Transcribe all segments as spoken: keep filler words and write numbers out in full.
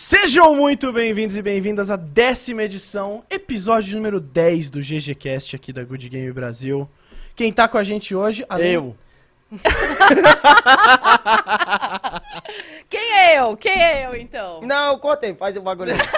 Sejam muito bem-vindos e bem-vindas à décima edição, episódio número dez do GGCast aqui da Good Game Brasil. Quem tá com a gente hoje... Além... Eu. Quem é eu? Quem é eu, então? Não, contei, faz o bagulho aí.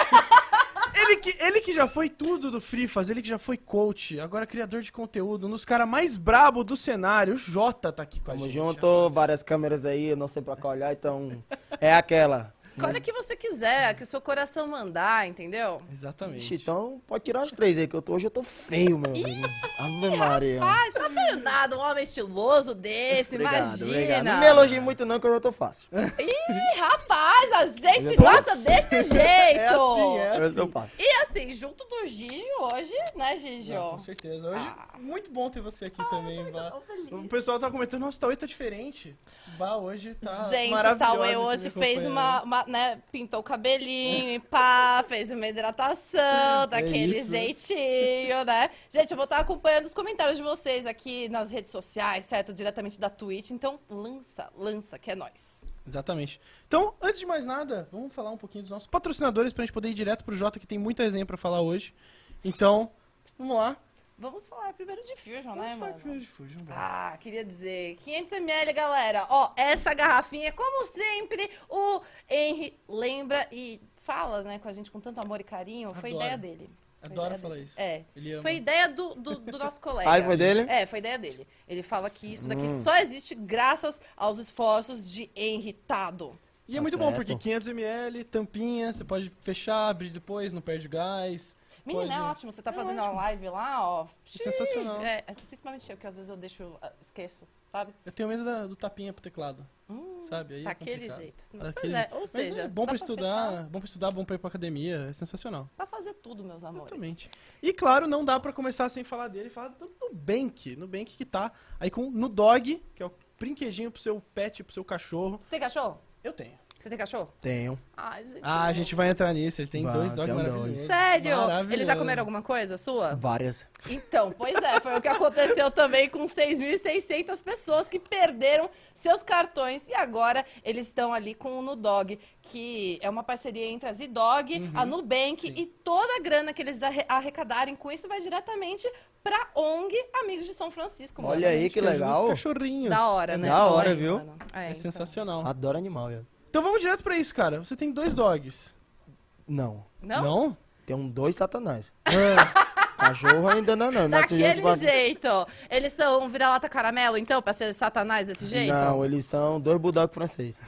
Ele que, ele que já foi tudo do Frifas, ele que já foi coach, agora criador de conteúdo, um dos caras mais brabos do cenário, o Jota tá aqui com a Tamo gente. junto, rapaz. várias câmeras aí, eu não sei pra qual olhar, então é aquela. Escolha a que você quiser, a que o seu coração mandar, entendeu? Exatamente. Ixi, então pode tirar as três aí, que eu tô, hoje eu tô feio, meu amigo. Ave Maria. Rapaz, tá feio nada, um homem estiloso desse, Obrigado, obrigado. imagina. Não me elogie muito não, que hoje eu tô fácil. Ih, rapaz, a gente Putz. gosta desse jeito. É assim, é Hoje eu assim. tô fácil. E assim, junto do Gigi hoje, né, Gigi? Não, com certeza. Hoje, Ah. muito bom ter você aqui também, Bá. tô feliz. O pessoal tá comentando, nossa, o Tauê tá diferente. Bá hoje tá Gente, o maravilhosa Tauê aqui hoje me fez acompanhando. uma, uma, né, pintou o cabelinho e pá, fez uma hidratação, daquele isso. jeitinho, né? Gente, eu vou estar acompanhando os comentários de vocês aqui nas redes sociais, certo? Diretamente da Twitch, então lança, lança, que é nóis. Exatamente. Então, antes de mais nada, vamos falar um pouquinho dos nossos patrocinadores pra gente poder ir direto pro Jota, que tem muita resenha pra falar hoje. Então, vamos lá. Vamos falar primeiro de Fusion, Vamos né, falar mano? primeiro de Fusion, Bá. Ah, queria dizer, quinhentos mililitros, galera. Ó, essa garrafinha, como sempre, o Henry lembra e fala, né, com a gente com tanto amor e carinho. Foi Adoro. ideia dele. Foi Adoro ideia falar dele. isso. É. Ele ama. Foi ideia do, do, do nosso colega. Ah, foi dele? É, foi ideia dele. Ele fala que isso daqui Hum. só existe graças aos esforços de Henry Tado. E é Tá muito bom, certo. porque quinhentos mililitros, tampinha, você pode fechar, abrir depois, não perde gás. Menina, Pode- é ótimo. Você tá É fazendo ótimo. a live lá, ó. Sensacional. É, é, principalmente eu, que às vezes eu deixo, ah, esqueço, sabe? Eu tenho medo da- do tapinha pro teclado, Hum, sabe? Aí é daquele complicado. jeito. Daquele Pois é, ou Mas seja, é bom dá pra pra estudar, fechar. bom pra estudar, bom pra ir pra academia, é sensacional. Pra fazer tudo, meus amores. Exatamente. E claro, não dá pra começar sem falar dele, falar do Nubank, Nubank que tá aí com Nudog, que é o brinquedinho pro seu pet, pro seu cachorro. Você tem cachorro? Eu tenho. Você tem cachorro? Tenho. Ai, gente. Ah, a gente vai entrar nisso, ele tem Vai, dois dogs tem um maravilhosos. dois. Sério? Maravilhoso. Eles já comeram alguma coisa sua? Várias. Então, pois é, foi o que aconteceu também com seis mil e seiscentas pessoas que perderam seus cartões e agora eles estão ali com o Nudog, que é uma parceria entre a Zidog, a Nubank Sim. e toda a grana que eles arre- arrecadarem com isso vai diretamente pra O N G Amigos de São Francisco. Olha aí, que ajuda legal. Cachorrinhos. Da hora, É né? da muito hora, legal. viu? Mano. É, É então. sensacional. Adoro animal, velho. Então vamos direto pra isso, cara. Você tem dois dogs. Não, Não? Não? tem um dois satanás. Ah, Cachorro ainda não, não. não atingiu esse Daquele bagulho. jeito. Eles são vira-lata caramelo, então, pra ser satanás desse jeito? Não, eles são dois bulldogs franceses.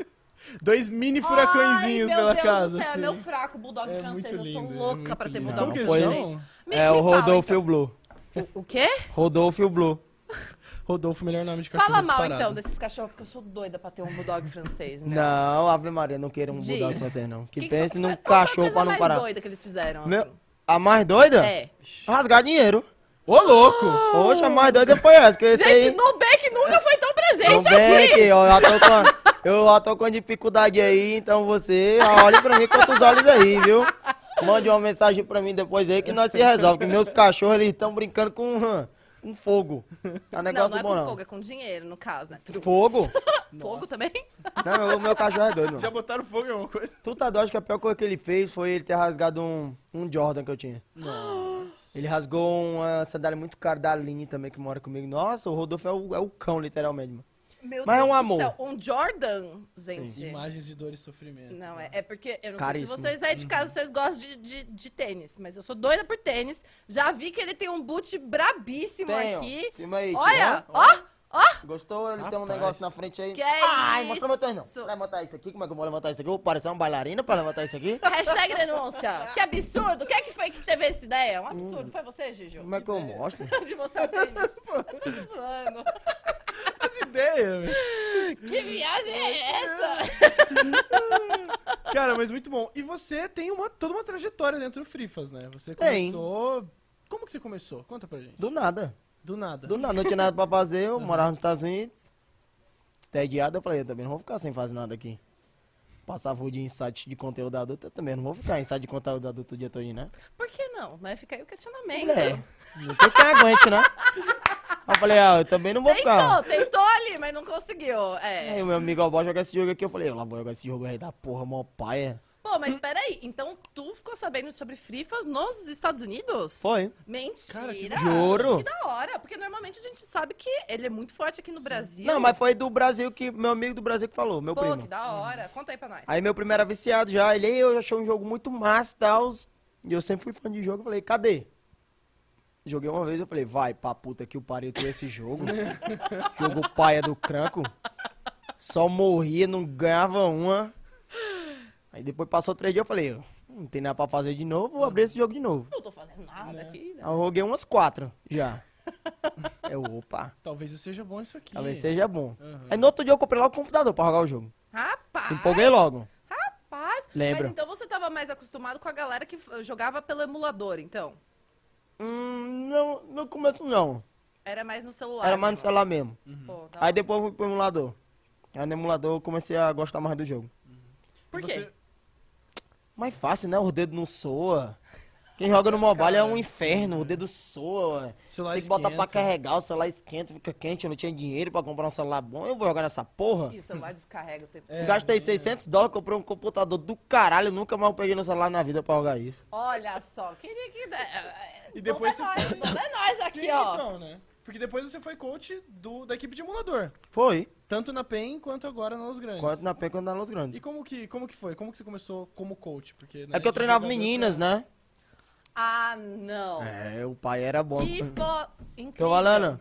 dois mini furacõezinhos Ai, pela meu Deus casa. do céu, é assim. meu fraco bulldog É francês. muito Eu sou lindo, é louca muito pra ter lindo. bulldog Como que Foi- eles francês. são? Me- é me o fala, Rodolfo e então. o Blue. O quê? Rodolfo e o Blue. Rodolfo, melhor nome de cachorro Fala mal disparado. então desses cachorros, porque eu sou doida pra ter um bulldog francês. Meu. Não, Ave Maria, não quero um Diz. bulldog francês, não. Que, Que- pense num qual foi a cachorro coisa pra não mais parar. doida que eles fizeram? Meu, assim? a mais doida? É. Rasgar dinheiro. Ô, louco! Poxa, a mais doida foi essa, que esse Gente, aí... Nubank nunca foi tão presente Nubank, aqui. ó, eu já tô com, eu já tô com dificuldade aí, então você olhe pra mim com outros olhos aí, viu? Mande uma mensagem pra mim depois aí que nós se resolve, que meus cachorros, eles estão brincando com, hum, com fogo. É um Não, negócio não é bom, com não. fogo, é com dinheiro, no caso, né? Fogo? Fogo também? Não, meu, meu cachorro é doido, Já mano. botaram fogo em alguma coisa? Tu tá doido, acho que a pior coisa que ele fez foi ele ter rasgado um, um Jordan que eu tinha. Ele rasgou uma sandália muito cara da Aline também, que mora comigo. Nossa, o Rodolfo é o, é o cão, literalmente, mano. Meu Mas é Deus um do amor. céu, um Jordan, gente. Imagens de dor e sofrimento. Não, é, é porque, eu não Caríssimo. sei se vocês aí de casa vocês gostam de, de, de tênis, mas eu sou doida por tênis. Já vi que ele tem um boot brabíssimo Tem, ó. aqui. Filma aí. Olha, ó. ó, ó. Gostou? Ele tem um Rapaz. negócio na frente aí. Que é Ai, isso? mostra meu tênis não. Vou levantar isso aqui. Como é que eu vou levantar isso aqui? Eu vou parecer uma bailarina pra levantar isso aqui? Hashtag denúncia. Que absurdo. Quem é que foi que teve essa ideia? Um absurdo. Foi você, Gigi? Como é que eu mostro? De mostrar o tênis. Eu tô te zoando. As ideias, velho. Que viagem é essa? Cara, mas muito bom. E você tem uma, toda uma trajetória dentro do Frifas, né? Você Tem. começou... Como que você começou? Conta pra gente. Do nada. Do nada. Do nada. Não tinha nada pra fazer. Eu morava nos Estados Unidos. Tediado, eu falei, eu também não vou ficar sem fazer nada aqui. Passava o dia em site de conteúdo adulto, eu também não vou ficar em site de conteúdo adulto o dia todo, né? Por que não? Né? Fica aí o questionamento. É. Não tem quem aguente, né? Aí eu falei, ah, eu também não vou ficar. Tentou, tentou ali, mas não conseguiu. É. Aí o meu amigo, ó, bora jogar esse jogo aqui. Eu falei, eu lá vou jogar esse jogo aí da porra, mó paia. Pô, Ô, mas peraí, então tu ficou sabendo sobre frifas nos Estados Unidos? Foi. Mentira! Cara, que Juro. Que da hora, porque normalmente a gente sabe que ele é muito forte aqui no Brasil. Não, mas foi do Brasil que, meu amigo do Brasil que falou, meu Pô, primo. que da hora. Conta aí pra nós. Aí meu primo era viciado já, ele, eu achei um jogo muito massa e tal, e eu sempre fui fã de jogo, eu falei, cadê? Joguei uma vez, eu falei, vai pra puta que o pariu tu esse jogo. Jogo paia do cranco. Só morria, não ganhava uma. Aí depois passou três dias, eu falei, não tem nada pra fazer de novo, vou abrir esse jogo de novo. Não tô fazendo nada aqui, né? Aí eu joguei umas quatro já. Eu, opa, Talvez eu seja bom nisso aqui. talvez seja bom. Uhum. Aí no outro dia eu comprei logo o computador pra jogar o jogo. Rapaz! Empolguei logo. Rapaz! Lembro. Mas então você tava mais acostumado com a galera que f- jogava pelo emulador, então? Hum, não, no começo não. Era mais no celular. Era mais no mesmo. celular mesmo. Pô, da Aí hora. depois eu fui pro emulador. Aí no emulador eu comecei a gostar mais do jogo. Por E quê? você- Mais fácil, né? O dedo não soa. Quem joga no mobile é um inferno, o dedo soa. Ué. Celular Tem que botar pra esquenta. carregar, o celular esquenta, fica quente, eu não tinha dinheiro pra comprar um celular bom, eu vou jogar nessa porra. E o celular descarrega o tempo. É, Gastei seiscentos dólares, comprei um computador do caralho, nunca mais peguei no celular na vida pra jogar isso. Olha só, queria que... é, E depois Bom é você nós, bom é nós aqui, Sim, ó. então, né? Porque depois você foi coach do, da equipe de emulador. Foi. Tanto na PEN quanto agora na Los Grandes. Quanto na P quanto na Los E Grandes. como que, como que foi? Como que você começou como coach? Porque, né, É que eu de treinava jogador meninas, pra- né? Ah, não. É, o pai era bom. Que fo... Incrível. Tô falando.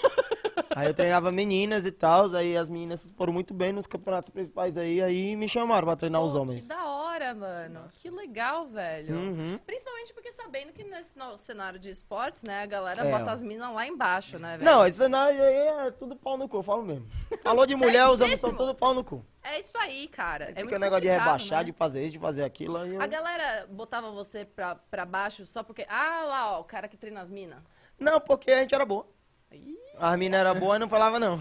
Aí eu treinava meninas e tal, aí as meninas foram muito bem nos campeonatos principais aí, aí me chamaram pra treinar Pô, os homens. Que da hora, mano. Que legal, velho. Uhum. Principalmente porque sabendo que nesse no- cenário de esportes, né, a galera É. bota as minas lá embaixo, né, velho? Não, esse cenário aí é tudo pau no cu, eu falo mesmo. Falou de mulher, os homens são Certíssimo. tudo pau no cu. É isso aí, cara. É Fica muito o negócio de complicado, rebaixar, né? de fazer isso, de fazer aquilo. Aí eu... A galera botava você pra, pra baixo só porque... Ah, lá, ó, o cara que treina as minas. Não, porque a gente era boa. Ih. As minas eram boas e não falava não.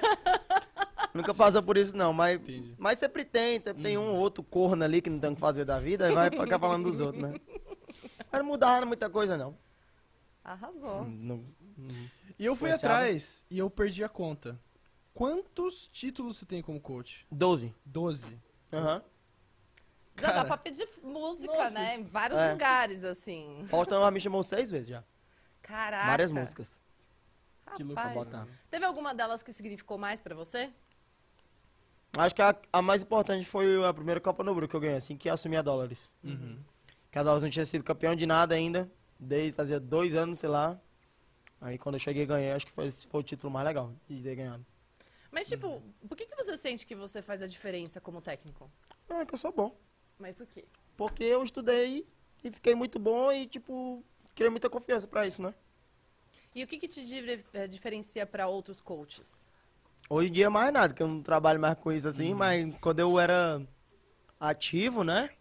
Nunca passou por isso não, mas, Entendi. mas sempre tem, sempre tem um ou outro corno ali que não tem o que fazer da vida e vai ficar falando dos outros, né? Mas não mudava muita coisa não. Arrasou. Não- E eu fui Influenciava. atrás e eu perdi a conta. Quantos títulos você tem como coach? doze. Doze. Aham. Já dá Cara. pra pedir música, Nossa. né? Em vários É. lugares, assim. Faustão já me chamou seis vezes já. Caraca. Várias músicas. Que louco Rapaz. botar. Teve alguma delas que significou mais pra você? Acho que a, a mais importante foi a primeira Copa no Brook que eu ganhei, assim que assumi a Dólares. Uhum. Que a Dólares não tinha sido campeão de nada ainda. Desde fazia dois anos, sei lá. Aí quando eu cheguei e ganhei, acho que foi, esse foi o título mais legal de ter ganhado. Mas, tipo, por que, que você sente que você faz a diferença como técnico? É que eu sou bom. Mas por quê? Porque eu estudei e fiquei muito bom e, tipo, criei muita confiança pra isso, né? E o que, que te di- eh, diferencia pra outros coaches? Hoje em dia mais nada, que eu não trabalho mais com isso assim, mas quando eu era ativo, né?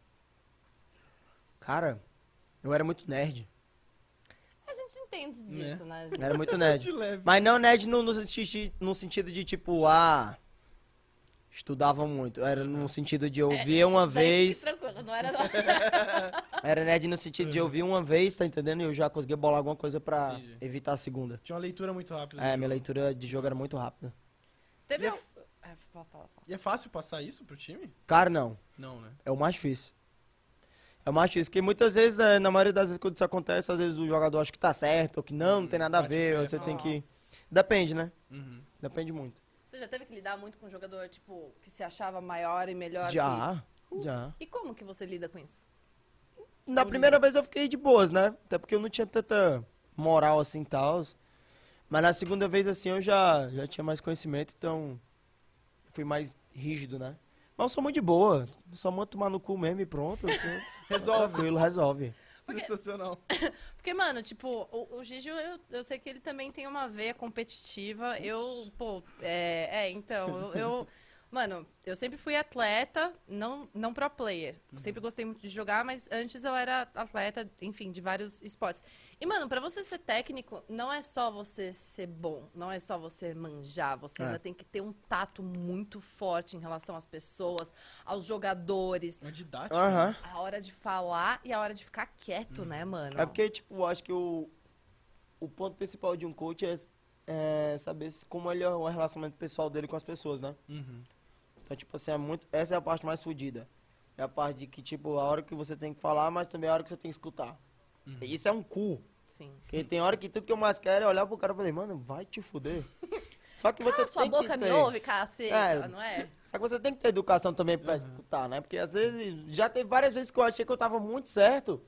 Cara, eu era muito nerd. A gente entende disso, né? Era muito nerd. De leve. Mas não nerd no, no, senti- no sentido de, tipo, ah, estudava muito. Era no sentido de ouvir uma Isso daí, vez. fique tranquilo, não era não. Era nerd no sentido de ouvir uma vez, tá entendendo? E eu já conseguia bolar alguma coisa pra Entendi. evitar a segunda. Tinha uma leitura muito rápida. É, do minha jogo. leitura de jogo era muito rápida. Teve E a um... f- É, fala, fala, fala. E é fácil passar isso pro time? Cara, não. Não, né? É o mais difícil. É o mais difícil, porque muitas vezes, eh, na maioria das vezes quando isso acontece, às vezes o jogador acha que tá certo, ou que não, não tem nada a bate ver, o pé. você tem que... Nossa. Depende, né? Uhum. Depende muito. Você já teve que lidar muito com um jogador, tipo, que se achava maior e melhor Já, já. que... E como que você lida com isso? Na primeira vez eu fiquei de boas, né? Até porque eu não tinha tanta moral assim e tal. Mas na segunda vez, assim, eu já, já tinha mais conhecimento, então eu fui mais rígido, né? Mas eu sou muito de boa. Só mando tomar no cu mesmo e pronto. eu- Resolve. Tranquilo, resolve. Sensacional. Porque, mano, tipo, o, o Gigi, eu, eu sei que ele também tem uma veia competitiva. Eu, pô, é, é então, eu, eu- Mano, eu sempre fui atleta, não, não pro player. Sempre gostei muito de jogar, mas antes eu era atleta, enfim, de vários esportes. E, mano, pra você ser técnico, não é só você ser bom, não é só você manjar. Você É. ainda tem que ter um tato muito forte em relação às pessoas, aos jogadores. Uma didática. Aham. A hora de falar e a hora de ficar quieto, né, mano? É porque, tipo, eu acho que o, o ponto principal de um coach é, é saber se- como ele é o relacionamento pessoal dele com as pessoas, né? Uhum. Então, tipo assim, é muito, essa é a parte mais fodida. É a parte de que, tipo, a hora que você tem que falar, mas também a hora que você tem que escutar. Uhum. Isso é um cu. Sim. Porque tem hora que tudo que eu mais quero é olhar pro cara e falar, mano, vai te fuder. Só que você Cala sua tem boca, que me ter... ouve, caceta, É. não é? Só que você tem que ter educação também pra Uhum. escutar, né? Porque às vezes, já teve várias vezes que eu achei que eu tava muito certo.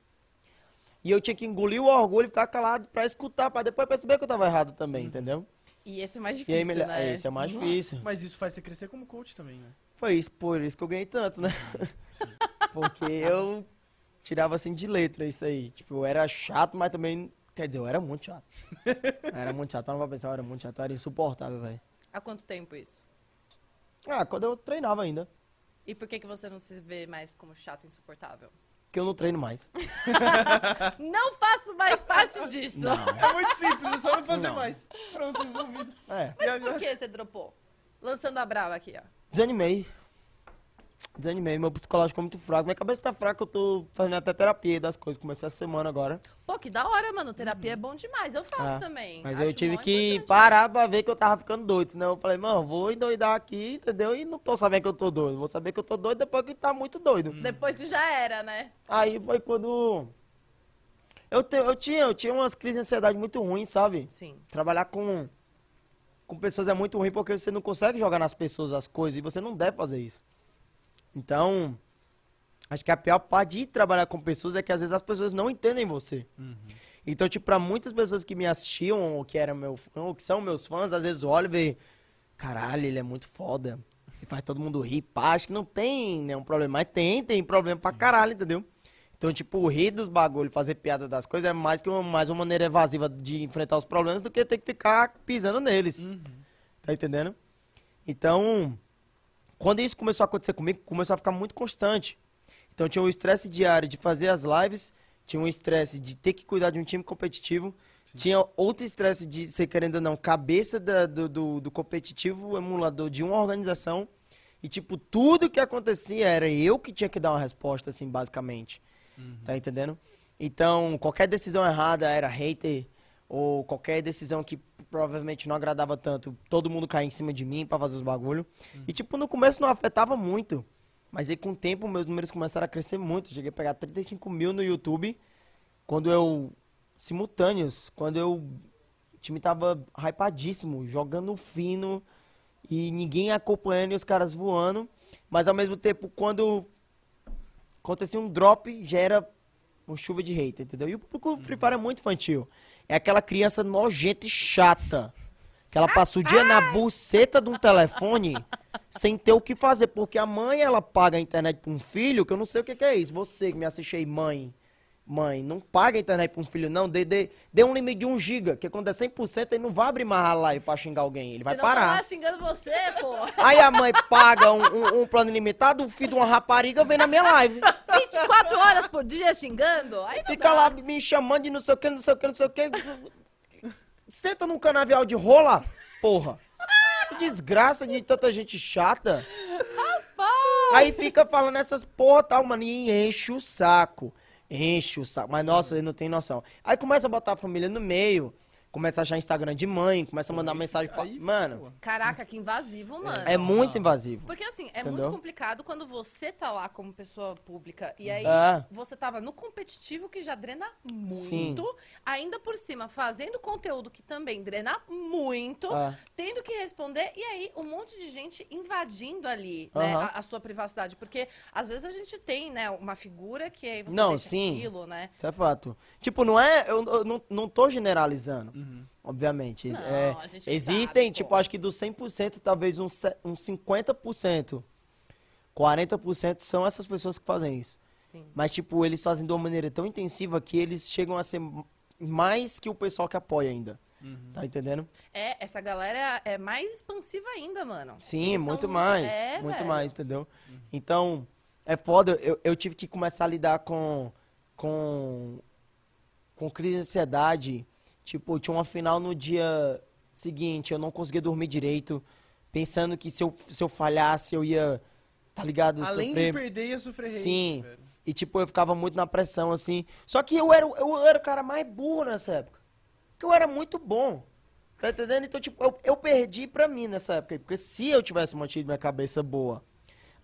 E eu tinha que engolir o orgulho e ficar calado pra escutar, pra depois perceber que eu tava errado também, Uhum. entendeu? E esse é mais E difícil, aí, melhor... né? esse é o mais Nossa. difícil. Mas isso faz você crescer como coach também, né? Foi isso, por isso que eu ganhei tanto, né? Porque eu tirava assim de letra isso aí. Tipo, eu era chato, mas também... Quer dizer, eu era muito chato. Eu era muito chato, mas não pra pensar, eu era muito chato. Eu era insuportável, velho. Há quanto tempo isso? Ah, quando eu treinava ainda. E por que, que você não se vê mais como chato e insuportável? Porque eu não treino mais. Não faço mais parte disso. Não. É muito simples, é só não fazer Não. mais. Pronto, resolvido. É. Mas por que você dropou? Lançando a brava aqui, ó. Desanimei. Desanimei, meu psicológico ficou muito fraco. Minha cabeça tá fraca, eu tô fazendo até terapia das coisas. Comecei essa semana agora. Pô, que da hora, mano. Terapia é bom demais. Eu faço Ah, também. Mas Acho eu tive mó que importante. parar pra ver que eu tava ficando doido. Senão eu falei, mano, vou endoidar aqui, entendeu? E não tô sabendo que eu tô doido. Vou saber que eu tô doido depois que tá muito doido. Depois que já era, né? Aí foi quando... Eu, te, eu, tinha, eu tinha umas crises de ansiedade muito ruins, sabe? Sim. Trabalhar com, com pessoas é muito ruim porque você não consegue jogar nas pessoas as coisas e você não deve fazer isso. Então, acho que a pior parte de trabalhar com pessoas é que às vezes as pessoas não entendem você. Uhum. Então, tipo, pra muitas pessoas que me assistiam, ou que eram meu fã, ou que são meus fãs, às vezes olham e vê, caralho, ele é muito foda. Ele faz todo mundo rir, pá, acho que não tem nenhum problema. Mas tem, tem problema pra caralho, entendeu? Então, tipo, rir dos bagulho, fazer piada das coisas é mais que uma, mais uma maneira evasiva de enfrentar os problemas do que ter que ficar pisando neles. Uhum. Tá entendendo? Então, quando isso começou a acontecer comigo, começou a ficar muito constante. Então, tinha um estresse diário de fazer as lives, tinha um estresse de ter que cuidar de um time competitivo, Sim. tinha outro estresse de ser, querendo ou não, cabeça da- do, do, do competitivo emulador de uma organização. E, tipo, tudo que acontecia era eu que tinha que dar uma resposta, assim, basicamente. Uhum. Tá entendendo? Então, qualquer decisão errada era hater, ou qualquer decisão que provavelmente não agradava tanto, todo mundo caía em cima de mim pra fazer os bagulho. E, tipo, no começo não afetava muito. Mas aí, com o tempo, meus números começaram a crescer muito. Eu cheguei a pegar trinta e cinco mil no YouTube, quando eu... simultâneos, quando eu... o time tava hypadíssimo, jogando fino, e ninguém acompanhando e os caras voando. Mas, ao mesmo tempo, quando acontecia um drop, já era uma chuva de hater, entendeu? E o público Free Fire é muito infantil. É aquela criança nojenta e chata, que ela passa o dia na buceta de um telefone sem ter o que fazer, porque a mãe, ela paga a internet pra um filho, que eu não sei o que, que é isso. Você que me assiste aí, mãe, mãe, não paga a internet pra um filho, não. Dê, dê, dê um limite de um giga, que quando é cem por cento, ele não vai abrir mais a live pra xingar alguém, ele vai Senão tá parar. lá xingando você, pô. Aí a mãe paga um, um- um plano ilimitado, o filho de uma rapariga vem na minha live. vinte e quatro horas por dia xingando? Aí não Fica dá. lá me chamando de não sei o que, não sei o que, não sei o que. Senta num canavial de rola, porra. Que desgraça de tanta gente chata. Aí fica falando essas porra tal, mano, e enche o saco. Enche o saco. Mas, nossa, ele não tem noção. Aí começa a botar a família no meio, começa a achar Instagram de mãe, começa a mandar mensagem pra... Aí, Mano, pô. Caraca, que invasivo, mano. é muito invasivo. Porque assim, é Entendeu? muito complicado quando você tá lá como pessoa pública e aí É. você tava no competitivo que já drena muito, Sim. ainda por cima fazendo conteúdo que também drena muito, É. tendo que responder e aí um monte de gente invadindo ali, né, Aham. a, a sua privacidade, porque às vezes a gente tem, né, uma figura que aí você Não, deixa sim. aquilo, né? Isso é fato. Tipo, não é... Eu, eu não, não tô generalizando. Obviamente. Não, É, a gente existem, sabe, tipo, pô. acho que dos cem por cento, talvez uns, se- uns cinquenta por cento. quarenta por cento são essas pessoas que fazem isso. Sim. Mas, tipo, eles fazem de uma maneira tão intensiva que eles chegam a ser mais que o pessoal que apoia ainda. Tá entendendo? É, essa galera é mais expansiva ainda, mano. Sim, Eles muito são- mais. é, muito velho. mais, entendeu? Então, é foda. Eu, eu tive que começar a lidar com, com, com crise de ansiedade. Tipo, tinha uma final no dia seguinte, eu não conseguia dormir direito, pensando que se eu, se eu falhasse, eu ia, tá ligado? Além sofrer. de perder, ia sofrer hate, Sim. velho. E, tipo, eu ficava muito na pressão, assim. Só que eu era, o- eu era o cara mais burro nessa época. Porque eu era muito bom. Tá entendendo? Então, tipo, eu, eu perdi pra mim nessa época. Porque se eu tivesse mantido minha cabeça boa,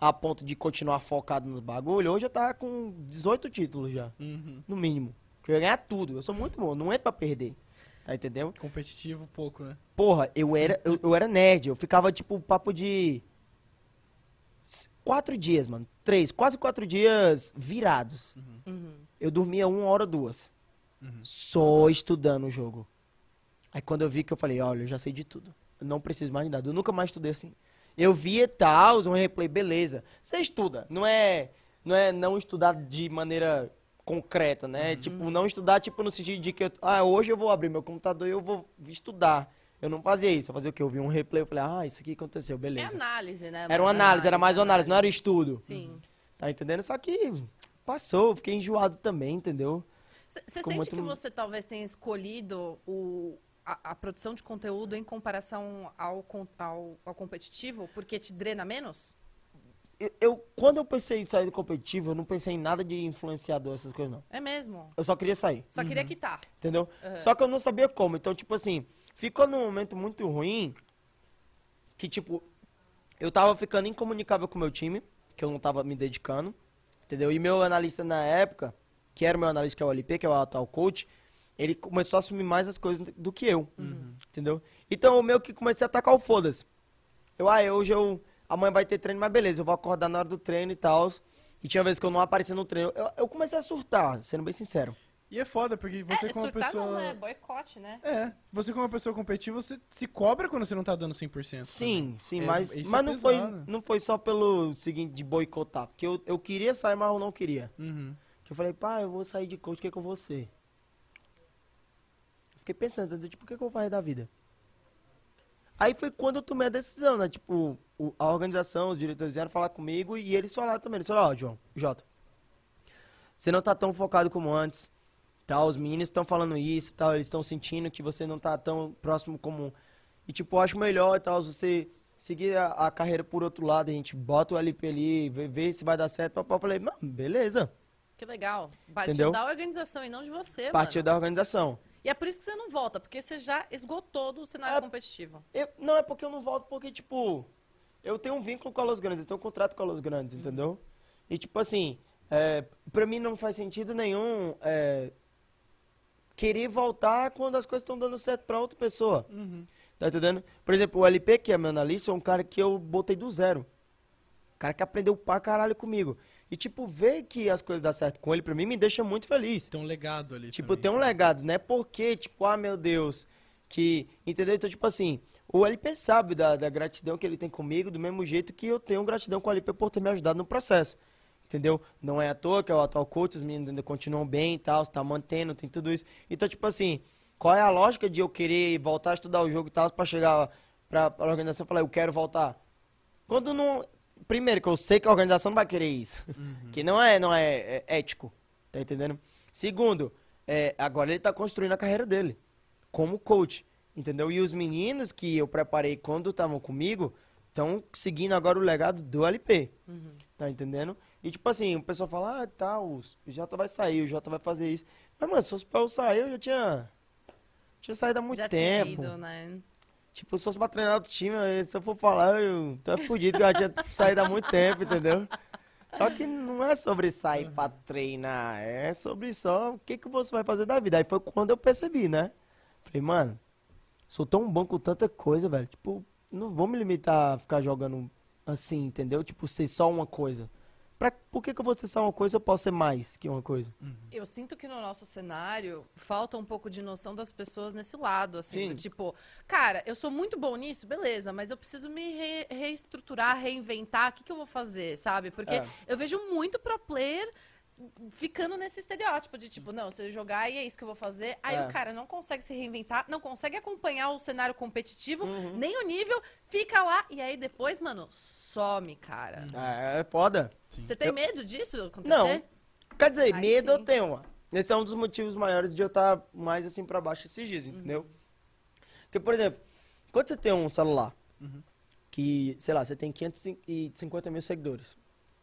a ponto de continuar focado nos bagulho, hoje eu tava com dezoito títulos já, Uhum. no mínimo. Que eu ia ganhar tudo. Eu sou muito bom, não entro pra perder. Tá entendendo? Competitivo, pouco, né? Porra, eu era, eu, eu era nerd. Eu ficava, tipo, papo de... s- Quatro dias, mano. Três, quase quatro dias virados. Uhum. Eu dormia uma hora, duas. Uhum. Só estudando o jogo. Aí quando eu vi que eu falei, olha, eu já sei de tudo. Eu não preciso mais de nada. Eu nunca mais estudei assim. Eu via tal, um replay, beleza. Você estuda. Não é não, é não estudar de maneira concreta, né? Tipo, não estudar, tipo, no sentido de que, eu, ah, hoje eu vou abrir meu computador e eu vou estudar. Eu não fazia isso. Eu fazia o quê? Eu vi um replay, eu falei, ah, isso aqui aconteceu, É beleza. análise, né? Era uma análise, era mais uma análise, não era estudo. Sim. Tá entendendo? Só que passou, eu fiquei enjoado também, entendeu? Você Ficou sente muito- que você talvez tenha escolhido o, a, a produção de conteúdo em comparação ao, con- ao, ao competitivo porque te drena menos? Eu, eu- quando eu pensei em sair do competitivo, eu não pensei em nada de influenciador, essas coisas, não. É mesmo? Eu só queria sair, Só queria quitar. entendeu? Uhum. Só que eu não sabia como. Então, tipo assim, ficou num momento muito ruim que, tipo, eu tava ficando incomunicável com o meu time, que eu não tava me dedicando, entendeu? E meu analista na época, que era o meu analista, que é o L P, que é o atual coach, ele começou a assumir mais as coisas do que eu, entendeu? Então, eu meio que comecei a atacar o foda-se. Eu, ah, hoje eu... Amanhã vai ter treino, mas beleza, eu vou acordar na hora do treino e tal. E tinha vezes que eu não aparecia no treino. Eu, eu comecei a surtar, sendo bem sincero. E é foda, porque você é, como uma surtar pessoa... não, é boicote, né? É, você como uma pessoa competitiva, você se cobra quando você não tá dando cem por cento. Sim, sim, É, mas, isso mas é não, foi, pesado. não foi só pelo seguinte de boicotar. Porque eu, eu queria sair, mas eu não queria. Uhum. Que eu falei, pá, eu vou sair de coach, o que, é que eu vou ser? Eu fiquei pensando, entendeu? Tipo, o que, é que eu vou fazer da vida? Aí foi quando eu tomei a decisão, né? Tipo, o- a organização, os diretores vieram falar comigo e eles falaram também. Eles falaram, ó, João, Jota, você não tá tão focado como antes, tá? Os meninos estão falando isso, tal, eles estão sentindo que você não tá tão próximo como... E, tipo, eu acho melhor, tal, você seguir a, a carreira por outro lado, a gente bota o L P ali, vê, vê se vai dar certo, papai. Eu falei, mano, beleza, Que legal. Partiu Entendeu? da organização e não de você, partiu mano. da organização. E é por isso que você não volta, porque você já esgotou do cenário É. competitivo. Eu- não, é porque eu não volto, porque, tipo, eu tenho um vínculo com a Los Grandes, eu tenho um contrato com a Los Grandes, entendeu? E, tipo assim, é, pra mim não faz sentido nenhum é, querer voltar quando as coisas estão dando certo pra outra pessoa. Uhum. Tá entendendo? Por exemplo, o L P, que é meu analista, é um cara que eu botei do zero. Cara que aprendeu pra caralho comigo. E, tipo, ver que as coisas dão certo com ele, pra mim, me deixa muito feliz. Tem um legado ali Tipo, também. tem um legado, né? Porque, tipo, ah, meu Deus, que... Entendeu? Então, tipo assim, o L P sabe da, da gratidão que ele tem comigo, do mesmo jeito que eu tenho gratidão com o L P por ter me ajudado no processo. Entendeu? Não é à toa que é o atual coach, os meninos ainda continuam bem e tal, tá mantendo, tem tudo isso. Então, tipo assim, qual é a lógica de eu querer voltar a estudar o jogo e tal, pra chegar pra, pra organização e falar, eu quero voltar? Quando não... Primeiro, que eu sei que a organização não vai querer isso. Que não é, não é, é ético. Tá entendendo? Segundo, é, agora ele tá construindo a carreira dele. Como coach. Entendeu? E os meninos que eu preparei quando estavam comigo estão seguindo agora o legado do L P. Tá entendendo? E tipo assim, o pessoal fala, ah, tá, o Jota vai sair, o Jota vai fazer isso. Mas, mano, se fosse pra eu sair, eu já tinha. Tinha saído há muito já tempo. tinha ido, né? Tipo, se fosse pra treinar outro time, eu- se eu for falar, eu tô fudido que eu já tinha saído há muito tempo, entendeu? Só que não é sobre sair pra treinar, é sobre só o que, que você vai fazer da vida. Aí foi quando eu percebi, né? Falei, mano, sou tão bom com tanta coisa, velho. Tipo, não vou me limitar a ficar jogando assim, entendeu? Tipo, ser só uma coisa. Pra, por que, que eu vou ser só uma coisa, eu posso ser mais que uma coisa? Eu sinto que no nosso cenário falta um pouco de noção das pessoas nesse lado, assim, Sim. do tipo, cara, eu sou muito bom nisso, beleza, mas eu preciso me re- reestruturar, reinventar, o que, que eu vou fazer, sabe? Porque É. eu vejo muito pro player ficando nesse estereótipo de tipo, não, se eu jogar e é isso que eu vou fazer, aí É. o cara não consegue se reinventar, não consegue acompanhar o cenário competitivo, Uhum. nem o nível, fica lá e aí depois, mano, some, cara. É, é foda. Você tem Eu- medo disso acontecer? Não. Quer dizer, Aí medo sim. eu tenho, ó. Esse é um dos motivos maiores de eu estar mais assim pra baixo esses dias, entendeu? Porque, por exemplo, quando você tem um celular que, sei lá, você tem quinhentos e cinquenta mil seguidores.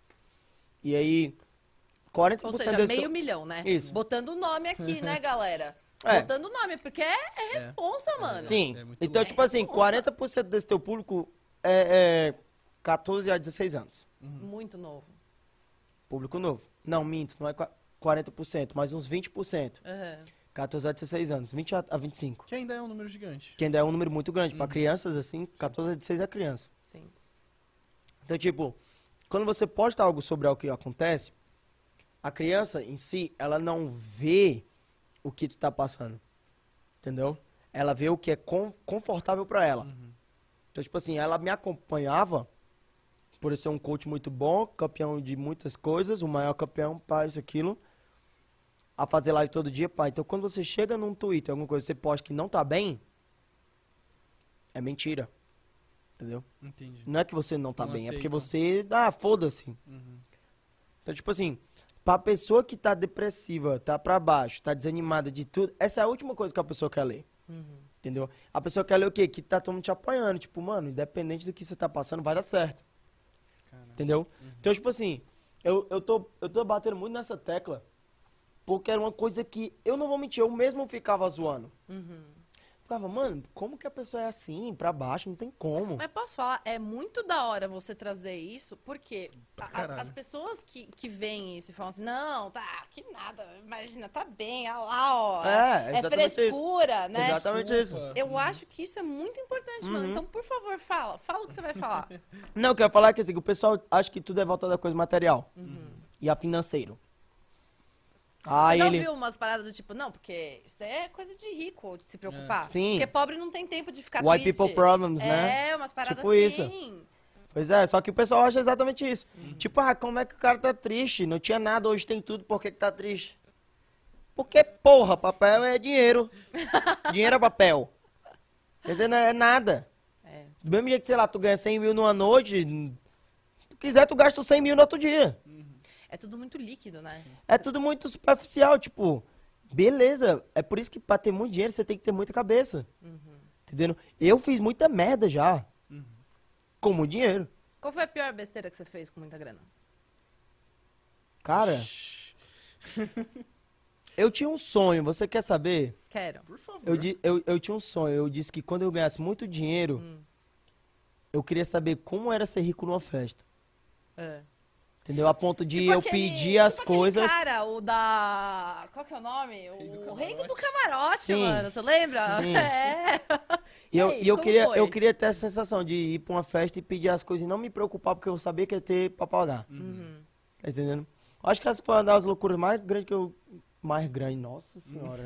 E aí, quarenta por Ou cento seja, desse meio teu- milhão, né? Isso. Botando o nome aqui, né, galera? É. Botando o nome, porque é, é responsa, mano. Sim. É muito Então, louco. tipo assim, Nossa. quarenta por cento desse teu público é, é catorze a dezesseis anos. Muito novo. Público novo. Não, minto, não é qua- quarenta por cento, mas uns vinte por cento. Aham. quatorze a dezesseis anos, vinte a vinte e cinco. Que ainda é um número gigante. Que ainda é um número muito grande. Pra crianças, assim, quatorze a dezesseis é criança. Sim. Então, tipo, quando você posta algo sobre o que acontece, a criança em si, ela não vê o que tu tá passando. Entendeu? Ela vê o que é con- confortável pra ela. Então, tipo assim, ela me acompanhava por eu ser um coach muito bom, campeão de muitas coisas, o maior campeão, pá, isso, aquilo, a fazer live todo dia, pá. Então, quando você chega num Twitter, alguma coisa, você posta que não tá bem, é mentira. Entendeu? Entendi. Não é que você não tá Não bem, é porque aceitam. você, ah, foda-se. Uhum. Então, tipo assim, pra pessoa que tá depressiva, tá pra baixo, tá desanimada de tudo, essa é a última coisa que a pessoa quer ler. Entendeu? A pessoa quer ler o quê? Que tá todo mundo te apoiando. Tipo, mano, independente do que você tá passando, vai dar certo. Caramba. Entendeu? Então, tipo assim, eu, eu, tô, eu tô batendo muito nessa tecla, porque era uma coisa que, eu não vou mentir, eu mesmo ficava zoando. Ficava, mano, como que a pessoa é assim, pra baixo, não tem como. Mas posso falar, é muito da hora você trazer isso, porque a- a- caralho. as pessoas que, que veem isso e falam assim, não, tá, que nada, imagina, tá bem, olha lá, ó. É, é exatamente frescura, né? Exatamente isso. Desculpa. Eu acho que isso é muito importante, Uhum. mano. Então, por favor, fala. Fala o que você vai falar. Não, o que eu ia falar é que assim, o pessoal acha que tudo é voltado a coisa material Uhum. e a financeiro. Você Aí já ele... ouviu umas paradas do tipo, não, porque isso daí é coisa de rico, de se preocupar. Sim. Porque pobre não tem tempo de ficar White triste. people problems, né? É, umas paradas Tipo isso. assim. Pois é, só que o pessoal acha exatamente isso. Tipo, ah, como é que o cara tá triste? Não tinha nada, hoje tem tudo, por que que tá triste? Porque, porra, papel é dinheiro. Dinheiro é papel. Entendeu? É nada. É. Do mesmo jeito que, sei lá, tu ganha cem mil numa noite, se tu quiser, tu gasta os cem mil no outro dia. É tudo muito líquido, né? É tudo muito superficial, tipo, beleza. É por isso que pra ter muito dinheiro, você tem que ter muita cabeça. Entendendo? Eu fiz muita merda já. Com muito dinheiro. Qual foi a pior besteira que você fez com muita grana? Cara, eu tinha um sonho, você quer saber? Quero. Por favor. Eu, di- eu, eu tinha um sonho, eu disse que quando eu ganhasse muito dinheiro, eu queria saber como era ser rico numa festa. É. Entendeu? A ponto de Tipo eu aquele- pedir as tipo aquele coisas. cara, o da... Qual que é o nome? O Rei do Camarote, Sim. mano. Você lembra? Sim. É. E eu, aí, e eu, como queria, foi? eu queria ter essa sensação de ir pra uma festa e pedir as coisas e não me preocupar, porque eu sabia que ia ter pra pagar. Uhum. Tá entendendo? Acho que essa foi uma das loucuras mais grandes que eu. Mais grande, nossa senhora.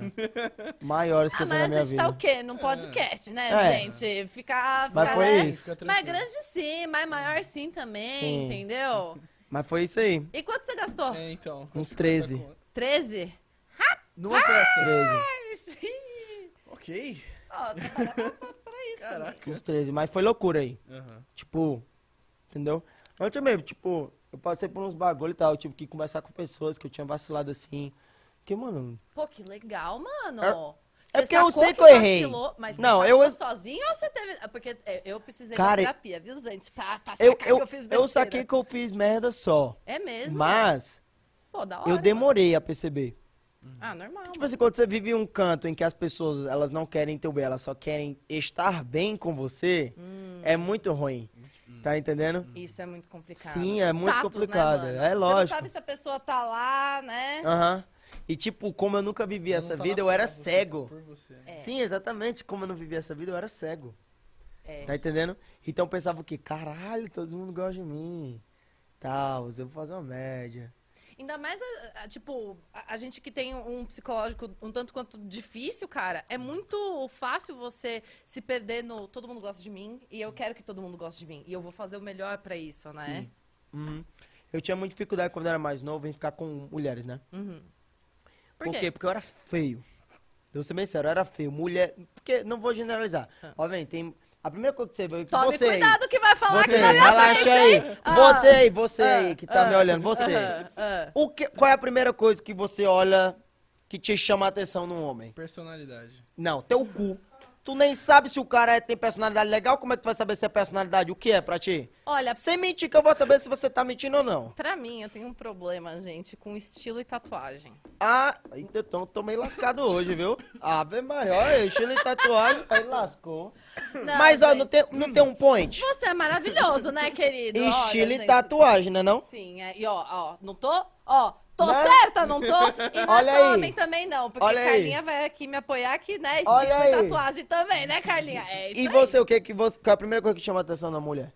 Maiores que Ah, eu fiz na mas minha a gente vida. tá o quê? Num podcast, né, É. gente? Ficar... Mas ficar, foi né? isso. Fica Mais tranquilo. grande sim, mais maior sim também, Sim. entendeu? Mas foi isso aí. E quanto você gastou? É, então. Uns treze. Essa conta. treze? Numa festa. treze. Ai, sim. Ok. Ó, trabalhar pra, pra- pra isso Caraca. Uns treze. Mas foi loucura aí. Aham. Tipo, entendeu? Ontem mesmo, tipo, eu passei por uns bagulho e tal. Eu tive que conversar com pessoas que eu tinha vacilado assim. Porque, mano. também. Pô, que legal, mano. É- Você é porque eu sacou sei que eu errei. vacilou, mas você Não, sacou eu- sozinho ou você teve... Porque é, eu precisei Cara, da terapia, viu, gente? Pra, pra sacar Eu, que eu, eu fiz besteira. eu saquei que eu fiz merda só. É mesmo? Mas Pô, da hora. eu demorei a perceber. Mano. Ah, normal. Tipo assim, quando você vive em um canto em que as pessoas, elas não querem teu bem, elas só querem estar bem com você, Hum. é muito ruim. Tá entendendo? Isso é muito complicado. Sim, é muito Status, complicado, Né, mano? é Você lógico. não sabe se a pessoa tá lá, né? Aham. E tipo, como eu nunca vivi essa Não tá vida, lá eu era pra você, cego. tá por você. É. Sim, exatamente. Como eu não vivi essa vida, eu era cego. É. Tá entendendo? Então eu pensava o quê? Caralho, todo mundo gosta de mim. Tal, eu vou fazer uma média. Ainda mais, a- a- tipo, a, a gente que tem um psicológico um tanto quanto difícil, cara, é muito fácil você se perder no todo mundo gosta de mim e eu quero que todo mundo goste de mim. E eu vou fazer o melhor pra isso, né? Uhum. Eu tinha muita dificuldade quando eu era mais novo em ficar com mulheres, né? Uhum. Por, Por quê? quê? Porque eu era feio. Deus ser bem sério, eu era feio. Mulher. Porque, não vou generalizar. Ó, vem, tem. A primeira coisa que você vê. Tome você aí, cuidado que vai falar Você, aqui na minha relaxa frente, aí. hein? Ah, Você aí, você ah, aí que tá ah, me olhando, você. ah, ah. O que, qual é a primeira coisa que você olha que te chama a atenção num homem? Personalidade. Não, teu cu. Tu nem sabe se o cara é- tem personalidade legal, como é que tu vai saber se é personalidade? O que é pra ti? Olha, Sem mentir que eu vou saber se você tá mentindo ou não. pra mim, eu tenho um problema, gente, com estilo e tatuagem. Ah, então eu tô meio lascado hoje, viu? Ave Maria, olha, estilo de tatuagem, aí lascou. Não, Mas, ó, gente, não tem, não tem um point? Você é maravilhoso, né, querido? Olha, Estilo e gente, tatuagem, né não? Sim, é. E ó, ó, não tô? Ó, tô Né? certa, não tô? E não Olha é só aí. homem também, não. Porque Olha aí. Carlinha vai aqui me apoiar aqui, né? Estilo Olha e aí. tatuagem também, né, Carlinha? É isso E aí. você, o que que você... Qual é a primeira coisa que chama a atenção na mulher?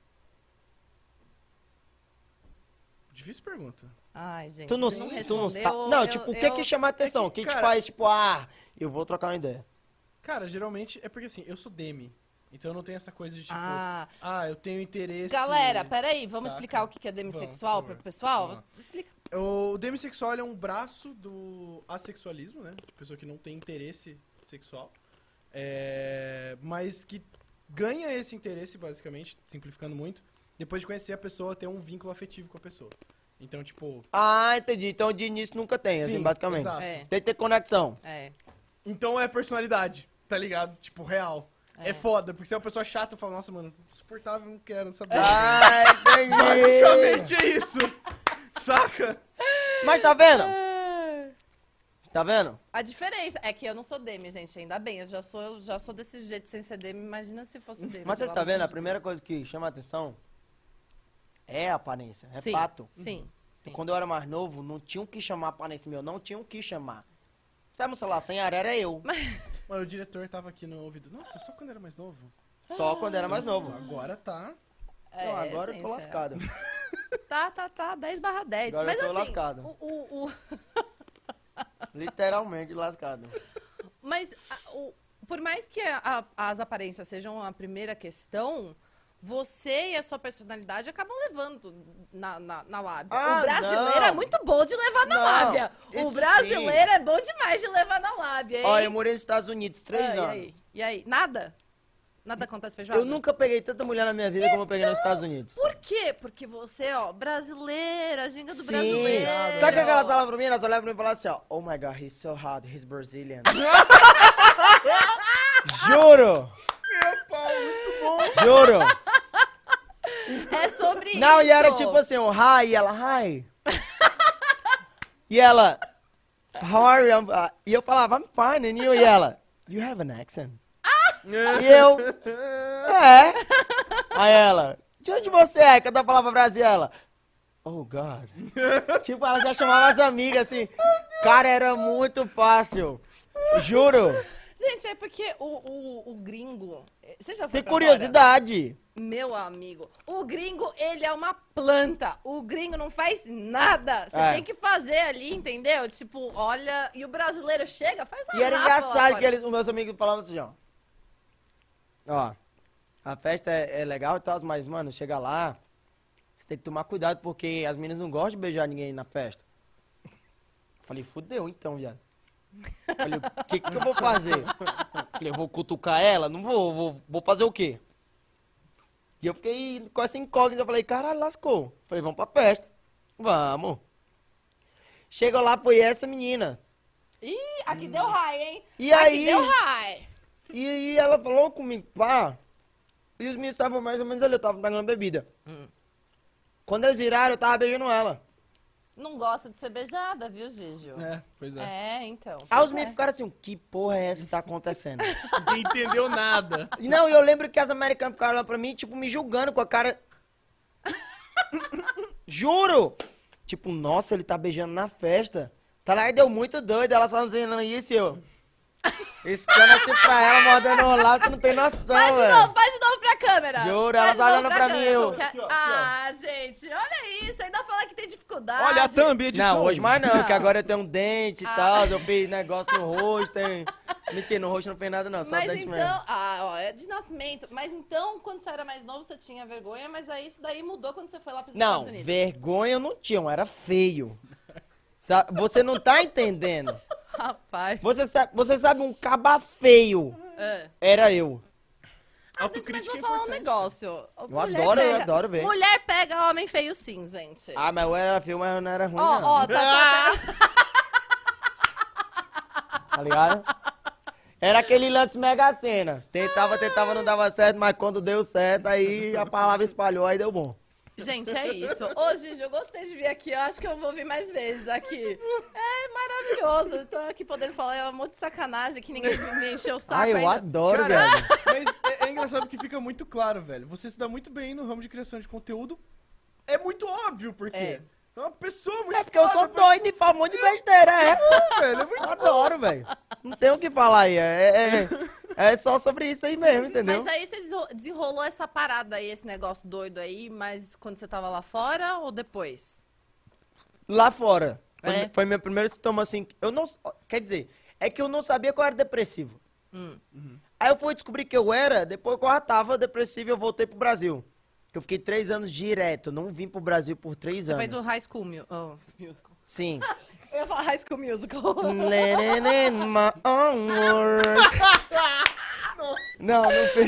Difícil pergunta. Ai, gente, Tu não, você não tu respondeu. não sabe... Não, eu- tipo, o que eu- que chama a atenção? O que, que te cara- faz, tipo, ah, eu vou trocar uma ideia? Cara, geralmente é porque assim, eu sou demi. Então eu não tenho essa coisa de tipo, ah, Ah, eu tenho interesse. galera, peraí, vamos Saca? explicar o que que é demissexual Vamos, por pro pessoal? Vamos lá. Explica. O demissexual ele é um braço do assexualismo, né? De pessoa que não tem interesse sexual. É... Mas que ganha esse interesse, basicamente, simplificando muito, depois de conhecer a pessoa, ter um vínculo afetivo com a pessoa. Então, tipo. Ah, entendi. Então de início nunca tem, assim, sim, basicamente. exato. É. Tem que ter conexão. É. Então é personalidade, tá ligado? Tipo, real. É, É. foda, porque se é uma pessoa chata, eu falo, nossa, mano, insuportável, não quero não saber. Ah, entendi. Basicamente é isso. Saca? Mas tá vendo? Tá vendo? A diferença é que eu não sou demi, gente, ainda bem. Eu já sou, eu já sou desse jeito sem ser demi. Imagina se fosse demi. Mas você pelo tá amor vendo? de A primeira Deus. coisa que chama a atenção é a aparência, é Sim, fato. Sim, sim. Quando eu era mais novo, não tinham que chamar a aparência meu, não tinham que chamar. Sabe o celular sem ar era eu. Mano, o diretor tava aqui no ouvido. Nossa, só quando era mais novo. Só quando era mais novo. Agora tá. É, Não, agora eu gente, tô é. lascado. Tá, tá, tá. dez barra dez. Agora Mas eu tô assim, lascado. O, o, o- Literalmente lascado. mas a- o- por mais que a- a- as aparências sejam a primeira questão, você e a sua personalidade acabam levando na, na, na lábia. Ah, o brasileiro não. é muito bom de levar na Não, lábia. O isso brasileiro é bom demais de levar na lábia, hein? Olha, eu morei nos Estados Unidos três Ah, e anos. aí? E aí? Nada? Nada acontece feijoada? Eu nunca peguei tanta mulher na minha vida como eu peguei nos Estados Unidos. Por quê? Porque você, ó, brasileira, a ginga do Sim. brasileiro. Sabe o que elas falavam pra mim? Elas olhavam pra mim e falavam assim, ó. Oh my God, he's so hot, he's Brazilian. Juro! Meu pau, muito bom. Juro! É sobre isso. Não, e era tipo assim, um hi, e ela, hi. E ela, how are you? I'm- uh, E eu falava, I'm fine, and you? E ela, do you have an accent? E eu, é. Aí ela, de onde você é? Quando eu falava Brasil, ela, oh God. Tipo, ela já chamava as amigas assim. Cara, era muito fácil. Juro. Gente, é porque o, o, o gringo... Você já foi Tem pra curiosidade. fora? Meu amigo, o gringo, ele é uma planta. O gringo não faz nada. Você É. tem que fazer ali, entendeu? Tipo, olha... E o brasileiro chega, faz a E era rapa lá engraçado fora. que eles, os meus amigos falavam assim, ó. Ó, a festa é, é legal e tal, mas, mano, chega lá, você tem que tomar cuidado, porque as meninas não gostam de beijar ninguém na festa. Falei, fudeu então, viado. Falei, o que que eu vou fazer? Falei, eu vou cutucar ela? Não vou, vou, vou fazer o quê? E eu fiquei com essa incógnita, eu falei, caralho, lascou. Falei, vamos pra festa. Vamos. Chegou lá, foi essa menina. Ih, aqui deu high, hein? E aqui aí- deu high. E aí ela falou comigo, pá. E os meninos estavam mais ou menos ali, eu tava pegando bebida. Hum. Quando eles viraram, eu tava beijando ela. Não gosta de ser beijada, viu, Gigi? É, pois é. É, então. Aí os pois meninos é. ficaram assim, que porra é essa que tá acontecendo? Ninguém entendeu nada. E não, e eu lembro que as americanas ficaram lá pra mim, tipo, me julgando com a cara... Juro! Tipo, nossa, ele tá beijando na festa. Tá lá e deu muito doido, ela só dizendo isso e eu... Escando assim pra ela, mordendo o lábio, tu não tem noção, Faz de velho. novo, faz de novo pra câmera. Juro, Faz elas de novo olhando pra mim, câmera. eu- Que- Aqui, ó, aqui, ó. Ah, gente, olha isso. Ainda fala que tem dificuldade. Olha a thumb, edição. Não, hoje mais não, Não. que agora eu tenho um dente e Ah. tal, eu fiz negócio no rosto, tem... Mentira, no rosto não fez nada não, só o Mas dente então, mesmo. ah, ó, é de nascimento. Mas então, quando você era mais novo, você tinha vergonha, mas aí isso daí mudou quando você foi lá pros Não, Estados Unidos. vergonha eu não tinha, eu era feio. Sa- Você não tá entendendo. Rapaz. Você sabe, você sabe um caba feio, É. era eu. Ah, gente, mas Autocrítica vou é falar um importante. negócio. Eu adoro, eu adoro ver. Mulher pega homem feio sim, gente. Ah, mas eu era feio, mas eu não era ruim Ó, não, ó, tá, tá, tá. tá ligado? Era aquele lance mega cena. Tentava, tentava, não dava certo, mas quando deu certo, aí a palavra espalhou, aí deu bom. Gente, é isso. Ô, Gigi, eu gostei de vir aqui. Eu acho que eu vou vir mais vezes aqui. É maravilhoso. Estou aqui podendo falar é um monte de sacanagem que ninguém me encheu o saco Ai, eu ainda. adoro, Cara, velho. Mas é, é engraçado porque fica muito claro, velho. Você se dá muito bem no ramo de criação de conteúdo. É muito óbvio porque. É. É uma pessoa muito É porque eu sou foda, doido e falo um monte de besteira, é. velho. É muito Eu adoro, velho. Não tem o que falar aí. É, é, é só sobre isso aí mesmo, entendeu? Mas aí você desenro- desenrolou essa parada aí, esse negócio doido aí, mas quando você tava lá fora ou depois? Lá fora. Foi, É? foi meu primeiro sintoma assim. Eu não. Quer dizer, é que eu não sabia que eu era depressivo. Hum. Aí eu fui descobrir que eu era, depois que eu já tava depressivo, eu voltei pro Brasil. Eu fiquei três anos direto, não vim pro Brasil por três Você anos. fez o High School mu- oh, Musical. Sim. Eu ia falar High School Musical. Living in my own world. Não, não fez.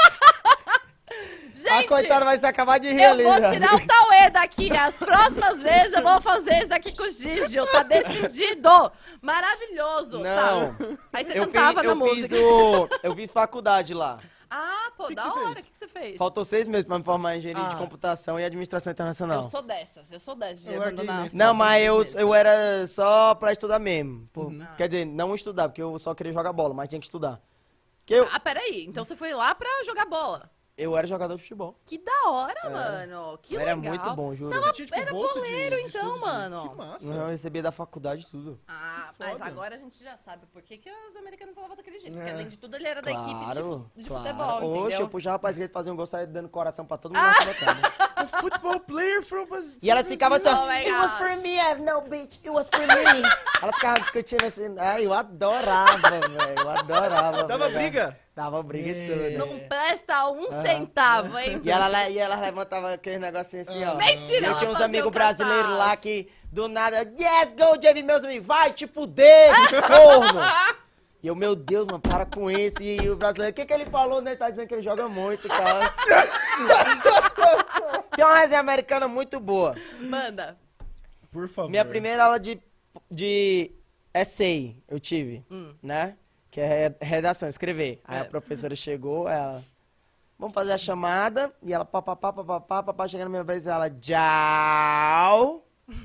A Gente, coitada vai se acabar de rir eu ali. vou já. tirar o Tauê daqui. As próximas vezes eu vou fazer isso daqui com o Gigi. Tá decidido. Maravilhoso. Não. Tá. Aí você Eu, cantava fiz, na eu música. fiz o. Eu fiz faculdade lá. Ah, pô, Que que da você hora. O fez? que, que você fez? Faltou seis meses pra me formar em engenharia de Ah. computação e administração internacional. Eu sou dessas. Eu sou dessas de Eu larguei abandonar. nesse. Não, falta mas de eu, seis meses. eu era só pra estudar mesmo. Pô, Uhum. Quer dizer, não estudar, porque eu só queria jogar bola, mas tinha que estudar. Que eu, Ah, peraí. Então você foi lá pra jogar bola. eu era jogador de futebol. Que da hora, mano. Que Eu legal. era muito bom, juro. Você Você tinha, tipo, era bolsa de- goleiro, de então, estudo de- mano. Que massa. Não, eu recebia da faculdade tudo. Ah, Que mas foda. agora a gente já sabe por que, que os americanos falavam daquele jeito. Porque É. além de tudo, ele era da equipe de, Claro, fu- de claro. futebol, Oxe, entendeu? eu puxava pra esquerda, fazia um gol, saia dando coração pra todo mundo Ah! na arquibancada. A football player from Brazil. E elas ficavam assim, ó, Oh my it was gosh. for me, I have no bitch, it was for me. Elas ficavam discutindo assim, ai, eu adorava, velho, eu adorava. Dava velho. briga? Dava briga e É. tudo. Não presta um centavo, hein? E, ela, le- e elas levantavam aquele negocinho assim, ó. Mentira, E eu elas tinha uns faziam amigos cartaz. brasileiros lá que, do nada, yes, go, J V, meus amigos, vai te fuder, corno. E eu, meu Deus, mano, para com esse. E o brasileiro, o que que ele falou, né? Tá dizendo que ele joga muito e tal. Tem uma resenha americana muito boa. Manda. Por favor. Minha primeira aula de, de essay eu tive, Hum. né? Que é re- redação, escrever. Aí É. a professora chegou, ela... Vamos fazer a chamada. E ela, papapá, papapá, papapá, chegando na minha vez, ela, tchau.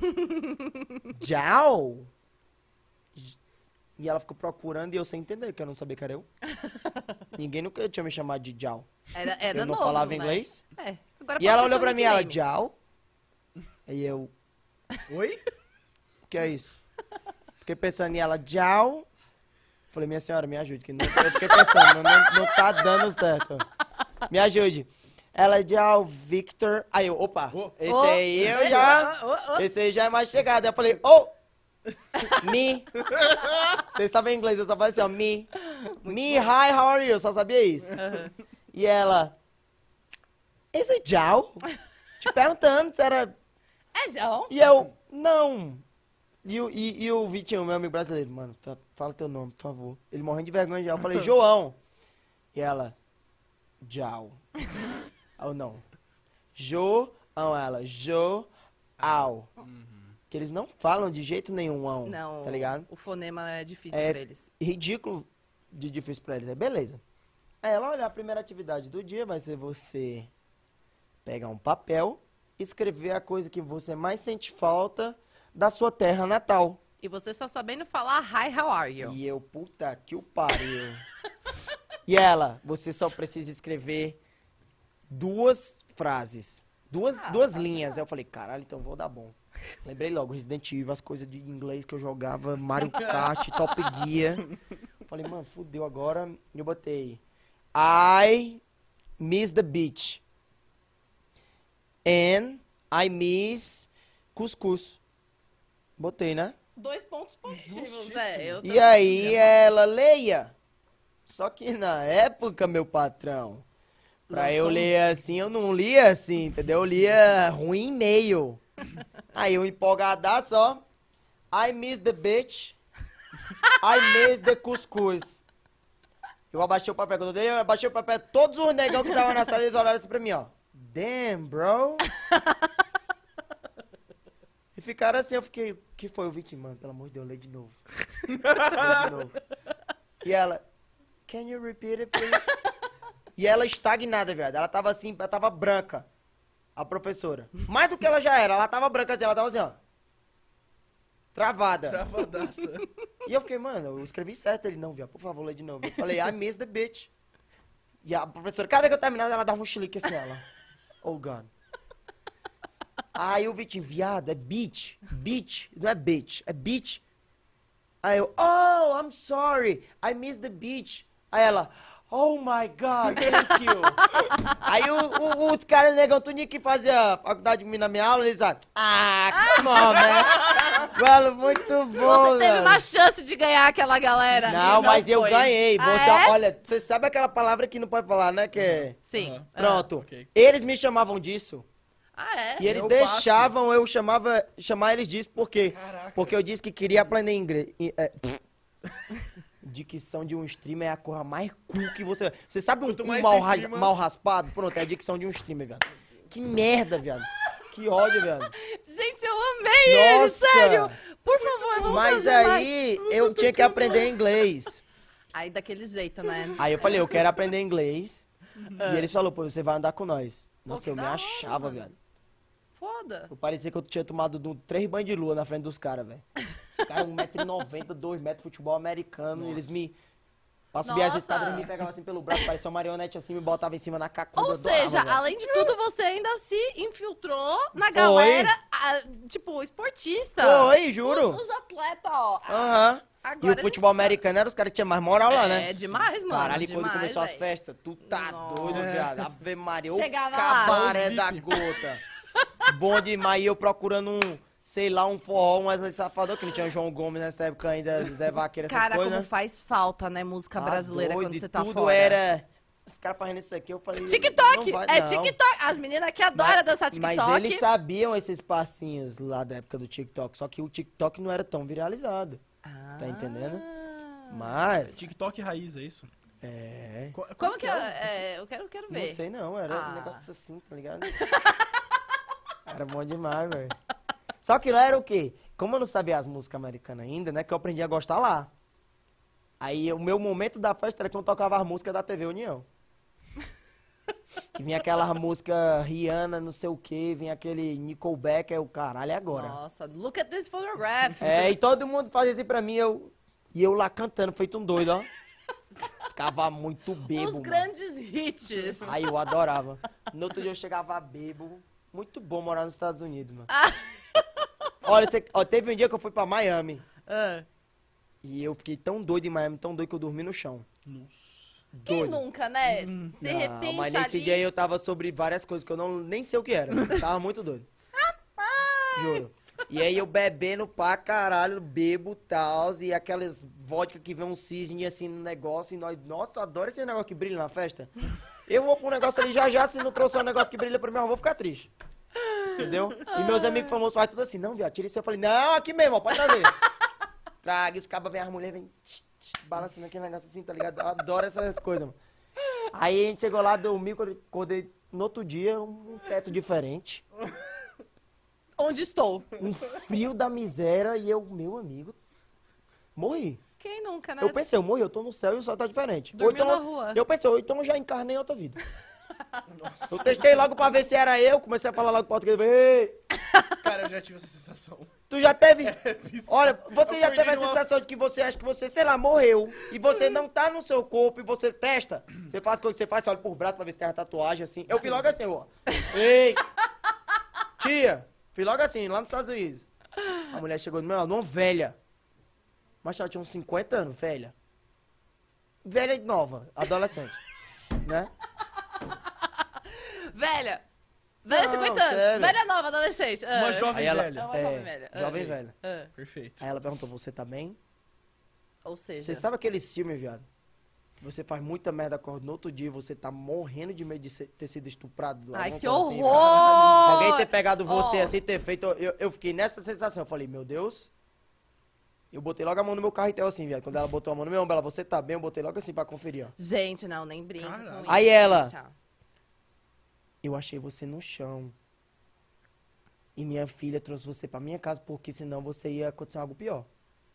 Tchau. E ela ficou procurando e eu sem entender, que eu não sabia que era eu. Ninguém nunca tinha me chamado de Jal. Era, era Eu não novo, falava né? inglês. É. Agora E ela pode ser olhou pra seu mim, ela, nickname. Jal. Aí eu, Oi? o que é isso? Fiquei pensando em ela, Jal. Falei, minha senhora, me ajude, que não, eu fiquei pensando, não, não, não tá dando certo. Me ajude. Ela, Jal, Victor. Aí eu, opa, Oh. esse Oh. aí eu já... Oh, oh, oh. Esse aí já é mais chegado. Aí eu falei, oh, me. Vocês sabem inglês, eu só falei assim, ó, me. Me, hi, how are you? Eu só sabia isso. Aham. E ela, is it Jal? Te perguntando se era... É, João? E eu, não. E, o- e, e o Vitinho, meu amigo brasileiro, mano, fa- fala teu nome, por favor. Ele morrendo de vergonha já. Eu falei, João. E ela, Jal. Ou não. João, ela, João. Que eles não falam de jeito nenhum, ão, Não. tá ligado? O fonema é difícil É- pra eles. Ridículo de difícil pra eles. Aí, beleza. Aí ela, olha, a primeira atividade do dia vai ser você pegar um papel e escrever a coisa que você mais sente falta da sua terra natal. E você só sabendo falar hi, how are you? E eu, puta que o pariu. E ela, você só precisa escrever duas frases. Duas, Ah, duas tá linhas. Aí eu falei, caralho, então vou dar bom. Lembrei logo, Resident Evil, as coisas de inglês que eu jogava, Mario Kart, Top Gear. Falei, mano, fudeu agora. E eu botei, I miss the beach. And I miss cuscuz. Botei, né? Dois pontos positivos, é. Eu E também. aí ela leia. Só que na época, meu patrão, pra eu Lançou um- ler assim, eu não lia assim, entendeu? Eu lia ruim meio. Aí eu empolgadaço, ó. I miss the bitch. I miss the cuscuz. Eu abaixei o papel. Quando eu dei, eu abaixei o papel. Todos os negão que estavam na sala, eles olharam assim pra mim, ó. Damn, bro. E ficaram assim, eu fiquei, o que foi o Vitinho? Mano, pelo amor de Deus, lê de novo. Lê de novo. E ela, can you repeat it, please? E ela estagnada, viado. Ela tava assim, ela tava branca. A professora. Mais do que ela já era. Ela tava branca assim, ela tava assim, ó. Travada. Travadaça. E eu fiquei, mano, eu escrevi certo. Ele, não, viado, por favor, lê de novo. Eu falei, I miss the bitch. E a professora, cada vez que eu terminava, ela dava um chilique assim, ela. Oh, God. Aí o Vitinho, viado, é bitch. Bitch, não é bitch, é bitch. Aí eu, oh, I'm sorry, I miss the beach. Aí ela, oh my God, thank you. Aí o, o, os caras negão tudinho que fazia faculdade de mim na minha aula, eles falam, ah, come on, man. Mano, muito bom, Você teve mano. uma chance de ganhar aquela galera. Não, mas eu foi. ganhei. Ah, Você, é? olha, você sabe aquela palavra que não pode falar, né? Que é... Sim. Aham. Pronto. ok. Eles me chamavam disso. Ah, é? E eles Eu deixavam eu chamava, chamar eles disso por quê? Caraca. Porque eu disse que queria aprender inglês. E, é, dicção de um streamer é a coisa mais cool que você... Você sabe um, Quanto um mais mal, você ras- streama- mal raspado? Pronto, é a dicção de um streamer, viado. Que merda, viado. Que ódio, viado. Gente, eu amei ele, Nossa. sério. Por favor, vamos Mas fazer mais. aí eu tinha que aprender inglês. Aí daquele jeito, né? Aí eu falei, eu quero aprender inglês. E eles falaram, pô, você vai andar com nós. Nossa, que eu me da hora, achava, mano. viado. Foda. Eu parecia que eu tinha tomado do, três banhos de lua na frente dos caras, velho. Os caras, um metro e noventa, dois metros, futebol americano. E eles me... Pra subir as Nossa. escadas, eles me pegavam assim pelo braço, parecia uma marionete assim, me botava em cima na cacunda. Ou eu adorava, seja, velho. além de tudo, você ainda se infiltrou na Foi. galera, ah, tipo, esportista. Foi, juro. Os, os atletas, ó. Aham. E Agora o a futebol gente sabe. americano era os caras que tinham mais moral lá, né? É demais, mano. Caralho, e quando demais, começou as véi. festas, tu tá Nossa. doido, viado. Ave Maria, o Chegava lá. cabaré Ó, da V I P. gota. Bom demais, e eu procurando um, sei lá, um forró, um Wesley Safadão, que não tinha João Gomes nessa época ainda, Zé Vaqueiro, essas Cara, coisas, como né? faz falta, né, música Tá brasileira doido, quando e você tá tudo fora. era... Os caras fazendo isso aqui, eu falei... TikTok! não vai, é não. TikTok! As meninas que adoram Mas- dançar TikTok. Mas eles sabiam esses passinhos lá da época do TikTok, só que o TikTok não era tão viralizado. Você tá entendendo? Ah. Mas... TikTok raiz, é isso? É... Co- Como que é? É, eu quero, eu quero Não ver. sei não, era Ah. um negócio assim, tá ligado? Era bom demais, velho. Só que lá era o quê? Como eu não sabia as músicas americanas ainda, né, que eu aprendi a gostar lá. Aí o meu momento da festa era quando eu tocava as músicas da T V União. Que vinha aquela música Rihanna, não sei o quê, vinha aquele Nickelback, é o caralho, é agora. Nossa, look at this photograph. É, e todo mundo fazia assim pra mim, eu, e eu lá cantando, feito um doido, ó. Ficava muito bebo, Os mano. grandes hits. Aí eu adorava. No outro dia eu chegava bebo. Muito bom morar nos Estados Unidos, mano. Olha, você, ó, teve um dia que eu fui pra Miami. Ah, E eu fiquei tão doido em Miami, tão doido que eu dormi no chão. Nossa. quem Doido. nunca, né? De Não, repente mas nesse ali... dia aí eu tava sobre várias coisas que eu não nem sei o que era. Eu tava muito doido. Juro. E aí eu bebendo pra caralho, bebo e tal, e aquelas vodka que vem um cisne assim no negócio, e nós, nossa, eu adoro esse negócio que brilha na festa. Eu vou pro negócio ali já já, se não trouxer um negócio que brilha pra mim, eu vou ficar triste. Entendeu? E meus amigos famosos fazem tudo assim, não, viado, tira isso. Eu falei, não, aqui mesmo, ó, pode trazer. Traga, os cabas vêm, as mulheres vêm tch, tch, balançando aquele negócio assim, tá ligado? Eu adoro essas coisas, mano. Aí a gente chegou lá, dormiu, quando eu acordei no outro dia, um teto diferente. Onde estou? Um frio da miséria e eu, meu amigo, morri. Quem nunca, né? Eu pensei, eu morri, eu tô no céu e o sol tá diferente. Dormiu então, na rua. Eu pensei, ou então eu já encarnei em outra vida. Eu testei logo pra ver se era eu, comecei a falar logo português. Ei, Cara, eu já tive essa sensação. tu já teve... bizarro. Olha, você Eu já acordei teve a numa- sensação de que você acha que você, sei lá, morreu. E você não tá no seu corpo e você testa. Você faz coisa que você faz, você olha por braço pra ver se tem uma tatuagem assim. Eu fui logo assim, ó. Ei, tia, fui logo assim, lá nos Estados Unidos. A mulher chegou do meu lado, uma velha. Mas ela tinha uns cinquenta anos, velha. Velha e nova, adolescente. Né? Velha. Velha, Não, cinquenta anos. sério. Velha nova, adolescente. Ah. Uma jovem Aí ela- É velha. uma jovem velha. Ah. Jovem velha. Ah. Perfeito. Aí ela perguntou, você tá bem? Ou seja... Você sabe aquele filme, viado? Que você faz muita merda, acorda no outro dia, você tá morrendo de medo de ser- ter sido estuprado. Ai, alguma que coisa assim, horror! viado. Alguém ter pegado você Ó. assim, ter feito... Eu, eu fiquei nessa sensação. Eu falei, meu Deus. Eu botei logo a mão no meu carretel assim, viado. Quando ela botou a mão no meu ombro, ela, você tá bem? Eu botei logo assim pra conferir, ó. Gente, não, nem brinca Caralho. com isso. Aí ela- deixa. Eu achei você no chão. E minha filha trouxe você pra minha casa, porque senão você ia acontecer algo pior.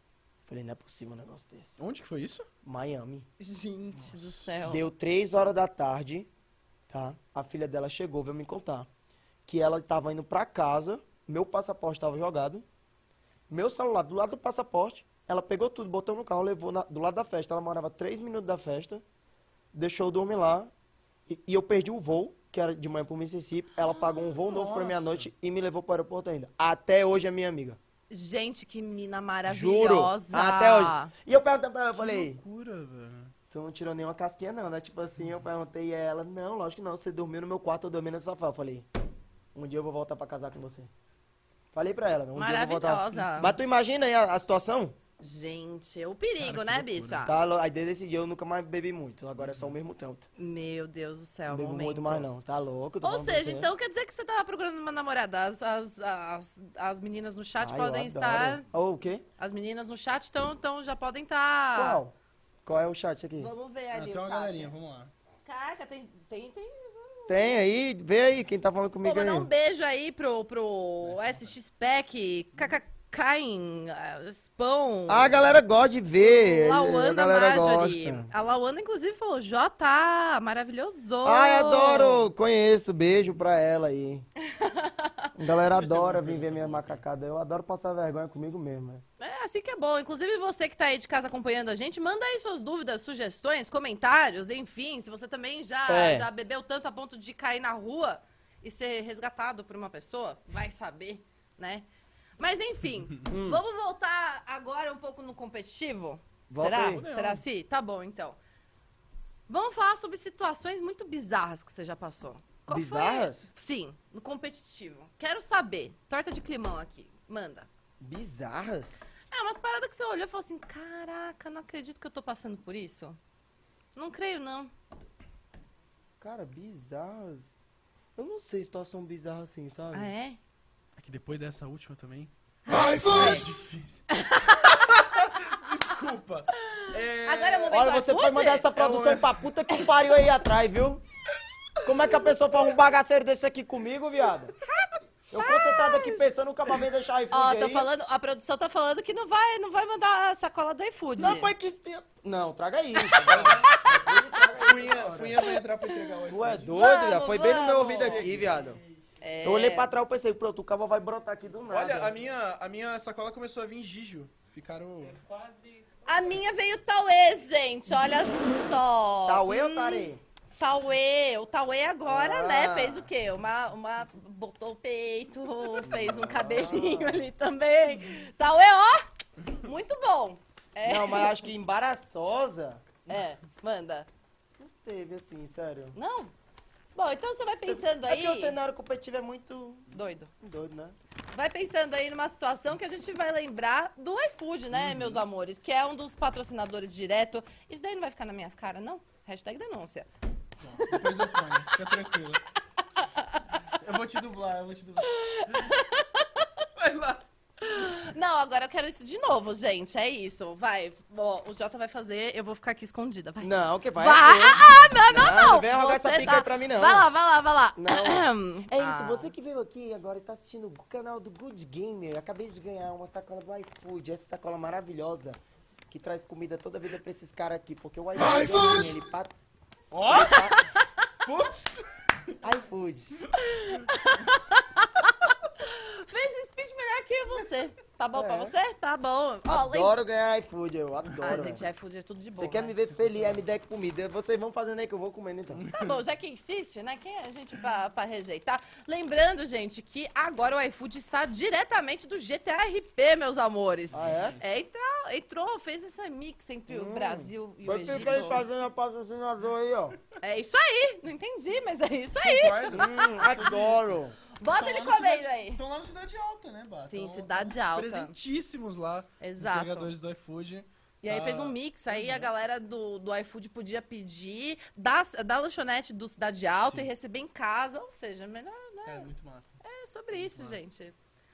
Falei, não é possível um negócio desse. Onde que foi isso? Miami. Gente Nossa. do céu. Deu três horas da tarde, tá? A filha dela chegou, veio me contar. Que ela tava indo pra casa, meu passaporte tava jogado, meu celular do lado do passaporte, ela pegou tudo, botou no carro, levou na, do lado da festa. Ela morava três minutos da festa, deixou eu dormir lá, e, e eu perdi o voo, que era de manhã pro Mississippi. Ela pagou um voo novo pra meia-noite e me levou pro aeroporto ainda. Até hoje é minha amiga. Gente, que menina Juro. maravilhosa. Até hoje. E eu perguntei pra ela, eu falei... Que loucura, velho. Tu não tirou nenhuma casquinha não, né? Tipo assim, eu perguntei a ela, não, lógico que não, você dormiu no meu quarto, eu dormi no sofá. Eu falei, um dia eu vou voltar pra casar com você. Falei pra ela, um dia eu vou voltar. Maravilhosa. Mas tu imagina aí a, a situação? Gente, o perigo, Cara, né, que bicha? Tá, lo- aí desde esse dia eu nunca mais bebi muito, agora é só o mesmo tanto. Meu Deus do céu, Não bebo momentos. muito mais não, tá louco? eu tô Ou falando pra seja, você. então quer dizer que você tava procurando uma namorada. As, as, as, as meninas no chat Ai, eu podem adoro. estar... Ô, o quê? As meninas no chat tão, tão, já podem estar... Qual? Qual é o chat aqui? Vamos ver Ah, ali tem o uma chat. galerinha, vamos lá. Caraca, tem... tem, tem... Tem aí, vê aí quem tá falando Pô, comigo aí. mandar um beijo aí pro, pro S X Pack, Kakain, Spão... A galera gosta de ver, a Lauana galera Marjorie. gosta. A Lauana, inclusive, falou, Jota, maravilhoso. Ai, adoro, conheço, beijo pra ela aí. A galera adora vir ver minha macacada, eu adoro passar vergonha comigo mesmo. né? É assim que é bom. Inclusive, você que tá aí de casa acompanhando a gente, manda aí suas dúvidas, sugestões, comentários, enfim. Se você também já, É. já bebeu tanto a ponto de cair na rua e ser resgatado por uma pessoa, vai saber, né? Mas, enfim, vamos voltar agora um pouco no competitivo? Volta Será? aí. Será assim? Tá bom, então. Vamos falar sobre situações muito bizarras que você já passou. Qual foi- Bizarras? Sim, no competitivo. Quero saber. Torta de climão aqui. Manda. Bizarras? É, umas paradas que você olhou e falou assim, caraca, não acredito que eu tô passando por isso. Não creio, não. Cara, bizarras? Eu não sei situação bizarra assim, sabe? Ah, é? É que depois dessa última também... É difícil. Desculpa. É... Agora é o momento Olha, do você iFood? pode mandar essa produção É o- pra puta que pariu aí atrás, viu? Como é que a pessoa faz um bagaceiro desse aqui comigo, viado? Eu concentrado aqui pensando, nunca mais vem deixar iFood Ó, aí. tô falando, a produção tá falando que não vai, não vai mandar a sacola do iFood. Não, foi que... isso tem- Não, traga aí. Fuinha, Fuinha vai entrar pra entregar o Tu é iFood. doido, Vamos, viado? Foi bem no meu vamos. ouvido aqui, viado. É... Eu olhei pra trás e pensei, pronto, o cabo vai brotar aqui do nada. Olha, a minha, a minha sacola começou a vir Gijo. Ficaram... A minha veio Tauê, gente, olha só. Tauê ou Hum, Tarê? Tauê, o Tauê agora, Ah. né, fez o quê? Uma, uma, botou o peito, fez um cabelinho ali também. Tauê, ó, muito bom. É, Não, mas acho que embaraçosa é, manda. não teve, assim, sério. Não? Bom, então você vai pensando É aí... porque o cenário competitivo é muito Doido. doido, né? Vai pensando aí numa situação que a gente vai lembrar do iFood, né, meus amores? Que é um dos patrocinadores direto. Isso daí não vai ficar na minha cara, não? Hashtag denúncia. Depois eu ponho, fica tranquilo. Eu vou te dublar, eu vou te dublar. Vai lá. Não, agora eu quero isso de novo, gente. É isso. Vai. Ó, o Jota vai fazer, eu vou ficar aqui escondida. Vai. Não, que vai. Vai. é teu. Ah, não, não, Não, não. vem arrogar essa Você pica tá- aí pra mim, não. Vai lá, vai lá, vai lá. Não. É Ah. isso, você que veio aqui agora está assistindo o canal do Good Gamer. Eu acabei de ganhar uma sacola do iFood, essa sacola maravilhosa que traz comida toda vida pra esses caras aqui, porque o iFood ele pat... Ó! Putz! iFood. Fez um speech melhor que você. Tá bom É. pra você? Tá bom. Ó, lem- Adoro ganhar iFood, eu adoro. Ah, gente, iFood é tudo de bom. Você quer né? me ver feliz, é me der comida. Vocês vão fazendo aí que eu vou comendo então. Tá bom, já que insiste, né? Quem é a gente pra, pra rejeitar? Lembrando, gente, que agora o iFood está diretamente do G T A R P, meus amores. Ah, é? É, entrou, entrou, fez essa mix entre o Brasil e o Vai Egito. ficar aí fazendo a patrocinador aí, ó. É isso aí, não entendi, mas é isso aí. Concordo. Hum, adoro. Bota ele comendo aí. Estão lá na Cidade Alta, né, Bá? Sim, Tão- Cidade tão Alta. Presentíssimos lá. Exato. Entregadores do iFood. E aí Tá- fez um mix, aí a galera do, do iFood podia pedir da, da lanchonete do Cidade Alta Sim. e receber em casa, ou seja, melhor, né? Cara, muito massa. É sobre isso, gente.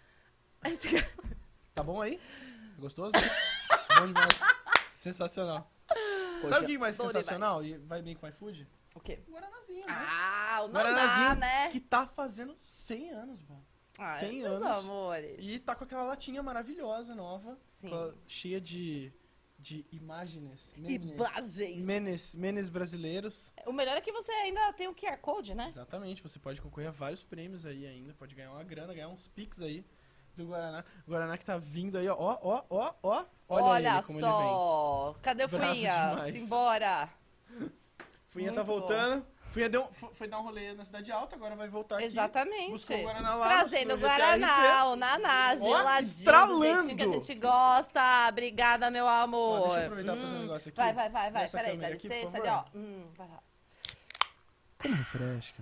Tá bom aí? Gostoso? Bom demais. Sensacional. Sabe o que é mais Bom sensacional e vai bem com o iFood? O quê? O Guaranazinho, né? Ah, o Guaranazinho Naná, né? que tá fazendo cem anos, mano. Ai, cem meus anos. amores. E tá com aquela latinha maravilhosa, nova. Sim. com a- cheia de, de imagens. Imagens. Menes, menes brasileiros. O melhor é que você ainda tem o Q R Code, né? Exatamente, você pode concorrer a vários prêmios aí ainda. Pode ganhar uma grana, ganhar uns pix aí do Guaraná. O Guaraná que tá vindo aí, ó, ó, ó, ó, ó. Olha, Olha ele, como só. Cadê o Bravo Fuinha? demais. Simbora. ele vem. Fuinha tá Muito bom. voltando. Fuinha deu, fo- foi dar um rolê na Cidade Alta, agora vai voltar aqui. Exatamente. Buscou o Guaraná lá. Trazendo o mostrou G T R P. Guaraná, o Naná, geladinho, do estralando. jeitinho que a gente gosta. Obrigada, meu Ó, amor. deixa eu aproveitar e fazer um negócio aqui. Vai, vai, vai, vai. Nessa Peraí, dá câmera aqui, por licença ali, favor. ó. Hum, vai lá. Como refresca.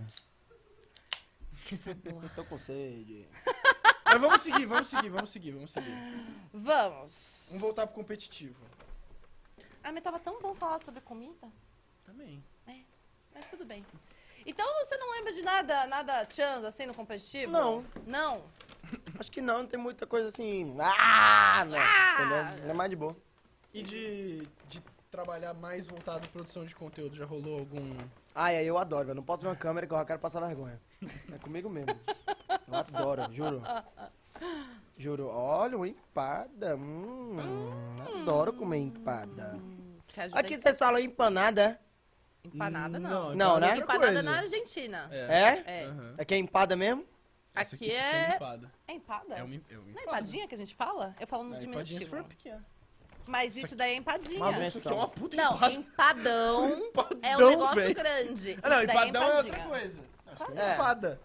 Que sabor. Tô com sede. Mas vamos seguir, vamos seguir, vamos seguir, vamos seguir. Vamos. Vamos voltar pro competitivo. Ah, mas tava tão bom falar sobre comida. Também. Mas tudo bem. Então você não lembra de nada, nada chance assim no competitivo? Não. Não? Acho que não, não tem muita coisa assim. Ah, não. Ah! Entendeu? É mais de boa. E de, de trabalhar mais voltado à produção de conteúdo, já rolou algum... Ai, aí eu adoro, velho. Não posso ver uma câmera que eu já quero passar vergonha. É comigo mesmo. Eu adoro, juro. Juro. Olha, uma empada. Hum, adoro comer empada. Quer ajudar Aqui em- vocês falam empanada? Empanada, não. Não, né? é outra Empanada coisa. na Argentina. É? É. Aham. É que é empada mesmo? Essa Aqui se chama é... empada. É empada? É uma, é uma Não é empadinha que a gente fala? Eu falo no É, empadinha se diminutivo. for pequena. Mas isso daí é empadinha. Uma Isso benção. aqui é uma puta Não, empada. empadão é um Empadão, negócio véi. grande. Ah, não, Isso daí é empadão é outra empadinha. coisa. Não, isso aqui É. é empada.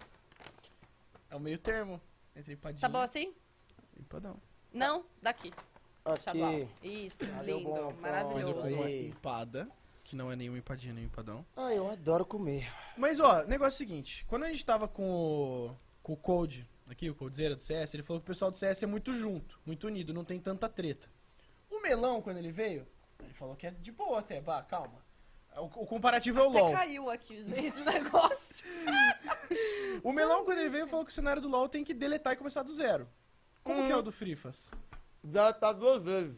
É o meio termo entre empadinha Tá bom assim? e empadão. Não? Daqui. Xablau. Aqui. Isso, Cadê o lindo, bom, Mas eu maravilhoso. bom? como Aí. empada, que não é nenhuma empadinha nem um empadão. Ai, eu adoro comer. Mas, ó, negócio é o seguinte. Quando a gente tava com o, com o Code, aqui, o Coldzera do C S, ele falou que o pessoal do C S é muito junto, muito unido, não tem tanta treta. O Melão, quando ele veio, ele falou que é de boa até, bah, calma. O, o comparativo é o Até LoL. caiu aqui, gente, o negócio. O Melão, quando ele veio, falou que o cenário do LoL tem que deletar e começar do zero. Como que é o do Frifas? Já tá duas vezes.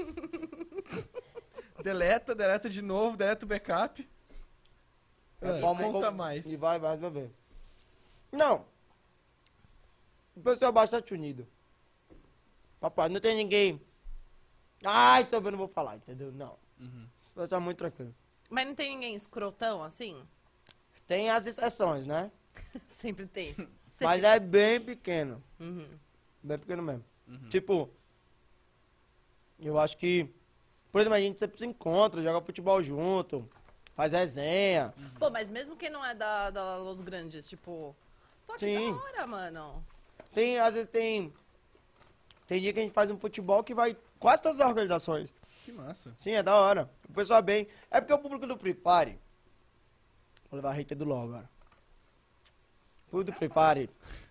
Deleta, deleta de novo, deleta o backup. Ah, Toma um conta pouco mais. E vai, vai, vai ver. Não. O pessoal é bastante unido. Papai, não tem ninguém. Ai, também não vou falar, entendeu? Não. Uhum. O pessoal é muito tranquilo. Mas não tem ninguém escrotão assim? Tem as exceções, né? Sempre tem. Sempre. Mas é bem pequeno. Uhum. Bem pequeno mesmo. Uhum. Tipo, eu acho que, por exemplo, a gente sempre se encontra, joga futebol junto, faz resenha. Pô, mas mesmo quem não é da, da Los Grandes, tipo... Pô, que Sim. da hora, mano. Tem, às vezes tem. Tem dia que a gente faz um futebol que vai quase todas as organizações. Que massa. Sim, é da hora. O pessoal é bem. É porque o público do Free Fire. Vou levar a hater do LoL agora. O público do Free Fire.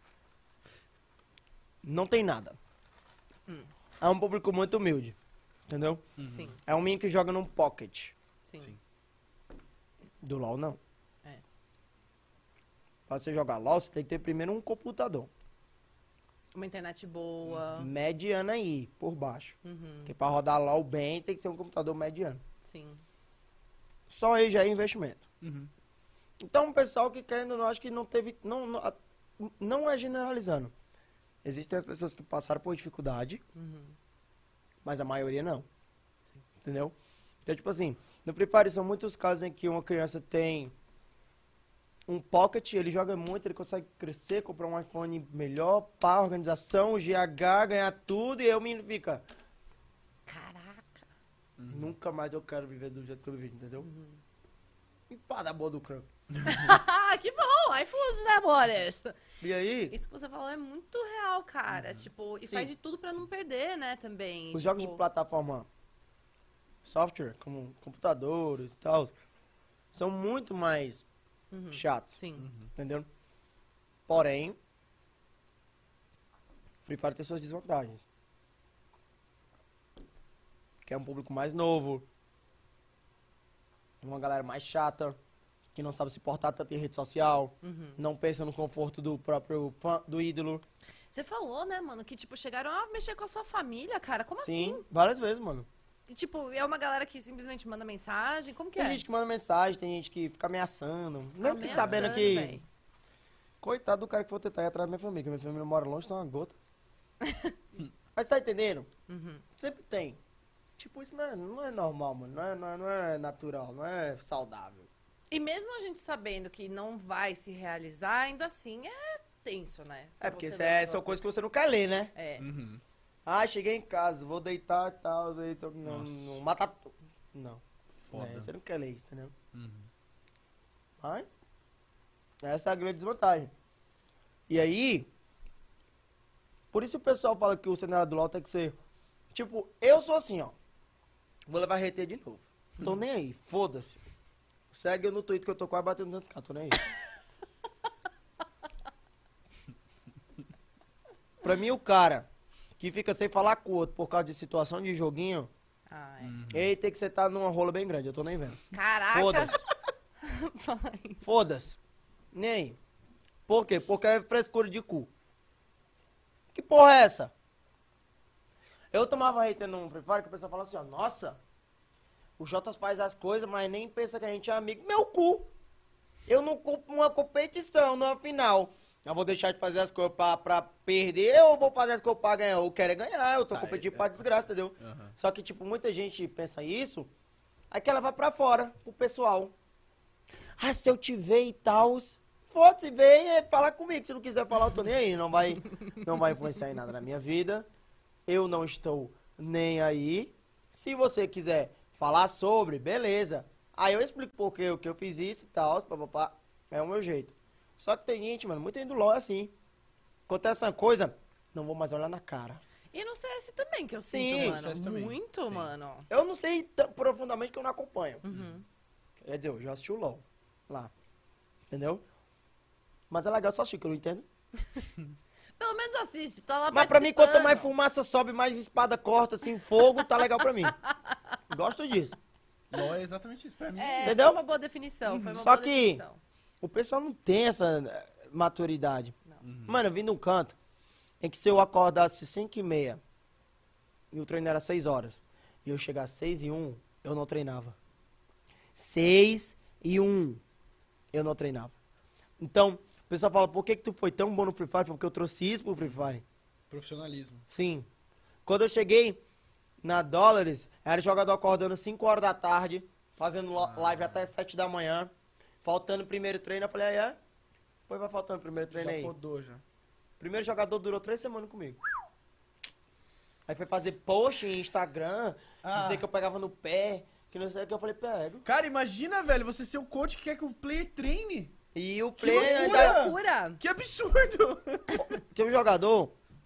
Não tem nada. Hum. É um público muito humilde. Entendeu? Sim, É um menino que joga num pocket. sim. Sim. Do LoL, não. É. Pra você jogar LoL, você tem que ter primeiro um computador. Uma internet boa. Mediano aí, por baixo. Uhum. Porque pra rodar LoL bem, tem que ser um computador mediano. Sim. Só aí já é investimento. Uhum. Então, o pessoal que querendo, eu acho que não teve. Não, não, a- não é generalizando. Existem as pessoas que passaram por dificuldade, Uhum. mas a maioria não. Entendeu? Então, tipo assim, no Free Fire são muitos casos em que uma criança tem um pocket, ele joga muito, ele consegue crescer, comprar um iPhone melhor, pá, organização, G H, ganhar tudo, e aí o menino fica. Caraca. Nunca mais eu quero viver do jeito que eu vivi, entendeu? E pá, da boa do crânio. Ah, que bom! iFood, né, amores? E aí, Isso que você falou é muito real, cara. Tipo, e Sim. faz de tudo pra não perder, né, também. os tipo... jogos de plataforma software, como computadores e tal, são muito mais Uhum. chatos, Sim. entendeu? Porém, Free Fire tem suas desvantagens. Que é um público mais novo, uma galera mais chata, que não sabe se portar tanto em rede social, Uhum. não pensa no conforto do próprio fã, do ídolo. Você falou, né, mano, que, tipo, chegaram a mexer com a sua família, cara. Como Sim, assim? várias vezes, mano. E, tipo, é uma galera que simplesmente manda mensagem? Como que Tem é? gente que manda mensagem, tem gente que fica ameaçando, mesmo que Ameaçando, sabendo que véi. Coitado do cara que for tentar ir atrás da minha família, que minha família mora longe, tá uma gota. Mas tá entendendo? Uhum. Sempre tem. Tipo, isso não é, não é normal, mano. Não é, não, é, não é natural, não é saudável. E mesmo a gente sabendo que não vai se realizar, ainda assim é tenso, né? É, porque Você isso vê um é, negócio são coisas que desse. você não quer ler, né? É. Uhum. Ah, cheguei em casa, vou deitar e tal, aí tô- não, Nossa. não mata tu- Não. Foda. É, você não quer ler isso, entendeu? Uhum. Mas, essa é a grande desvantagem. E aí, por isso o pessoal fala que o cenário do LoL tem que ser... Tipo, eu sou assim, ó. Vou levar R T de novo. Tô nem aí, foda-se. Segue eu no Twitter que eu tô quase batendo nesse cara, tô nem aí. Pra mim, o cara que fica sem falar com o outro por causa de situação de joguinho, Ah, é. Uhum. ele tem que sentar numa rola bem grande, eu tô nem vendo. Caraca! Foda-se. Vai. Foda-se. Nem. Por quê? Porque é frescura de cu. Que porra é essa? Eu tomava hater num Free Fire que o pessoal falava assim, ó, nossa, o Jotas faz as coisas, mas nem pensa que a gente é amigo. Meu cu! Eu não culpo uma competição numa final. Eu vou deixar de fazer as coisas pra, pra perder ou vou fazer as coisas pra ganhar? Eu quero é ganhar, eu tô Tá, competindo é- pra desgraça, entendeu? Uhum. Só que, tipo, muita gente pensa isso, aí que ela vai pra fora, pro pessoal. Ah, se eu te ver e tal, foda-se, vem e fala comigo. Se não quiser falar, eu tô nem aí. Não vai, não vai influenciar em nada na minha vida. Eu não estou nem aí. Se você quiser falar sobre, beleza. Aí eu explico por que eu, que eu fiz isso e tal, papapá. É o meu jeito. Só que tem gente, mano, muito indo LOL assim. Acontece uma coisa, não vou mais olhar na cara. E no C S também, que eu Sim, sinto, no mano. C S também. Muito, Sim. mano. Eu não sei tão profundamente que eu não acompanho. Uhum. Quer dizer, eu já assisti o LOL lá. Entendeu? Mas é legal só assistir, que eu não entendo. Pelo menos assiste, tá lá Mas pra mim, quanto mais participando. fumaça sobe, mais espada corta, assim, fogo, tá legal pra mim. Gosto disso. LOL é exatamente isso. Pra mim, É, Entendeu? foi uma boa definição, foi uma Só boa que- definição. O pessoal não tem essa eh, maturidade. Não. Uhum. Mano, eu vim de um canto em que se eu acordasse cinco e meia e o treino era seis horas, e eu chegasse seis e um, eu não treinava. seis e um, eu não treinava. Então, o pessoal fala, por que que tu foi tão bom no Free Fire? Foi porque eu trouxe isso pro Free Fire. Profissionalismo. Sim. Quando eu cheguei na Dólares, era jogador acordando cinco horas da tarde, fazendo lo- Ah. live até sete da manhã, faltando o primeiro treino. Eu falei, aí é? Pois vai faltando o primeiro treino Já aí. podou, já. Primeiro jogador durou três semanas comigo. Aí foi fazer post em Instagram, Ah. dizer que eu pegava no pé, que não sei o que. Eu falei, pego. Cara, imagina, velho, você ser o coach que quer que o player treine. E o Que play loucura! ainda... Loucura! Que absurdo! Tem um jogador,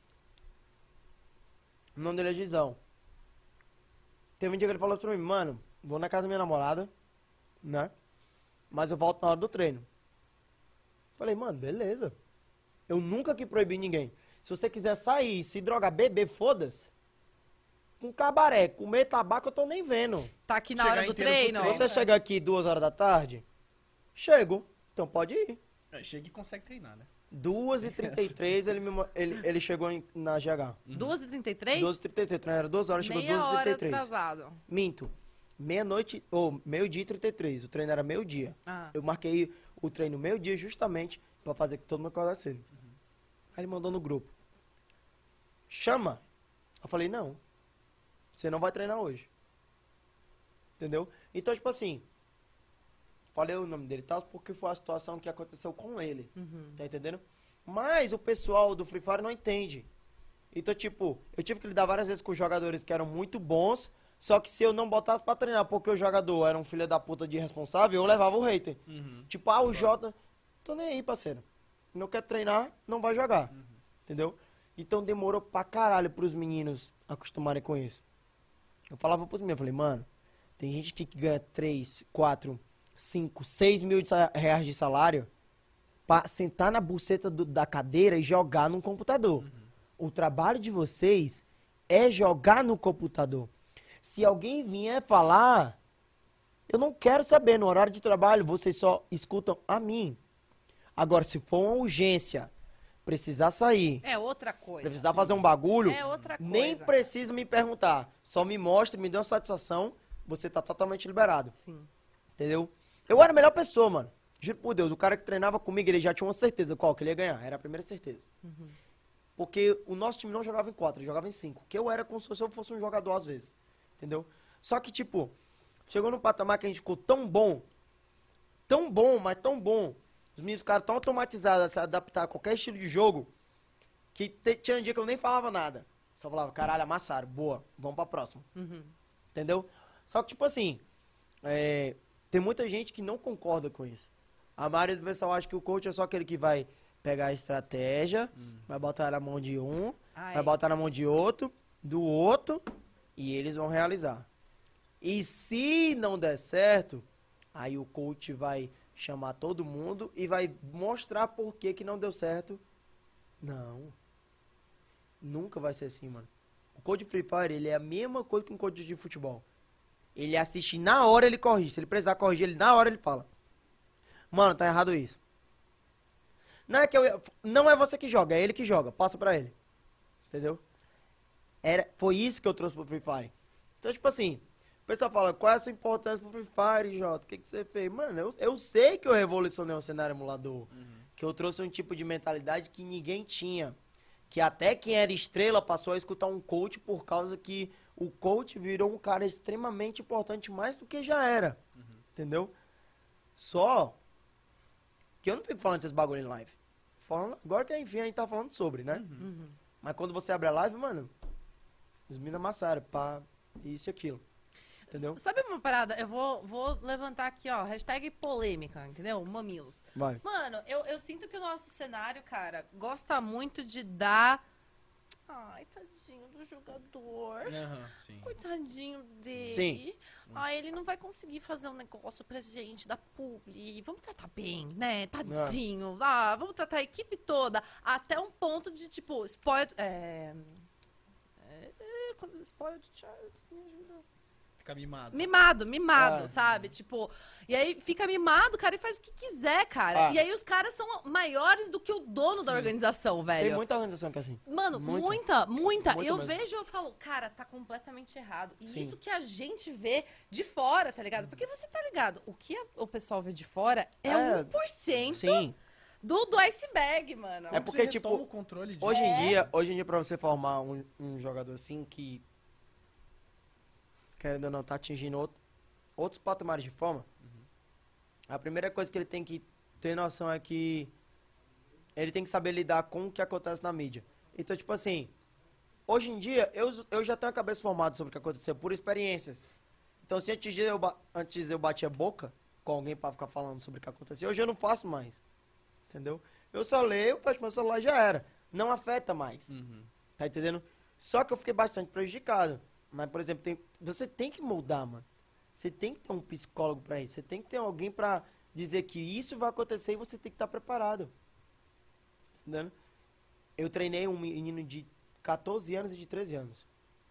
o nome dele é Gizão. Teve um dia que ele falou pra mim, mano, vou na casa da minha namorada, né? Mas eu volto na hora do treino. Falei, mano, beleza. Eu nunca que proibi ninguém. Se você quiser sair, se drogar, beber, foda-se. Com cabaré, comer tabaco, eu tô nem vendo. Tá aqui na Chegar hora do inteiro pro treino. treino. Você chega aqui duas horas da tarde? Chego. Então pode ir. É, chega e consegue treinar, né? duas e trinta e três ele, me mo- ele, ele chegou em- na G H. duas e trinta e três? duas e trinta e três, treino era duas horas, chegou Meia duas e hora trinta e três. atrasado. Minto. Meia-noite, ou meio-dia e trinta e três. O treino era meio-dia. Ah. Eu marquei o treino meio-dia justamente pra fazer que todo mundo acordasse cedo. Aí ele mandou no grupo. Chama. Eu falei, não. Você não vai treinar hoje. Entendeu? Então, tipo assim, falei o nome dele e tal, porque foi a situação que aconteceu com ele. Uhum. Tá entendendo? Mas o pessoal do Free Fire não entende. Então, tipo, eu tive que lidar várias vezes com jogadores que eram muito bons, só que se eu não botasse pra treinar porque o jogador era um filho da puta de irresponsável, eu levava o hater. Uhum. Tipo, ah, o Jota, tô nem aí, parceiro. Não quer treinar, não vai jogar. Entendeu? Então demorou pra caralho pros meninos acostumarem com isso. Eu falava pros meninos, eu falei, mano, tem gente que ganha três, quatro, cinco, seis mil de sa- reais de salário pra sentar na buceta do- da cadeira e jogar num computador. O trabalho de vocês é jogar no computador. Se alguém vier falar, eu não quero saber, no horário de trabalho vocês só escutam a mim. Agora, se for uma urgência, precisar sair, É outra coisa. precisar fazer um bagulho, É outra coisa. nem precisa me perguntar. Só me mostre, me dê uma satisfação, você tá totalmente liberado. Sim. Entendeu? Eu era a melhor pessoa, mano. Juro por Deus, o cara que treinava comigo, ele já tinha uma certeza qual que ele ia ganhar. Era a primeira certeza. Uhum. Porque o nosso time não jogava em quatro, ele jogava em cinco. Que eu era como se eu fosse um jogador às vezes. Entendeu? Só que, tipo, chegou num patamar que a gente ficou tão bom, tão bom, mas tão bom. Os meninos ficaram tão automatizados a se adaptar a qualquer estilo de jogo, que te, tinha um dia que eu nem falava nada. Só falava, caralho, amassaram, boa, vamos pra próxima. Uhum. Entendeu? Só que, tipo assim, é, tem muita gente que não concorda com isso. A maioria do pessoal acha que o coach é só aquele que vai pegar a estratégia, hum. vai botar na mão de um, Ai. vai botar na mão de outro, do outro, e eles vão realizar. E se não der certo, aí o coach vai chamar todo mundo e vai mostrar por que que não deu certo. Não. Nunca vai ser assim, mano. O coach de Free Fire, ele é a mesma coisa que um coach de futebol. Ele assiste na hora, ele corrige. Se ele precisar corrigir, ele na hora ele fala. Mano, tá errado isso. Não é que eu, não é você que joga, é ele que joga. Passa pra ele. Entendeu? Era, foi isso que eu trouxe pro Free Fire. Então, tipo assim, o pessoal fala, qual é a sua importância pro Free Fire, Jota? O que, que você fez? Mano, eu, eu sei que eu revolucionei o cenário emulador. Uhum. Que eu trouxe um tipo de mentalidade que ninguém tinha. Que até quem era estrela passou a escutar um coach por causa que o coach virou um cara extremamente importante, mais do que já era. Uhum. Entendeu? Só que eu não fico falando desses bagulho em live. Falando, agora que enfim a gente tá falando sobre, né? Uhum. Mas quando você abre a live, mano, os meninos amassaram, pá, isso e aquilo. Entendeu? Sabe uma parada? Eu vou, vou levantar aqui, ó, hashtag polêmica, entendeu? Mamilos. Vai. Mano, eu, eu sinto que o nosso cenário, cara, gosta muito de dar... Ai, tadinho do jogador. Uhum, sim. Coitadinho dele. Sim. Ai, ele não vai conseguir fazer um negócio pra gente da publi. Vamos tratar bem, né? Tadinho. Ah, vamos tratar a equipe toda. Até um ponto de, tipo, spoiled... É... é, é spoiled child, me ajuda. Fica mimado. Mimado, mimado, Ah. sabe? Tipo, e aí fica mimado, cara, e faz o que quiser, cara. Ah. E aí os caras são maiores do que o dono da organização, velho. Tem muita organização que é assim. Mano, Muita. muita, muita. Muito eu mesmo. vejo e eu falo, cara, tá completamente errado. E Sim. isso que a gente vê de fora, tá ligado? Porque você tá ligado, o que a- o pessoal vê de fora é, É, um por cento Sim. do, do iceberg, mano. É porque, Você tipo, retoma o controle disso. Hoje em É. dia, hoje em dia, pra você formar um, um jogador assim que, querendo ou não, tá atingindo outro, outros patamares de fama, a primeira coisa que ele tem que ter noção é que ele tem que saber lidar com o que acontece na mídia. Então, tipo assim, hoje em dia, eu, eu já tenho a cabeça formada sobre o que aconteceu por experiências. Então, se antes eu, ba- antes eu batia boca com alguém pra ficar falando sobre o que aconteceu, hoje eu não faço mais. Entendeu? Eu só leio, fecho meu celular e já era. Não afeta mais. Uhum. Tá entendendo? Só que eu fiquei bastante prejudicado. Mas, por exemplo, tem, você tem que mudar, mano. Você tem que ter um psicólogo pra isso. Você tem que ter alguém pra dizer que isso vai acontecer e você tem que estar preparado. Entendendo? Eu treinei um menino de catorze anos e de treze anos.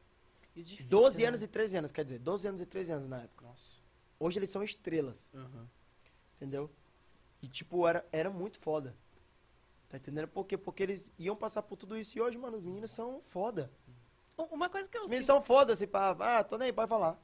E difícil, doze né? anos e treze anos, quer dizer, doze anos e treze anos na época. Nossa. Hoje eles são estrelas, Uhum. entendeu? E, tipo, era, era muito foda. Tá entendendo? Por quê? Porque eles iam passar por tudo isso. E hoje, mano, os meninos são foda. Uma coisa que eu Os meninos sinto... são foda, assim, pra... Ah, tô nem aí, pode falar.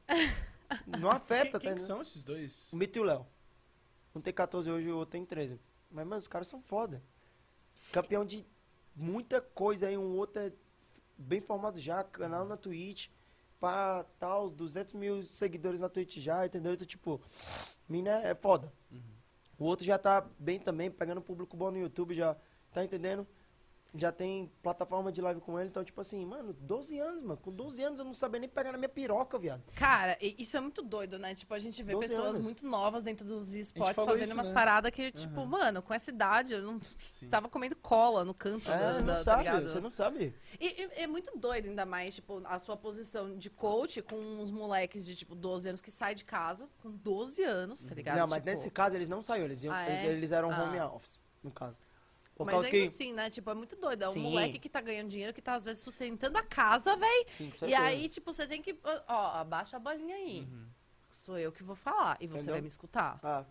Não afeta, Quem, tá quem que entendendo? são esses dois? O Mito e o Léo. Um tem catorze hoje e o outro tem treze. Mas, mano, os caras são foda. Campeão de muita coisa aí. Um outro é bem formado já. Canal na Twitch. Pá, tal, duzentos mil seguidores na Twitch já, entendeu? Então, tipo, mina é foda. Uhum. O outro já tá bem também, pegando público bom no YouTube, já tá entendendo? Já tem plataforma de live com ele, então, tipo assim, mano, doze anos, mano. Com doze anos eu não sabia nem pegar na minha piroca, viado. Cara, e- isso é muito doido, né? Tipo, a gente vê doze pessoas anos. muito novas dentro dos esportes falou fazendo isso, umas né? paradas que, tipo, Uhum. mano, com essa idade eu não Sim. tava comendo cola no canto da, É, da- não tá sabe, ligado? você não sabe. E, e- é muito doido, ainda mais, tipo, a sua posição de coach com uns moleques de, tipo, doze anos que saem de casa com doze anos, tá ligado? Não, mas Tipo, nesse caso eles não saíram, eles, iam, Ah, eles, é? eles eram Ah. home office, no caso. Por Mas causa ainda que... assim, né? Tipo, é muito doido. É um Sim. moleque que tá ganhando dinheiro, que tá, às vezes, sustentando a casa, véi. Sim, com E certeza. aí, tipo, você tem que... Ó, abaixa a bolinha aí. Uhum. Sou eu que vou falar. E você Entendeu? vai me escutar. Ah,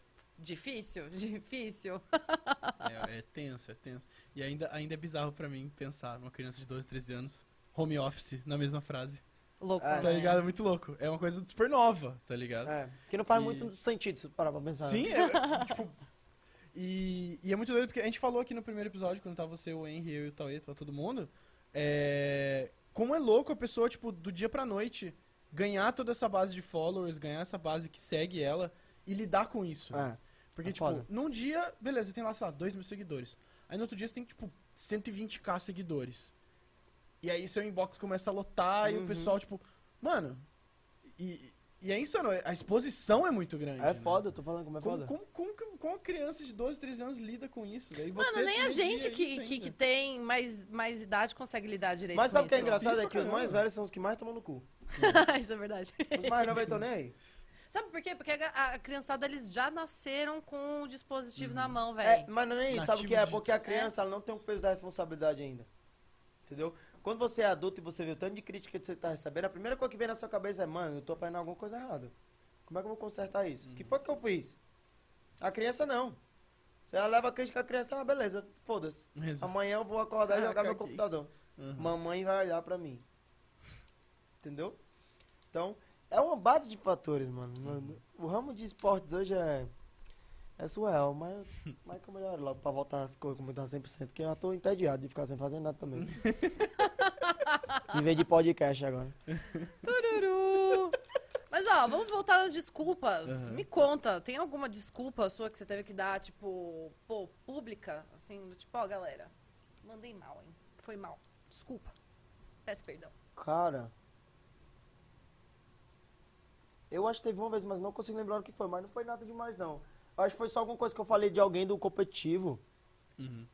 Difícil? Difícil. É, é tenso, é tenso. E ainda, ainda é bizarro pra mim pensar numa criança de doze, treze anos, home office, na mesma frase. Louco, É. Tá né? ligado? É muito louco. É uma coisa super nova, tá ligado? é. Que não faz E- muito sentido se parar pra pensar. Sim, é, tipo, E, e é muito doido porque a gente falou aqui no primeiro episódio, quando tava você, o Henry, eu e o Tauê, tava todo mundo. É, como é louco a pessoa, tipo, do dia pra noite, ganhar toda essa base de followers, ganhar essa base que segue ela e lidar com isso. É. Porque, é tipo, foda. num dia, beleza, você tem lá, sei lá, dois mil seguidores. Aí no outro dia você tem, tipo, cento e vinte mil seguidores. E aí seu inbox começa a lotar e Uhum. o pessoal, tipo, mano. E, e é insano, a exposição é muito grande. É né? foda, eu tô falando como é Como, foda. como, como, que- como a criança de doze, treze anos lida com isso? Daí você Mano, nem a media gente que, isso que, que ainda. tem mais, mais idade consegue lidar direito Mas com sabe o que é isso. engraçado? Isso É que os pra mais caramba. velhos são os que mais tomam no cu. Isso é verdade. Os mais novos estão nem aí. Sabe por quê? Porque a, a criançada, eles já nasceram com o dispositivo na mão, É, velho. mas não é nem isso, sabe o que é? Porque a criança ela não tem o peso da responsabilidade ainda. Entendeu? Quando você é adulto e você vê o tanto de crítica que você tá recebendo, a primeira coisa que vem na sua cabeça é, mano, eu tô fazendo alguma coisa errada. Como é que eu vou consertar isso? O que foi que eu fiz? A criança não. Você leva a crítica à criança, ah, beleza, foda-se. Exato. Amanhã eu vou acordar e Ah, jogar meu caguei. computador. Uhum. Mamãe vai olhar pra mim. Entendeu? Então, é uma base de fatores, mano. Mano, o ramo de esportes hoje é, é surreal, mas, mas que eu melhoro logo pra voltar as coisas como tá cem por cento, porque eu já tô entediado de ficar sem fazer nada também. Viver de podcast agora. Tururu. Mas, ó, vamos voltar às desculpas. Uhum. Me conta, tem alguma desculpa sua que você teve que dar, tipo, pô, pública? Assim, do tipo, ó, galera, mandei mal, hein? Foi mal. Desculpa. Peço perdão. Cara, eu acho que teve uma vez, mas não consigo lembrar o que foi, mas não foi nada demais, não. Eu acho que foi só alguma coisa que eu falei de alguém do competitivo. Uhum.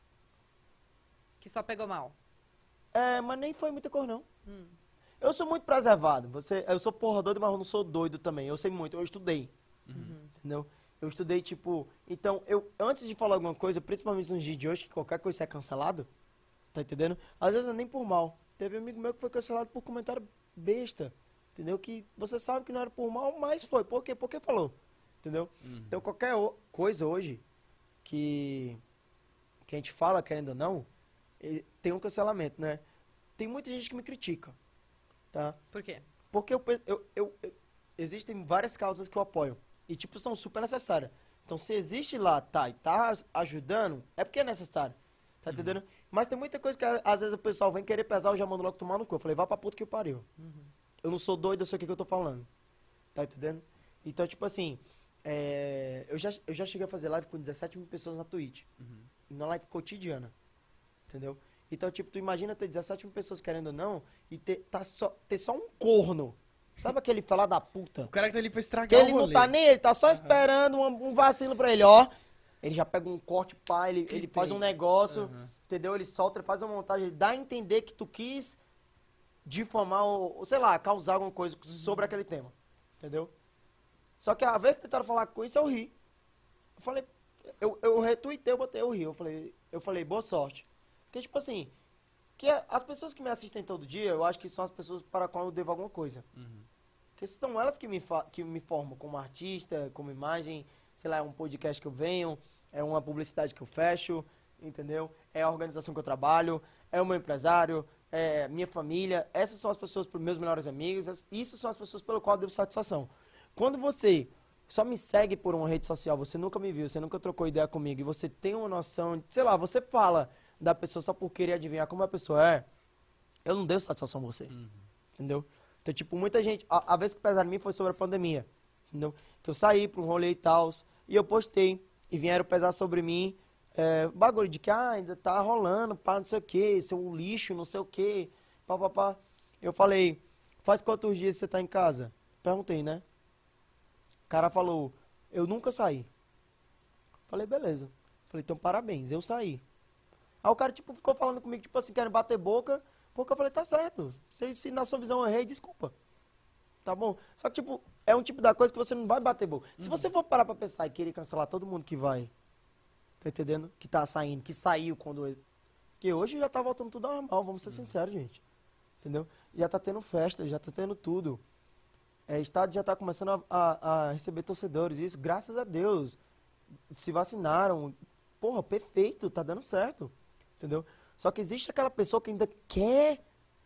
Que só pegou mal. É, mas nem foi muita cor, não. Hum. Eu sou muito preservado. Você, eu sou porra doido, mas eu não sou doido também. Eu sei muito, eu estudei. Uhum. Entendeu? Eu estudei, tipo... Então, eu antes de falar alguma coisa, principalmente nos dias de hoje, que qualquer coisa é cancelado, tá entendendo? Às vezes não é nem por mal. Teve um amigo meu que foi cancelado por comentário besta, entendeu? Que você sabe que não era por mal, mas foi. Por quê? Porque falou, entendeu? Uhum. Então, qualquer o- coisa hoje que, que a gente fala, querendo ou não, eh, tem um cancelamento, né? Tem muita gente que me critica, tá? Por quê? Porque eu, pe- eu, eu, eu- existem várias causas que eu apoio. E, tipo, são super necessárias. Então, se existe lá, tá, e tá ajudando, é porque é necessário. Tá entendendo? Mas tem muita coisa que, a- às vezes, o pessoal vem querer pesar, eu já mando logo tomar no cu. Eu falei, vá pra puta que pariu. Eu não sou doido, eu sei o que, que eu tô falando. Tá entendendo? Então, tipo assim, é, eu, já, eu já cheguei a fazer live com dezessete mil pessoas na Twitch. Uhum. Na live cotidiana. Entendeu? Então, tipo, tu imagina ter dezessete mil pessoas querendo ou não e ter, tá só, ter só um corno. Sabe aquele falar da puta? O cara que tá ali pra estragar Que ele o não rolê. tá nem, ele tá só esperando um, um vacilo pra ele, ó. Ele já pega um corte, pá, ele, ele faz um negócio, Uhum. entendeu? Ele solta, ele faz uma montagem, ele dá a entender que tu quis difamar ou, ou, sei lá, causar alguma coisa sobre aquele tema, entendeu? Só que a vez que tentaram falar com isso, eu ri. Eu falei, eu, eu retuitei, eu botei, eu ri. Eu falei, eu falei, boa sorte. Porque, tipo assim, que a- as pessoas que me assistem todo dia, eu acho que são as pessoas para qual eu devo alguma coisa. Uhum. Porque são elas que me, fa- que me formam como artista, como imagem, sei lá, é um podcast que eu venho, é uma publicidade que eu fecho, entendeu? É a organização que eu trabalho, é o meu empresário, é minha família. Essas são as pessoas, meus melhores amigos, as- isso são as pessoas pelo qual eu devo satisfação. Quando você só me segue por uma rede social, você nunca me viu, você nunca trocou ideia comigo, e você tem uma noção, sei lá, você fala da pessoa só por querer adivinhar como a pessoa é, eu não devo satisfação a você, Uhum. entendeu? Então, tipo, muita gente, a, a vez que pesaram em mim foi sobre a pandemia, entendeu? Que eu saí pra um rolê e tal, e eu postei, e vieram pesar sobre mim, é, bagulho de que, ah, ainda tá rolando, pá, não sei o que, seu lixo, não sei o que, pá, pá, pá. Eu falei, faz quantos dias você tá em casa? Perguntei, né? O cara falou, eu nunca saí. Falei, beleza. Falei, então parabéns, eu saí. Aí o cara, tipo, ficou falando comigo, tipo assim, querendo bater boca, porque eu falei, tá certo. Se, se na sua visão eu errei, desculpa. Tá bom? Só que, tipo, é um tipo da coisa que você não vai bater boca. Se você for parar pra pensar e querer cancelar todo mundo que vai, tá entendendo? Que tá saindo, que saiu quando... Porque hoje já tá voltando tudo ao normal, vamos ser sinceros, gente. Entendeu? Já tá tendo festa, já tá tendo tudo. É, estado já tá começando a, a, a receber torcedores, isso, graças a Deus. Se vacinaram. Porra, perfeito, tá dando certo. Entendeu? Só que existe aquela pessoa que ainda quer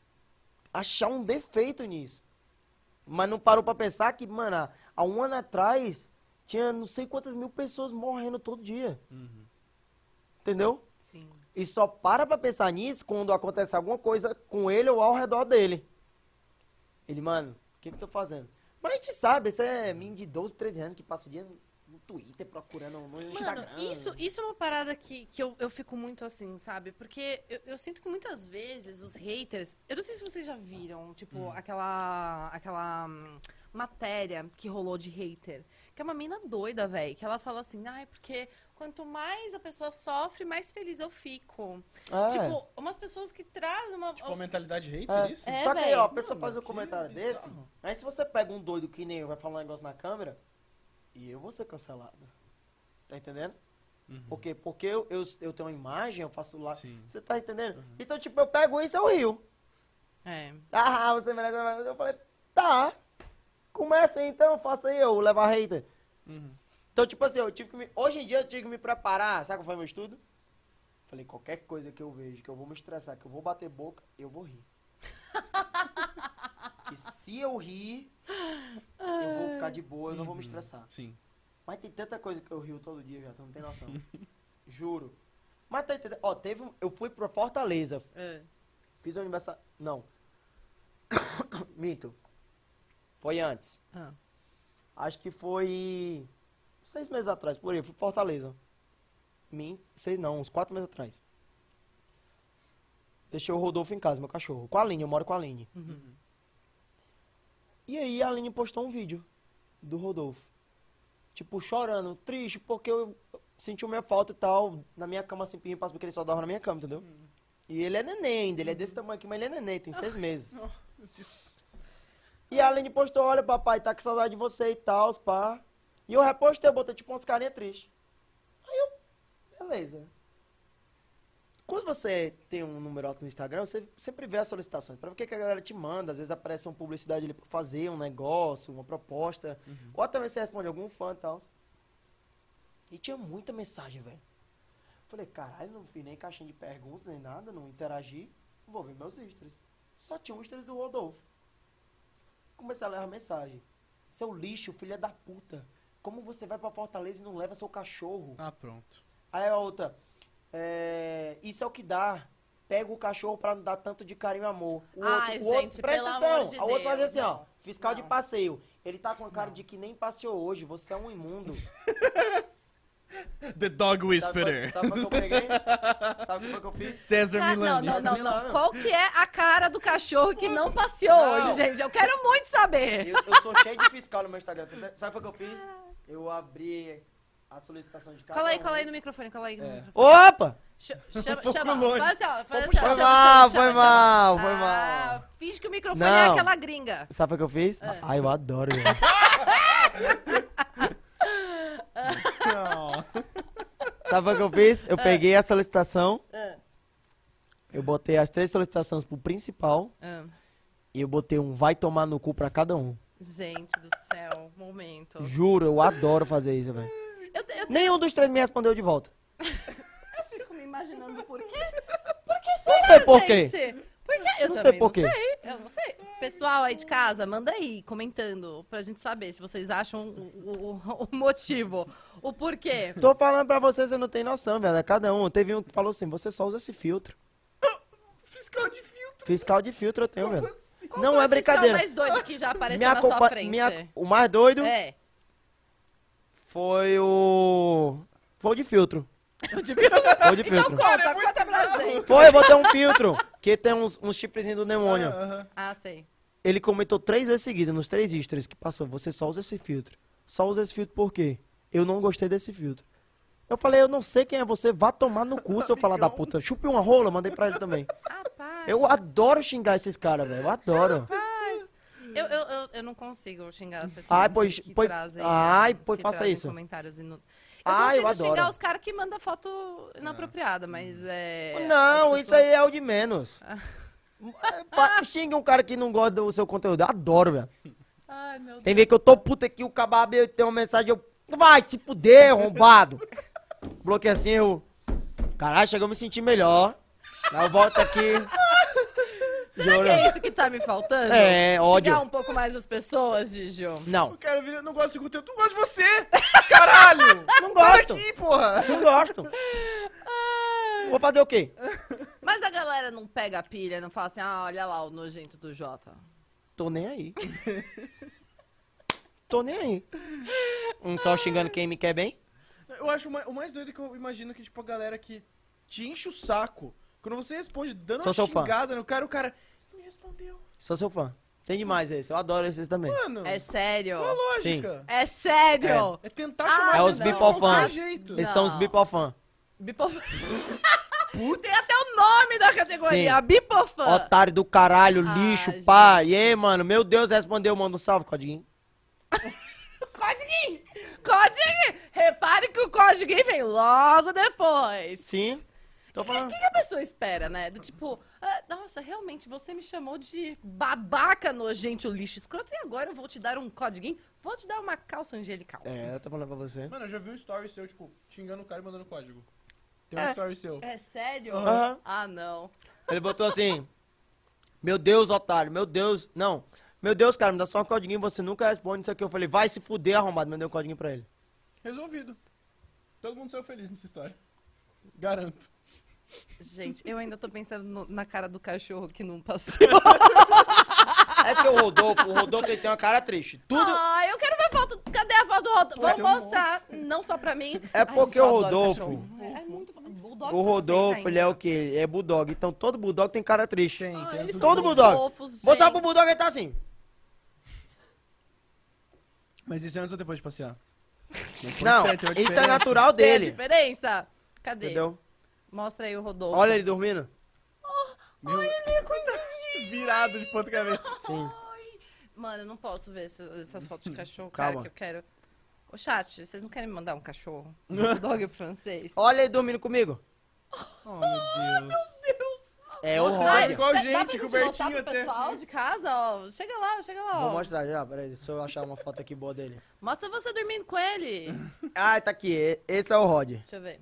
achar um defeito nisso. Mas não parou pra pensar que, mano, há um ano atrás tinha não sei quantas mil pessoas morrendo todo dia. Uhum. Entendeu? Sim. E só para pra pensar nisso quando acontece alguma coisa com ele ou ao redor dele. Ele, mano, o que que eu tô fazendo? Mas a gente sabe, esse é menino de doze, treze anos que passa o dia no Twitter procurando no Instagram. Mano, isso, isso é uma parada que, que eu, eu fico muito assim, sabe? Porque eu, eu sinto que muitas vezes os haters... Eu não sei se vocês já viram, tipo, hum. aquela, aquela hum, matéria que rolou de hater. Que é uma mina doida, velho. Que ela fala assim, ai, porque quanto mais a pessoa sofre, mais feliz eu fico. É. Tipo, umas pessoas que trazem uma... Tipo, a mentalidade hater, É. isso? É, Só que aí, véi. ó, a pessoa Mano, faz um que comentário bizarro. desse, aí se você pega um doido que nem eu, vai falar um negócio na câmera, e eu vou ser cancelado. Tá entendendo? Uhum. Por quê? Porque eu, eu, eu tenho uma imagem, eu faço lá. Sim. Você tá entendendo? Então, tipo, eu pego isso e eu rio. É. Ah, você merece. Eu falei, tá. Começa aí então, faça aí, eu levar hater. Uhum. Então, tipo assim, eu tive que me, hoje em dia eu tive que me preparar. Sabe qual foi meu estudo? Falei, qualquer coisa que eu vejo, que eu vou me estressar, que eu vou bater boca, eu vou rir. E se eu rir, eu vou ficar de boa, eu não vou me estressar. Sim. Mas tem tanta coisa que eu rio todo dia já, tu não tem noção. Juro. Mas tá entendendo? Ó, teve um, eu fui pra Fortaleza, É. fiz o aniversário, não. Minto. Foi antes. Ah. Acho que foi seis meses atrás, por aí, fui pra Fortaleza. Minto, seis não, uns quatro meses atrás. Deixei o Rodolfo em casa, meu cachorro. Com a Aline, eu moro com a Aline. Uhum. E aí a Aline postou um vídeo do Rodolfo. Tipo, chorando, triste, porque eu senti minha falta e tal. Na minha cama, assim, pirrinho, porque ele só dorme na minha cama, entendeu? Uhum. E ele é neném ainda, ele é desse tamanho aqui, mas ele é neném, tem seis meses. Oh, meu Deus. E a Aline postou, olha, papai, tá com saudade de você e tal, pá. E eu repostei, eu botei tipo umas carinhas tristes. Aí eu, beleza. Quando você tem um número alto no Instagram, você sempre vê as solicitações. Pra ver o que que a galera te manda. Às vezes aparece uma publicidade ali pra fazer um negócio, uma proposta. Uhum. Ou até você responde algum fã e tal. E tinha muita mensagem, velho. Falei, caralho, não fiz nem caixinha de perguntas, nem nada, não interagi. Vou ver meus stories. Só tinha um stories do Rodolfo. Comecei a ler a mensagem. Seu lixo, filha da puta. Como você vai pra Fortaleza e não leva seu cachorro? Ah, pronto. Aí a outra... É, isso é o que dá. Pega o cachorro pra não dar tanto de carinho e amor. O Ai, outro, o gente, outro presta pelo atenção. amor de A outra faz Deus, assim, ó. não. Fiscal Não. de passeio. Ele tá com a cara de que nem passeou hoje. Você é um imundo. The Dog Whisperer. Sabe qual que eu peguei? Sabe qual que eu fiz? César Ca- não, Milani. não, não, Milano. não. Qual que é a cara do cachorro que não passeou Não. hoje, gente? Eu quero muito saber. Eu, eu sou cheio de fiscal no meu Instagram. Sabe qual que eu fiz? Eu abri a solicitação de cada Cola aí, um. cola aí no microfone, cola aí no É. microfone. Opa! Ch- Chama, pouco chama, longe. faz assim, ó, faz assim, ó, Foi chama, mal, chama, foi chama, mal, chama. foi mal. Ah, finge que o microfone é Não. aquela gringa. Sabe o que eu fiz? É. Ai, eu adoro, velho. Não. Sabe o que eu fiz? Eu peguei a solicitação, Ah, eu botei as três solicitações pro principal ah. e eu botei um vai tomar no cu pra cada um. Gente do céu, momento. Juro, eu adoro fazer isso, velho. Eu, te- eu, te- Nenhum dos três me respondeu de volta. eu fico me imaginando por quê. Por que Não será, sei por quê. gente? Por quê? Eu Não sei também por não quê. sei. Eu não sei. Pessoal aí de casa, manda aí, comentando, pra gente saber se vocês acham o, o- o motivo, o porquê. Tô falando pra vocês, você não tem noção, velho. É cada um. Teve um que falou assim, você só usa esse filtro. Fiscal de filtro. Fiscal de filtro eu tenho, velho. assim? Qual Não foi é o fiscal brincadeira. mais doido que já apareceu Minha na sua compa- frente? minha- o mais doido É. foi o... Foi o de filtro. O de filtro. Foi o de Então filtro. conta, conta pra gente. Foi, eu botei um filtro, que tem uns, uns chipzinhos do demônio. Aham. Ah, sei. Ele comentou três vezes seguidas, nos três stories que passou, você só usa esse filtro. Só usa esse filtro por quê? Eu não gostei desse filtro. Eu falei, eu não sei quem é você, vá tomar no cu, seu falar da puta. Chupe uma rola, mandei pra ele também. Rapaz. Eu adoro xingar esses caras, velho, eu adoro. Rapaz. Eu, eu, eu, eu não consigo xingar pessoas Ai, que- pois- que, pois- trazem... ai, pois que faça trazem isso. comentários inu... Eu Ai, eu consigo xingar adoro. os caras que mandam foto inapropriada, mas é... Não, as isso aí pessoas- é o de menos. Pa- Xingue um cara que não gosta do seu conteúdo, eu adoro, velho. Ai, meu Deus. Tem vez que eu tô puta aqui, o cababe tem uma mensagem, eu... Vai se fuder, arrombado. Bloqueei assim, eu... Caralho, chegou a me sentir melhor. Aí eu volto aqui... Será Juro. que é isso que tá me faltando? É, ódio. Chegar um pouco mais as pessoas, Gigi. Não, Eu quero vir, eu não gosto de conteúdo, não gosto de você! Caralho! não Sai gosto. daqui, porra! Não gosto. Vou fazer o quê? Mas a galera não pega a pilha, não fala assim, ah, olha lá o nojento do Jota. Tô nem aí. Tô nem aí. Um só xingando quem me quer bem. Eu acho o mais, o mais doido que eu imagino que, tipo, a galera que te enche o saco, quando você responde dando Sou uma seu fã. xingada no cara, o cara me respondeu. Sou seu fã. Tem demais esse. Eu adoro esses também. Mano, É sério? qual a lógica? É sério? É, tentar Ah, chamar É os atenção de bipofãs. qualquer jeito. Esses são os Não. bipofã. Bipo... Tem até o nome da categoria, Sim. Bipofã. Otário do caralho, Ah, lixo, gente. pá. E aí, mano, meu Deus, respondeu, manda um salve, Codiguinho. Codiguinho! Codiguinho! Repare que o Codiguinho vem logo depois. Sim. Tô O falando. que, que a pessoa espera, né? Do tipo, ah, nossa, realmente, você me chamou de babaca nojento, lixo, escroto, e agora eu vou te dar um Codiguinho? Vou te dar uma calça angelical. É, eu tô falando pra você. Mano, eu já vi um story seu, tipo, xingando o cara e mandando código. Tem um É. story seu. É sério? Aham. Ah, não. Ele botou assim: meu Deus, otário, meu Deus. Não. Meu Deus, cara, me dá só um codiguinho, você nunca responde isso aqui. Eu falei, vai se fuder, arrombado. Mandei um codiguinho pra ele. Resolvido. Todo mundo saiu feliz nessa história. Garanto. Gente, eu ainda tô pensando no- na cara do cachorro que não passou. É que o Rodolfo, o Rodolfo ele tem uma cara triste. Tudo. Ah, eu quero ver a foto. Cadê a foto do Rodolfo? Vai Vamos ter um mostrar. Não só pra mim. É Ai, porque gente, eu o adoro Rodolfo- cachorro. É, é muito. Bulldog O Rodolfo, francês ele é ainda. o quê? É bulldog. Então todo bulldog tem cara triste. Tem, Ai, tem eles as são Todo muito bulldog. fofos, Você sabe gente. o bulldog ele tá assim. Mas isso é antes ou depois de passear? Não, Tem- tem uma isso é diferença. natural Tem a dele. diferença? Cadê? Entendeu? Mostra aí o Rodolfo. Olha ele dormindo. Meu... Ai, ele é coisadinho. Virado de ponta cabeça. Sim. Ai. Mano, eu não posso ver essa- essas fotos de cachorro, Calma. cara, que eu quero... Ô, chat, vocês não querem me mandar um cachorro? Um bulldog francês? Olha ele dormindo comigo. Oh, meu Deus. É Nossa, o vai Roger. igual dá gente, pra com o gente mostrar Bertinho pro até. pessoal de casa, ó. Chega lá, chega lá, Vou ó. mostrar já, peraí, deixa eu achar uma foto aqui boa dele. Mostra você dormindo com ele. Ah, tá aqui, e- esse é o Roger. Deixa eu ver.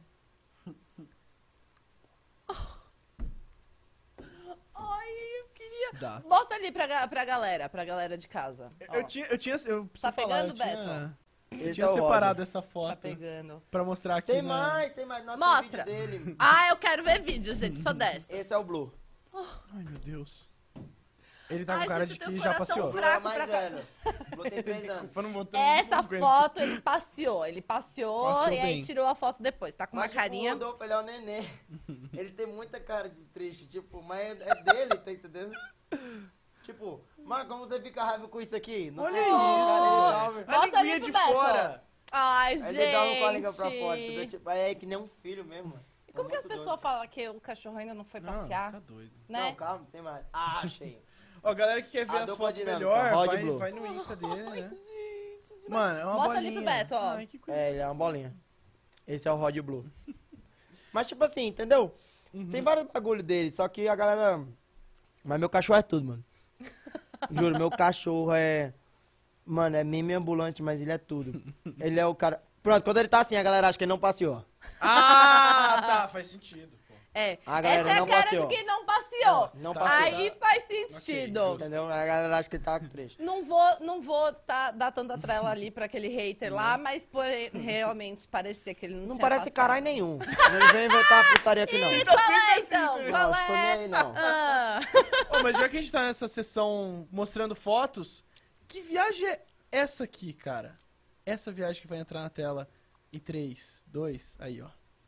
Ai, eu queria... Dá. Mostra ali pra, ga- pra galera, pra galera de casa. Ó, Eu tinha, eu tinha, eu preciso Tá falar, pegando, eu tinha, eu Esse tinha é o separado Roger. essa tá foto pegando. pra mostrar aqui Tem na... mais, tem mais. Nós Mostra. tem vídeo dele. Ah, eu quero ver vídeo, gente, só dessas. Esse é o Blue. Ai, meu Deus. Ele tá com Ai, cara gente, de eu tenho que o já coração passeou. Blue é fraco mais pra cá. velho. Blue tem três anos. Desculpa, não vou ter... Essa não aguento. foto ele passeou, ele passeou, Passeou e aí bem. tirou a foto depois. Tá com uma Mas, tipo, carinha. o Rodolfo, ele é o neném. Ele tem muita cara de triste, tipo, mas é, é dele, tá entendendo? Tipo, mas como você fica raiva com isso aqui? Não Olha tem isso. cara, ele dorme. A Mostra ali linguinha pro de Beto. fora. Ai, Aí gente. ele dorme com a língua pra fora, entendeu? Tipo, aí é que nem um filho mesmo. mano. E como É que as muito pessoas falam que o cachorro ainda não foi Não, passear? tá doido. doido. Né? Não, calma, tem mais. Ah, achei. Ó, galera que quer ver A as dupla fotos dinâmica, melhor, Rod vai, Blue. vai no Insta dele, né? Gente, Mano, é uma Mostra ali bolinha. pro Beto, ó. Ai, que coisa. É, ele é uma bolinha. Esse é o Rod Blue. Mas, tipo assim, entendeu? Tem vários bagulho dele, só que a galera... Mas meu cachorro é tudo, mano. Juro, meu cachorro é... Mano, é meme ambulante, mas ele é tudo. Ele é o cara... Pronto, quando ele tá assim, a galera acha que ele não passeou. Ah, tá, faz sentido, pô. É, A galera essa é a não cara passeou. de quem não passeou. Não Tá. passeou. Aí faz sentido. Ok, Entendeu? A galera acha que ele tá triste. Não vou, não vou tá, dar tanta trela ali pra aquele hater lá, mas por ele realmente parecer que ele não, Não tinha parece passado. caralho nenhum. Não vem inventar putaria aqui, não. E Tá qual sempre é, assim então? também. Qual Não, tô nem é? aí, não. Ah. Ô, mas já que a gente tá nessa sessão mostrando fotos, que viagem é essa aqui, cara? Essa viagem que vai entrar na tela em três, dois, aí, ó.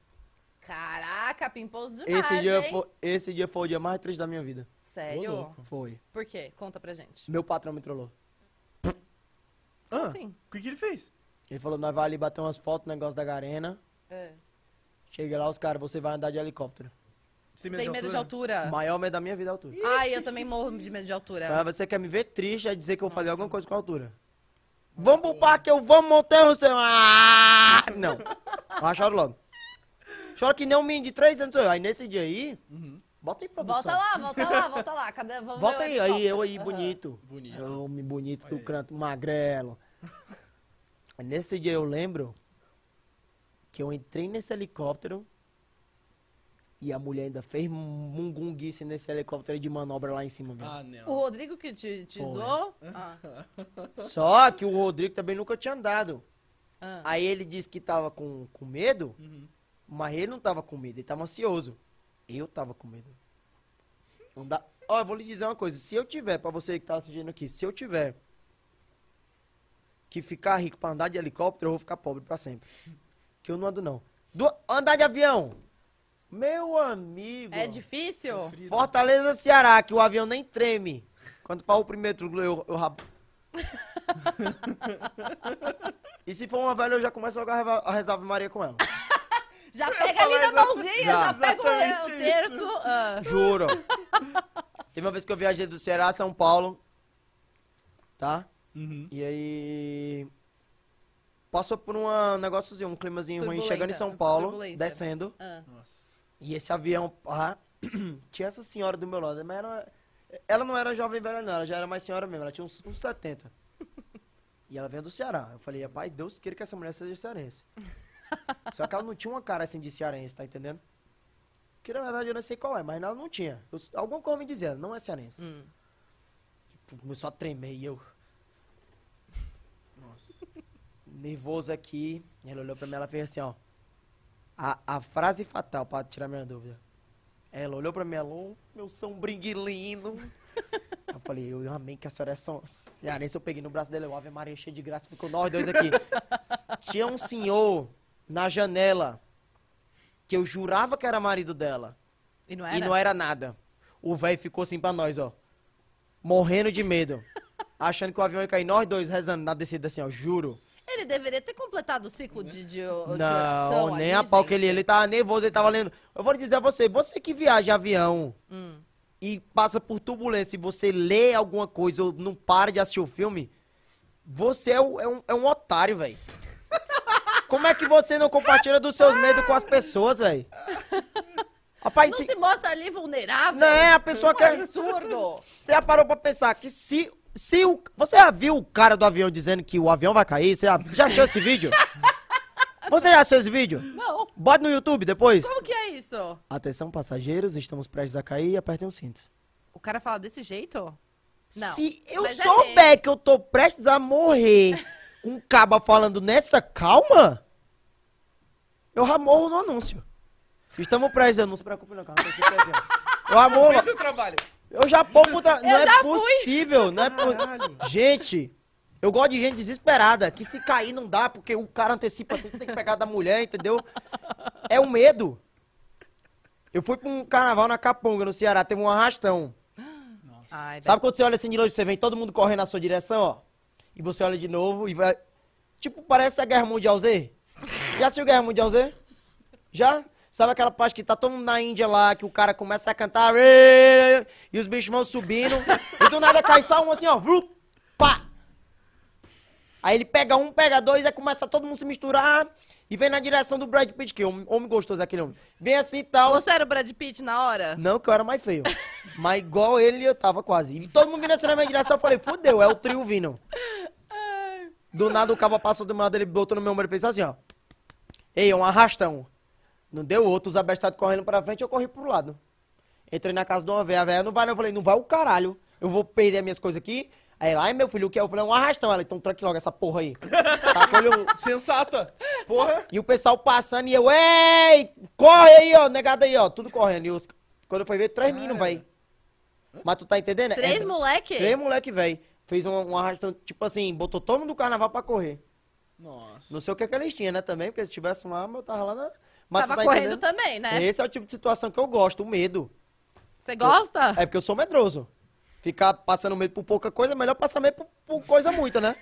Caraca, pimposo demais, Esse dia, hein? foi, esse dia foi o dia mais triste da minha vida. Ô, Sério? louco. Foi. Por quê? Conta pra gente. Meu patrão me trollou. Como Ah, assim? o que, que ele fez? Ele falou, nós vai ali bater umas fotos no negócio da Garena. É. Cheguei lá, os caras, você vai andar de helicóptero. Você Tem medo de altura? O maior medo da minha vida é a altura. Ai, eu também morro de medo de altura. Então, você quer me ver triste, é dizer que eu vou fazer alguma coisa com a altura. Vamos pro parque, eu vou montar você. Ah! Não. Eu choro logo. Choro que nem um menino de três anos. Aí nesse dia aí, Uhum. bota aí, produção. Volta lá, volta lá, volta lá. Cadê? Vamos Volta ver o aí, aí, eu helicóptero. aí, Aham. bonito. Bonito. Eu, homem bonito do Olha aí. canto, magrelo. Nesse dia eu lembro que eu entrei nesse helicóptero E a mulher ainda fez mungunguice nesse helicóptero de manobra lá em cima, velho. Ah, não. O Rodrigo que te, te Foi. zoou? Ah. Só que o Rodrigo também nunca tinha andado. Ah. Aí ele disse que tava com, com medo, Uhum. mas ele não tava com medo, ele tava ansioso. Eu tava com medo. Não dá... Ó, eu vou lhe dizer uma coisa, se eu tiver, pra você que tá assistindo aqui, se eu tiver que ficar rico pra andar de helicóptero, eu vou ficar pobre pra sempre. Que eu não ando, não. Do... Andar de avião. Meu amigo. É difícil? Sofrido. Fortaleza, Ceará, que o avião nem treme. Quando para o primeiro truque, eu, eu rabo. E se for uma velha, eu já começo logo a reva- a rezar Ave Maria com ela. Já pega ali na mãozinha, já, Já. pega o, Exatamente o terço. Ah. Juro. Teve uma vez que eu viajei do Ceará a São Paulo. Tá? Uhum. E aí... Passou por um negóciozinho, um climazinho ruim, Turbulenta, chegando em São Paulo, turbulência. descendo. Ah. Nossa. E esse avião, ah, tinha essa senhora do meu lado, mas era, ela não era jovem velha não, ela já era mais senhora mesmo, ela tinha uns, uns setenta. E ela veio do Ceará. Eu falei, rapaz, Deus queira que essa mulher seja cearense. Só que ela não tinha uma cara assim de cearense, tá entendendo? Que na verdade eu não sei qual é, mas ela não tinha. Eu, algum como me dizia, não é cearense. Hum. Começou a tremer e eu, Nossa. nervoso aqui. E ela olhou pra mim, ela fez assim, ó. A, a frase fatal, pra tirar minha dúvida. Ela olhou pra mim, ela, ô, meu São Bringuilino. Eu falei, eu amei que a senhora é São cearense. Eu peguei no braço dela, eu, Ave Maria, cheio de graça, ficou nós dois aqui. Tinha um senhor na janela que eu jurava que era marido dela. E não era? E não era nada. O velho ficou assim pra nós, ó. Morrendo de medo. Achando que o avião ia cair, nós dois rezando na descida assim, ó, juro. Ele deveria ter completado o ciclo de, de, de oração Não, nem ali, a pau que ele, gente. ele tava nervoso, ele tava lendo. Eu vou lhe dizer a você, você que viaja de avião Hum. e passa por turbulência e você lê alguma coisa ou não para de assistir o filme, você é, o- é um, é um otário, velho. Como é que você não compartilha dos seus medos com as pessoas, velho? Rapaz, Não se... se mostra ali vulnerável? Não é, a pessoa Que quer... absurdo. Você já parou pra pensar que se... se o... Você já viu o cara do avião dizendo que o avião vai cair? Você já, já assistiu esse vídeo? Você já assistiu esse vídeo? Não. Bota no YouTube depois. Como que é isso? Atenção, passageiros, estamos prestes a cair e apertem os cintos. O cara fala desse jeito? Não. Se eu Mas é souber dele. que eu tô prestes a morrer com um caba falando nessa calma, eu já morro no anúncio. Estamos prestes, não se preocupe não, cara. Não precisa ter avião. Eu já morro. Esse é o trabalho. Eu já vou pro tra... Não é já fui. possível, não é po... Gente, eu gosto de gente desesperada, que se cair não dá, porque o cara antecipa assim, que tem que pegar da mulher, entendeu? É o medo. Eu fui pra um carnaval na Capunga, no Ceará, teve um arrastão. Ai, Sabe quando você olha assim de longe, você vem todo mundo correndo na sua direção, ó? E você olha de novo e vai... Tipo, parece a Guerra Mundial Z. Já assistiu Guerra Mundial Z? Já? Sabe aquela parte que tá todo mundo na Índia lá, que o cara começa a cantar e os bichos vão subindo, e do nada cai só um assim, ó, vrup, pá! Aí ele pega um, pega dois, aí começa todo mundo se misturar e vem na direção do Brad Pitt, que é um homem gostoso aquele homem. Vem assim e tal. Você era o Brad Pitt na hora? Não que eu era mais feio, mas igual ele eu tava quase. E todo mundo vindo assim na minha direção, eu falei, fudeu, é o trio vindo. Do nada o cabo passou do meu lado, ele botou no meu ombro e fez assim, ó. Ei, é um arrastão. Não deu outro, os abestados correndo pra frente, eu corri pro lado. Entrei na casa de uma véia, a véia não vai não. Eu falei, não vai o caralho. Eu vou perder as minhas coisas aqui. Aí ela, ai meu filho, o que é? Eu falei, é um arrastão. Ela, então tranque logo essa porra aí. Tacou-lhe um- Sensata. Porra. E o pessoal passando e eu, ei, corre aí, ó, negado aí, ó. Tudo correndo. E os... quando eu fui ver, três meninos, velho. Mas tu tá entendendo? Três É, moleque? Três moleque, velho. Fez um, um arrastão, tipo assim, botou todo mundo do carnaval pra correr. Nossa. Não sei o que, que eles tinham, né, também, porque se tivesse um lá, eu tava lá na... Mas tu Tava tá correndo entendendo? também, né? Esse é o tipo de situação que eu gosto, o medo. Você gosta? É porque eu sou medroso. Ficar passando medo por pouca coisa, é melhor passar medo por, por coisa muita, né?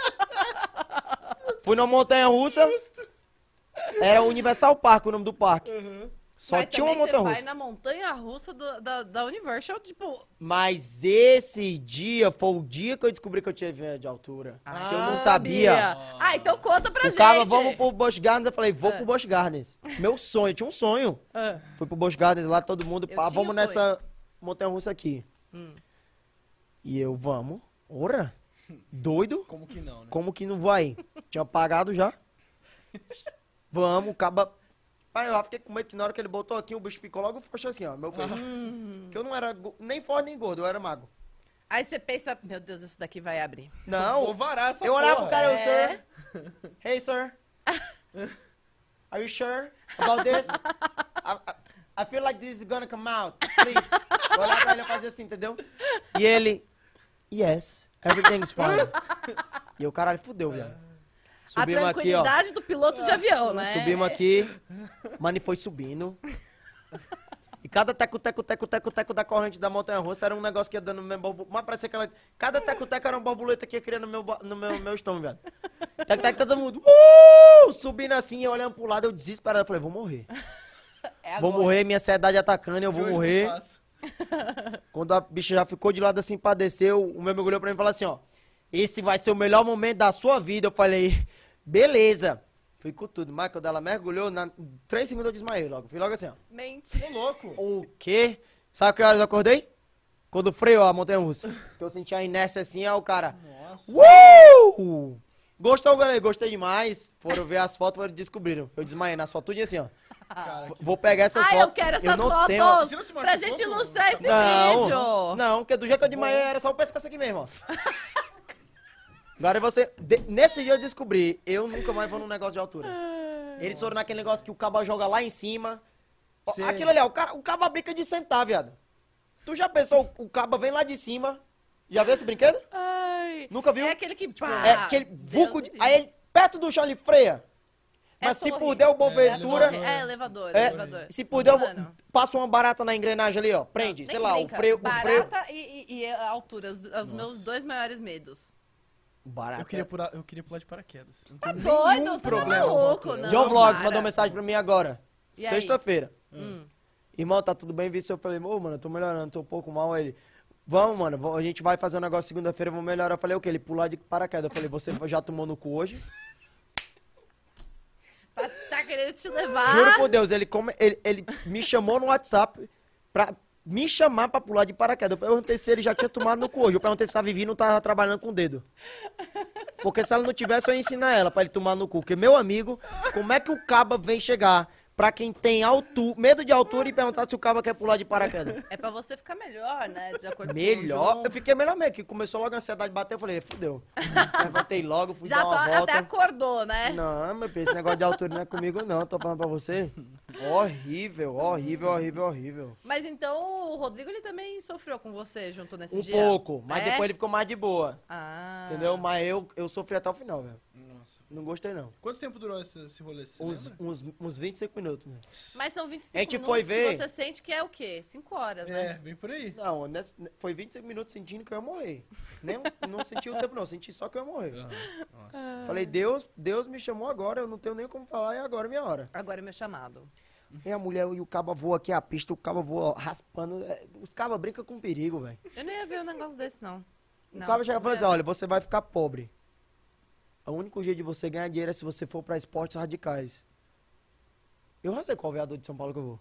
Fui numa montanha russa. Era o Universal Park o nome do parque. Só Mas tinha uma também montanha você russa. vai na montanha russa do- da, da Universal, tipo... Mas esse dia foi o dia que eu descobri que eu tinha medo de altura. ah, que eu não sabia. Ah, então conta pra O gente. cara, vamos pro Busch Gardens. Eu falei, vou É. pro Busch Gardens. Meu sonho, eu tinha um sonho. Ah, Fui pro Busch Gardens lá, todo mundo, Eu pá, tinha vamos um nessa montanha russa aqui. Hum. E eu, vamos. Ora, doido? Como que não, né? Como que não vai? Tinha pagado já. Vamos, acaba. Pai, eu já fiquei com medo que na hora que ele botou aqui, o bicho ficou logo frouxo assim, ó, meu peito. Hum. Que eu não era go- nem forte nem gordo, eu era magro. Aí você pensa, meu Deus, isso daqui vai abrir. Não, Vou varar essa eu olhava porra. pro cara, eu, É. sir, hey, sir, are you sure about this? I, I, I feel like this is gonna come out, please. Eu olhava pra ele e fazia assim, entendeu? E ele, yes, everything's fine. E eu, caralho, fudeu, viado. A Subimos aqui, ó. tranquilidade do piloto de avião, né? Subimos aqui, mano, e foi subindo. E cada teco, teco, teco, teco, teco da corrente da montanha-russa era um negócio que ia dando no meu borboleta. Mas parecia que ela... Cada teco, teco era uma borboleta que ia criando no meu, bo- no meu, meu estômago, velho. Teco, teco, todo mundo... Uh! Subindo assim, eu olhando pro lado, eu desesperado. Eu falei, vou morrer. É Vou agora. morrer, minha ansiedade atacando, eu vou Hoje não morrer. faço. Quando a bicha já ficou de lado assim pra descer, o o meu amigo olhou pra mim e falou assim, ó. Esse vai ser o melhor momento da sua vida. Eu falei, beleza. Fui com tudo. Mas quando ela mergulhou, na... três segundos eu desmaiei logo. Fui logo assim, ó. Mente. Tô louco. O quê? Sabe que horas eu acordei? Quando freou a montanha-russa. Que eu senti a inércia assim, ó, o cara... Nossa. Uh! Gostou, galera? Gostei demais. Foram ver as fotos e descobriram. Eu desmaiei nas fotos tudinho assim, ó. Cara, que... Vou pegar essas Ai, fotos. eu quero essas não fotos tenho- Você não se pra machucou, gente pô? ilustrar esse Não, vídeo. não, porque do jeito que eu desmaiei era só o pescoço aqui mesmo, ó. Agora você... de- Nesse dia eu descobri, eu nunca mais vou num negócio de altura. Eles foram naquele negócio que o cabo joga lá em cima. Ó, Sei. aquilo ali, ó, o, cara, o cabo brinca de sentar, viado. Tu já pensou, o cabo vem lá de cima, já viu esse brinquedo? Ai. Nunca viu? É aquele que... É aquele Deus vulco de... me Aí ele, perto do chão, ele freia. É Mas se torre. puder, o Boaventura... livre. É, elevador, É, elevador. se puder, eu- Mano. passa uma barata na engrenagem ali, ó. Prende, Nem sei lá, brinca. o freio... O freio... Barata e, e, e a altura, os, os meus dois maiores medos. Barata. Eu queria, pular, eu queria pular de paraquedas. Não Tá tenho doido, nenhum você tá problema com maluco, altura. não. John Vlogs para. mandou mensagem pra mim agora. E aí? Sexta-feira. Hum. Irmão, tá tudo bem, visto? Eu falei, ô, mano, eu tô melhorando, tô um pouco mal. Aí ele, vamos, mano, vamos- a gente vai fazer um negócio segunda-feira, vamos melhorar. Eu falei, o quê? Ele pular de paraquedas. Eu falei, você já tomou no cu hoje? Tá, tá querendo te levar. Juro por Deus, ele, come, ele, ele me chamou no WhatsApp pra me chamar pra pular de paraquedas. Eu perguntei se ele já tinha tomado no cu hoje. Eu perguntei se a Vivi não tava trabalhando com o dedo. Porque se ela não tivesse, eu ia ensinar ela pra ele tomar no cu. Porque, meu amigo, como é que o caba vem chegar pra quem tem altu medo de altura e perguntar se o caba quer pular de paraquedas? É pra você ficar melhor, né? De acordo com o Melhor? João. Eu fiquei melhor mesmo, que começou logo a ansiedade bater, eu falei, fudeu. Levantei logo, fui Já dar tô, uma volta. até acordou, né? Não, meu filho, esse negócio de altura não é comigo não, tô falando pra você. Horrível, horrível, horrível, horrível. Mas então o Rodrigo, ele também sofreu com você junto nesse Um dia? pouco, mas É? depois ele ficou mais de boa, Ah. entendeu? Mas eu, eu sofri até o final, velho. Nossa. Não gostei não. Quanto tempo durou esse, esse rolê? Você Uns, lembra? uns, uns vinte e cinco minutos, né? Mas são vinte e cinco A gente minutos foi ver- que você sente que é o quê? cinco horas, É, né? bem por aí. Não, nesse- foi vinte e cinco minutos sentindo que eu ia morrer. Nem, não senti o tempo não, senti só que eu ia morrer. Nossa. Falei, Deus, Deus me chamou agora, eu não tenho nem como falar, e agora é minha hora. Agora é meu chamado. E a mulher e o caba voa aqui a pista, o caba voa raspando. é, Os cabas brincam com perigo, velho. Eu não ia ver um negócio desse, não. O Não, caba chega e não fala ia assim, ver. olha, você vai ficar pobre. O único jeito de você ganhar dinheiro é se você for pra esportes radicais. Eu não sei qual vereador de São Paulo que eu vou.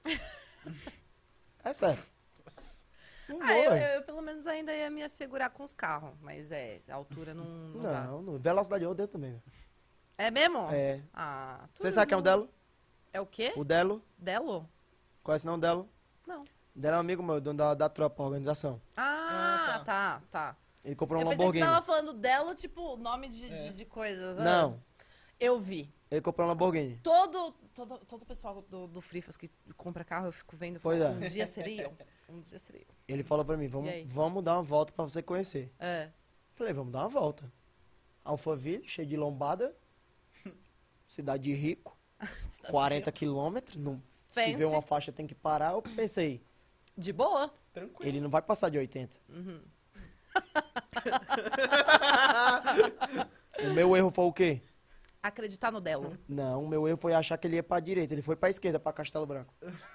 É certo. Não vou, Ah, eu, velho. eu, eu pelo menos ainda ia me assegurar com os carros, mas é, a altura não, não, dá. Não, não. Velocidade eu odeio também. velho. É mesmo? É. Ah, Você tudo sabe quem é o bom. Delo? É o quê? O Delo? Delo? Conhece não o Delo? Não. O Delo é um amigo meu, dono da, da tropa, a organização. Ah, Ah, tá, tá. Ele comprou um eu pensei que você Lamborghini. tava falando Delo, tipo, nome de, de, de coisas. ah. Não, Eu vi. ele comprou um Lamborghini. Todo, todo, todo o pessoal do, do Frifas que compra carro, eu fico vendo, eu falo, Pois é. um dia seriam, um dia seriam. Ele falou pra mim, vamos, E aí? vamos dar uma volta pra você conhecer. É. Falei, vamos dar uma volta. Alphaville, cheio de lombada. Cidade de rico. quarenta quilômetros. Não, se Pense. vê uma faixa tem que parar. Eu pensei, De boa. Tranquilo. ele não vai passar de oitenta. Uhum. O meu erro foi o quê? Acreditar no Delo. Não, o meu erro foi achar que ele ia pra direita. Ele foi pra esquerda, pra Castelo Branco.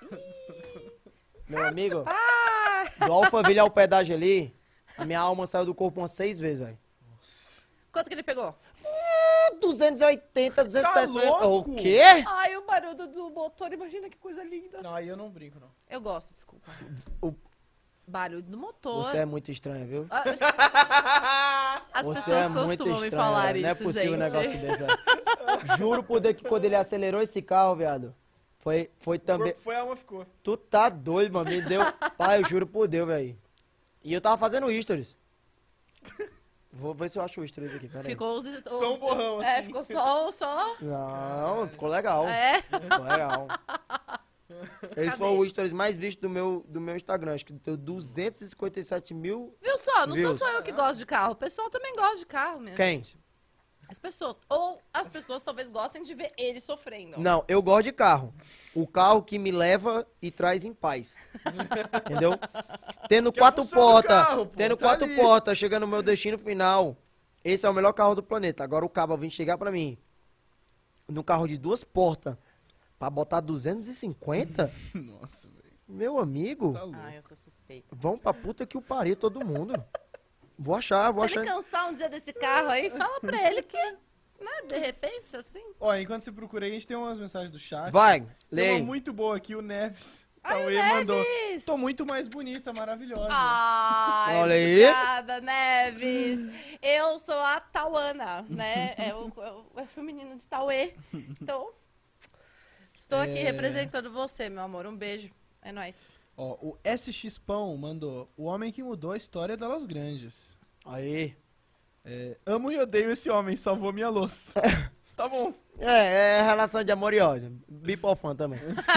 Meu amigo, do Alphaville ao pedágio ali, a minha alma saiu do corpo umas seis vezes, velho. Quanto que ele pegou? duzentos e oitenta, duzentos e sessenta. Tá louco? O quê? Ai, o barulho do motor, imagina que coisa linda. Não, aí eu não brinco, não. Eu gosto, desculpa. O- Barulho do motor. Você é muito estranho, viu? Ah, As Você pessoas é muito costumam me estranho, falar velho. isso, Não é possível gente. um negócio desse, velho. Juro por Deus que quando ele acelerou esse carro, viado, Foi, foi O também... corpo foi, a alma ficou. Tu tá doido, mano. Me deu... Pai, eu juro por Deus, velho. E eu tava fazendo stories. Vou ver se eu acho o stories aqui, peraí. Ficou os... Só um borrão, assim. É, ficou só... só... Não, ficou legal. É. Ficou legal. Esse Cadê? foi o stories mais visto do meu, do meu Instagram. Acho que deu duzentos e cinquenta e sete mil. Viu só? Não Views. sou só eu que gosto de carro. O pessoal também gosta de carro, minha Quem? gente. As pessoas. Ou as pessoas talvez gostem de ver ele sofrendo. Não, eu gosto de carro. O carro que me leva e traz em paz. Entendeu? Tendo Que é a quatro função do portas, carro, pô, tendo tá quatro ali. portas, chegando no meu destino final. Esse é o melhor carro do planeta. Agora o cabo vem chegar pra mim no carro de duas portas pra botar duzentos e cinquenta? Nossa, velho. Meu amigo, Tá louco. Ah, eu sou suspeita. vão pra puta que o pariu todo mundo. Vou achar, vou Se ele achar. cansar um dia desse carro aí, fala pra ele que, né, de repente, assim... Ó, enquanto você procura aí, a gente tem umas mensagens do chat. Vai, Tem lê. uma muito boa aqui, o Neves. Ai, Cauê Neves! mandou. Tô muito mais bonita, maravilhosa. Ai, Olha aí. obrigada, Neves. Eu sou a Tauana, né? É o, é o- é o feminino de Tauê. Então, estou aqui É. representando você, meu amor. Um beijo. É nóis. Ó, o S X Pão mandou. O homem que mudou a história da Los Grandes. Aí. É, amo e odeio esse homem, salvou minha louça. Tá bom. É, é relação de amor e ódio. Bipofã também.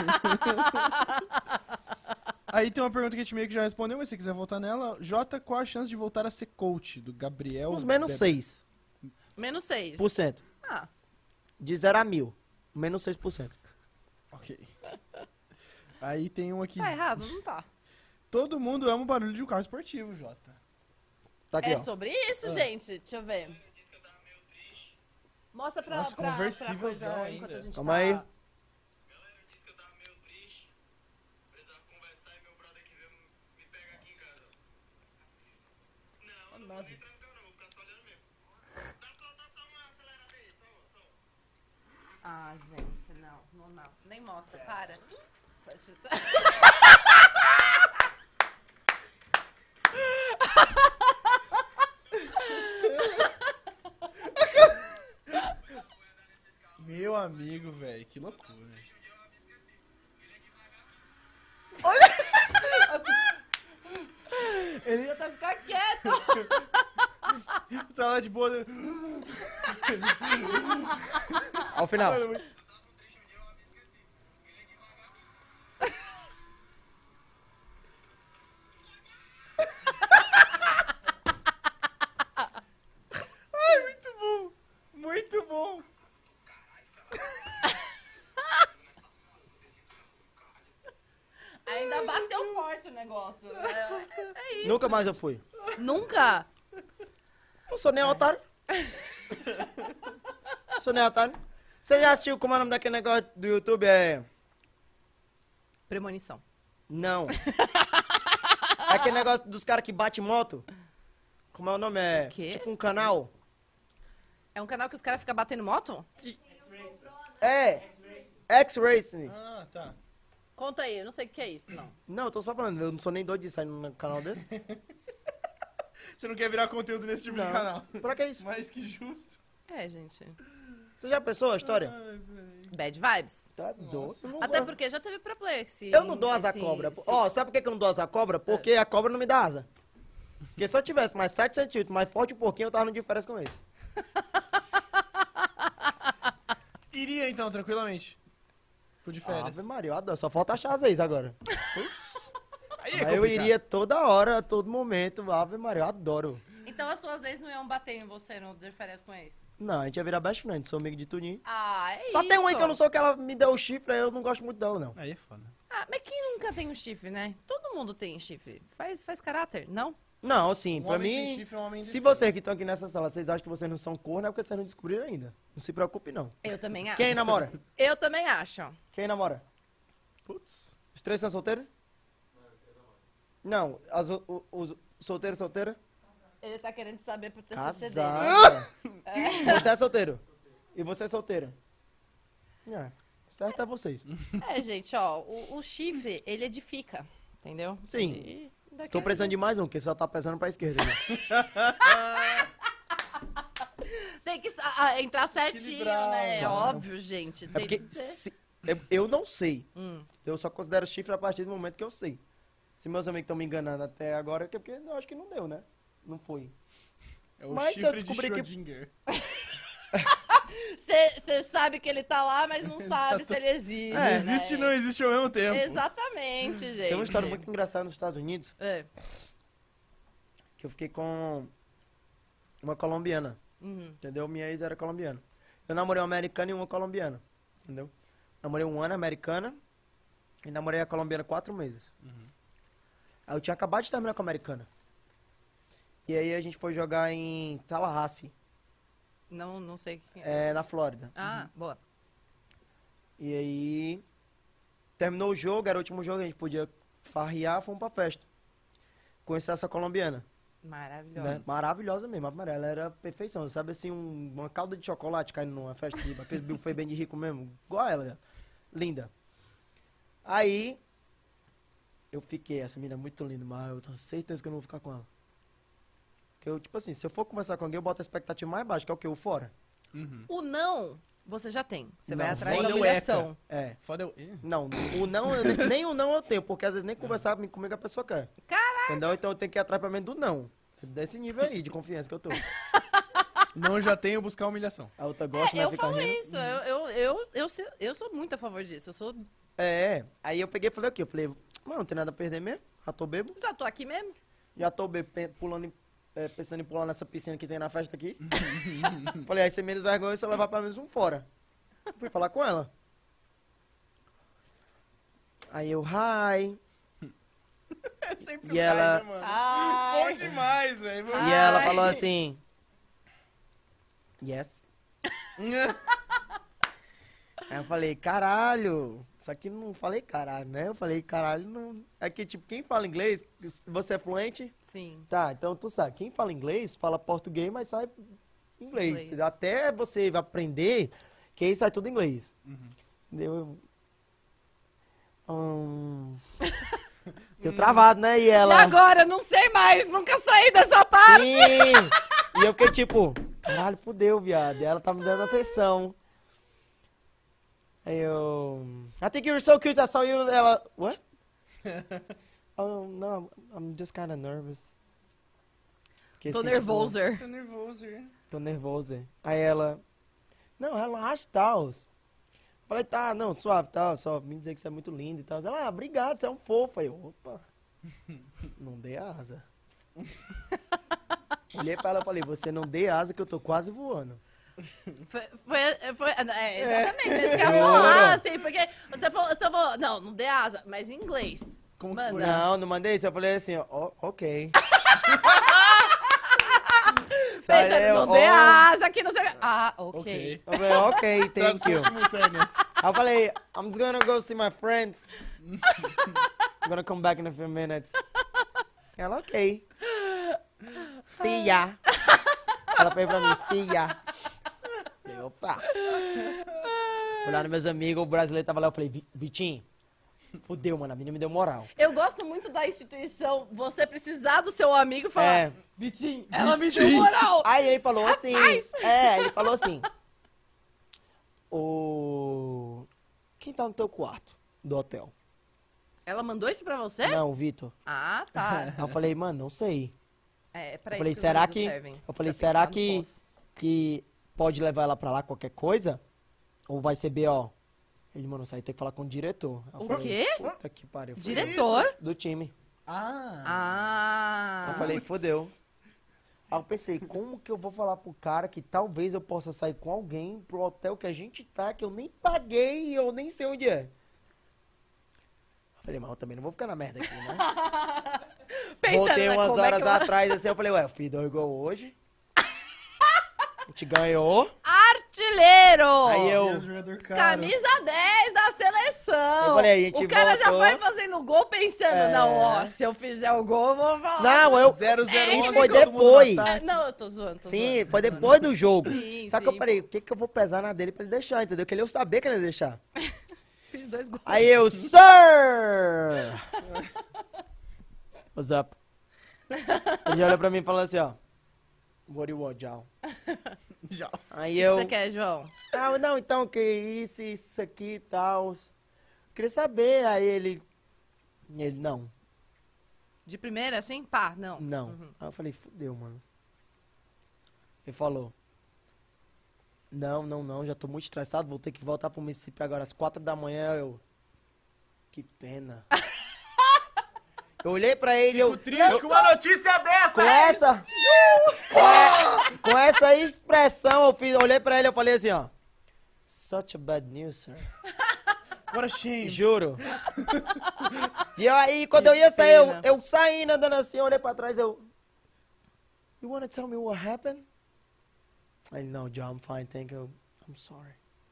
Aí tem uma pergunta que a gente meio que já respondeu, mas se você quiser voltar nela. Jota, qual a chance de voltar a ser coach? Do Gabriel. Uns menos Bebe- seis Menos seis. por cento. Ah, De zero a mil. Menos seis por cento. Ok. Aí tem um aqui. tá errado? Não tá. Todo mundo ama o barulho de um carro esportivo, Jota. Tá aqui, É ó. sobre isso, gente. Deixa eu ver. Mostra pra, Nossa, pra, pra conversívelzão coisa ainda. enquanto a gente Calma tá... aí. Galera, eu disse que eu tava meio triste. Precisava conversar e meu brother que veio me pegar aqui em casa. Não, não vou nem trancar não, vou ficar só olhando mesmo. Dá só, dá só uma acelerada aí, só, só. Ah, gente, não, não, não. Nem mostra, para. Meu amigo, velho, que loucura. Ele já tá ficar quieto. Tá lá de boa. né? Ao final. Ai, muito bom. Muito bom. Ainda bateu forte o negócio. É, é isso. Nunca mais eu fui. Nunca? Não sou nem otário. Sou nem otário. Você já assistiu como é o nome daquele negócio do YouTube? É. Premonição. Não. É aquele negócio dos caras que bate moto. Como é o nome? É. O quê? Tipo um canal. É um canal que os caras ficam batendo moto? É. X-Racing. Ah, tá. Conta aí, eu não sei o que é isso, não. Não, eu tô só falando. Eu não sou nem doido de sair num canal desse. Você não quer virar conteúdo nesse tipo de canal. Pra que isso? Mas que justo. É, gente. Você já pensou a história? Ai, velho. Bad vibes. Tá doido. Eu não Até gosto. porque já teve perplexo. Eu não dou asa à cobra. Ó, sabe por que que eu não dou asa à cobra? Porque a cobra não me dá asa. Porque se eu tivesse mais sete centímetros, mais forte um pouquinho, eu tava no de férias com esse. Iria então, tranquilamente. Pro de férias. Ave Maria, eu adoro. Só falta achar as ex agora. Aí é Aí eu complicado. iria toda hora, a todo momento. Ave Maria, eu adoro. Então as suas ex não iam bater em você no de férias com ex? Não, a gente ia virar best friend, sou amigo de tudinho. Ah, é Só isso. tem uma que eu não sou que ela me deu o chifre, aí eu não gosto muito dela, não. Aí é foda. Ah, mas quem nunca tem um chifre, né? Todo mundo tem chifre. Faz, faz caráter, não? Não, assim, Um pra homem sem mim, chifre é um homem se indefeso. vocês que estão aqui nessa sala, vocês acham que vocês não são corno, é porque vocês não descobriram ainda. Não se preocupe, não. Eu também acho. Quem namora? Eu também acho. Quem namora? Putz. Os três são solteiros? Não, as, o- o- os solteiros, solteira? Ele tá querendo saber pro T C C dele. Casada. Você é solteiro. E você é solteira. É, certo é vocês. É, gente, ó, o, o chifre, ele edifica, entendeu? Sim. E daquele- Tô precisando de mais um, porque só tá pesando pra esquerda. Né? Tem que ah, entrar certinho, Equilibrar, né? claro. Óbvio, gente. É Tem porque que ser. se, Eu, eu não sei. Hum. Eu só considero chifre a partir do momento que eu sei. Se meus amigos estão me enganando até agora, é porque eu acho que não deu, né? Não foi. É o Mas se eu chifre de descobrir que- Schrödinger. Você sabe que ele tá lá, mas não sabe se ele existe. É, né? existe e não existe ao mesmo tempo. Exatamente, gente. Tem uma história muito engraçada nos Estados Unidos, É. que eu fiquei com uma colombiana, Uhum. entendeu? Minha ex era colombiana. Eu namorei uma americana e uma colombiana, entendeu? Namorei um ano americana e namorei a colombiana quatro meses. Aí eu tinha acabado de terminar com a americana. E aí a gente foi jogar em Tallahassee, Não, não sei quem é. é, na Flórida. Ah, boa. E aí terminou o jogo, era o último jogo, a gente podia farrear, fomos pra festa. Conheci essa colombiana. Maravilhosa. Né? Maravilhosa mesmo, a ela era perfeição, sabe assim, um- uma calda de chocolate caindo numa festa, de, aqueles buffet bem de rico mesmo, igual a ela, cara. Linda. Aí, eu fiquei, essa menina é muito linda, mas eu tenho certeza que eu não vou ficar com ela. Porque eu, tipo assim, se eu for conversar com alguém, eu boto a expectativa mais baixa, que é o que? O fora. Uhum. O não, você já tem. Você vai Não, atrás foda da o humilhação. É. Foda eu... Ih. Não, o não, eu- nem o não eu tenho, porque às vezes nem conversar comigo a pessoa quer. Caraca! Entendeu? Então eu tenho que ir atrás pelo menos do não. Desse nível aí de confiança que eu tô. Não já tenho buscar humilhação. A outra gosta, É, né? eu Fica falo rindo. isso. Eu, eu, eu, eu, sou- eu sou muito a favor disso. Eu sou. É, aí eu peguei e falei o quê? Eu falei, mano, não tem nada a perder mesmo, já tô bebo, Já tô aqui mesmo. já tô bebo, pe- pulando, em- é, pensando em pular nessa piscina que tem na festa aqui. Falei, aí você menos vergonha se eu levar pelo menos um fora. Fui falar com ela. Aí eu, hi, É sempre E o ela- Kai, né, mano? Ai. Bom demais, velho. e Ai. ela falou assim, yes. Aí eu falei, caralho, só que não falei caralho, né? Eu falei, caralho, não... É que, tipo, quem fala inglês, você é fluente? Sim. Tá, então tu sabe, quem fala inglês, fala português, mas sai inglês. Inglês. Entendeu? Até você aprender, que aí sai tudo inglês. Entendeu? Hum... Deu travado, né? E E ela... agora? Não sei mais. Nunca saí dessa parte. Sim! E eu fiquei tipo, caralho, fudeu, viado. E ela tá me dando atenção. Aí eu... I think you're so cute, I saw you... Ela... What? Oh, no, I'm just kind of nervous. Fiquei Tô assim, nervoso. Tô nervoso, hein? Tipo, tô nervoso. Aí ela... Não, relaxa, tal. Falei, tá, não, suave, tal. Só vim dizer que você é muito lindo e tal. Ela, ah, obrigado, você é um fofo. Aí eu, opa. Não dê asa. Olhei pra ela e falei, você não dê asa que eu tô quase voando. Foi, foi, foi- é, exatamente, é isso que eu ia falar, assim, porque você falou, você falou, não, não dê asa, mas em inglês. Como que Manda. foi? Não, não mandei isso. Eu falei assim, ó, ó, ok. Pensando, Aí eu, não dê ó, asa aqui, não sei o que. Ah, ok. Ok. Eu falei, ok, thank Tradução you. simultânea. Aí eu falei, I'm just gonna go see my friends. I'm gonna come back in a few minutes. Ela, ok. See ya. Ela fez pra mim, see ya. Falei, opa. Fui lá nos meus amigos, o brasileiro tava lá, eu falei, "Vi- Vitinho, fudeu, mano, a menina me deu moral. Eu gosto muito da instituição, você precisar do seu amigo e falar, É. Vitinho, ela me deu moral. Aí ele falou assim, Rapaz! é, ele falou assim, o... Quem tá no teu quarto do hotel? Ela mandou isso pra você? Não, o Vitor. Ah, tá. Aí eu falei, mano, não sei. É, pra Eu isso falei, que os será amigos que... servem, Eu falei, pra será pensar no que, pós. que pode levar ela pra lá qualquer coisa? Ou vai ser B O? Ele, mano, isso aí tem que falar com o diretor. Aí eu O falei, quê? Puta que pariu. Eu falei, Diretor? do time. Ah. Ah. Eu falei, fodeu. Aí eu pensei, como que eu vou falar pro cara que talvez eu possa sair com alguém pro hotel que a gente tá, que eu nem paguei e eu nem sei onde é. Eu falei, mas eu também não vou ficar na merda aqui, né? Pensando, Voltei né, umas como é horas que ela- atrás assim, eu falei, ué, eu fiz dois gols hoje. A gente ganhou. Artilheiro! Aí eu- E o jogador caro. Camisa dez da seleção. Eu falei, a gente o cara já voltou. foi fazendo gol pensando, É. não, ó, se eu fizer o gol, eu vou falar. Não, eu... zero zero Isso um, foi todo mundo depois. no Ah, ataque. não, eu tô zoando, tô Sim, zoando, foi tô zoando. depois do jogo. Sim, Só que eu sim. falei, o que que eu vou pesar na dele pra ele deixar, entendeu? Que ele eu sabia que ele ia deixar. Fiz dois gols. Aí eu, sir! What's up? Ele olha pra mim e fala assim, ó. What do you want, Jal? Já. Aí O que eu... você quer, João? Ah, não, então, que isso, isso aqui e tal. Queria saber. Aí ele... Ele, não, De primeira, assim? Pá, não. não. Uhum. Aí eu falei, fudeu, mano. Ele falou... Não, não, não, já tô muito estressado, vou ter que voltar pro Mississippi agora às quatro da manhã. Eu... Que pena. Eu olhei pra ele, eu... Triste com uma notícia dessa! Com essa... com, e- com essa expressão, eu, fiz, eu olhei pra ele e eu falei assim, ó... Such a bad news, sir. What a shame. Juro. E eu, aí, quando eu ia sair, eu, pena. eu saindo, andando assim, eu olhei pra trás, eu... You wanna tell me what happened? I know, John, I'm fine, thank you. I'm sorry.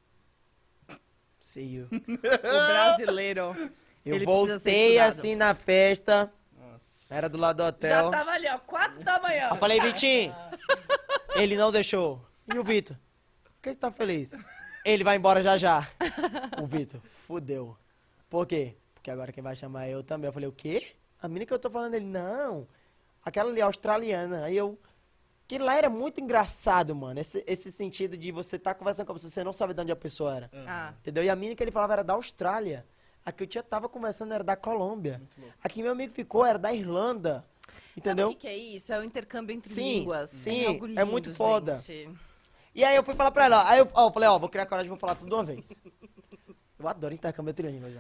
See you. O brasileiro. Eu Ele precisa ser voltei estudado. assim na festa, Nossa. era do lado do Já hotel. tava ali, ó, quatro da manhã. Eu falei, Vitinho, ele não deixou. E o Vitor? Por que ele tá feliz? Ele vai embora já já. O Vitor, fudeu. Por quê? Porque agora quem vai chamar é eu também. Eu falei, o quê? A menina que eu tô falando, ele, não. Aquela ali, australiana. Aí eu... Que lá era muito engraçado, mano. Esse, esse sentido de você tá conversando com a pessoa, você não sabe de onde a pessoa era. Ah, Entendeu? E a menina que ele falava era da Austrália. A que eu tinha, tava conversando era da Colômbia. A que meu amigo ficou era da Irlanda. Entendeu? sabe o que, que é isso? É o intercâmbio entre Sim, línguas. sim, é, algo é lindo, muito foda. gente. E aí eu fui falar pra ela, aí eu, ó, eu falei, ó, vou criar coragem e vou falar tudo de uma vez. Eu adoro intercâmbio entre línguas, já.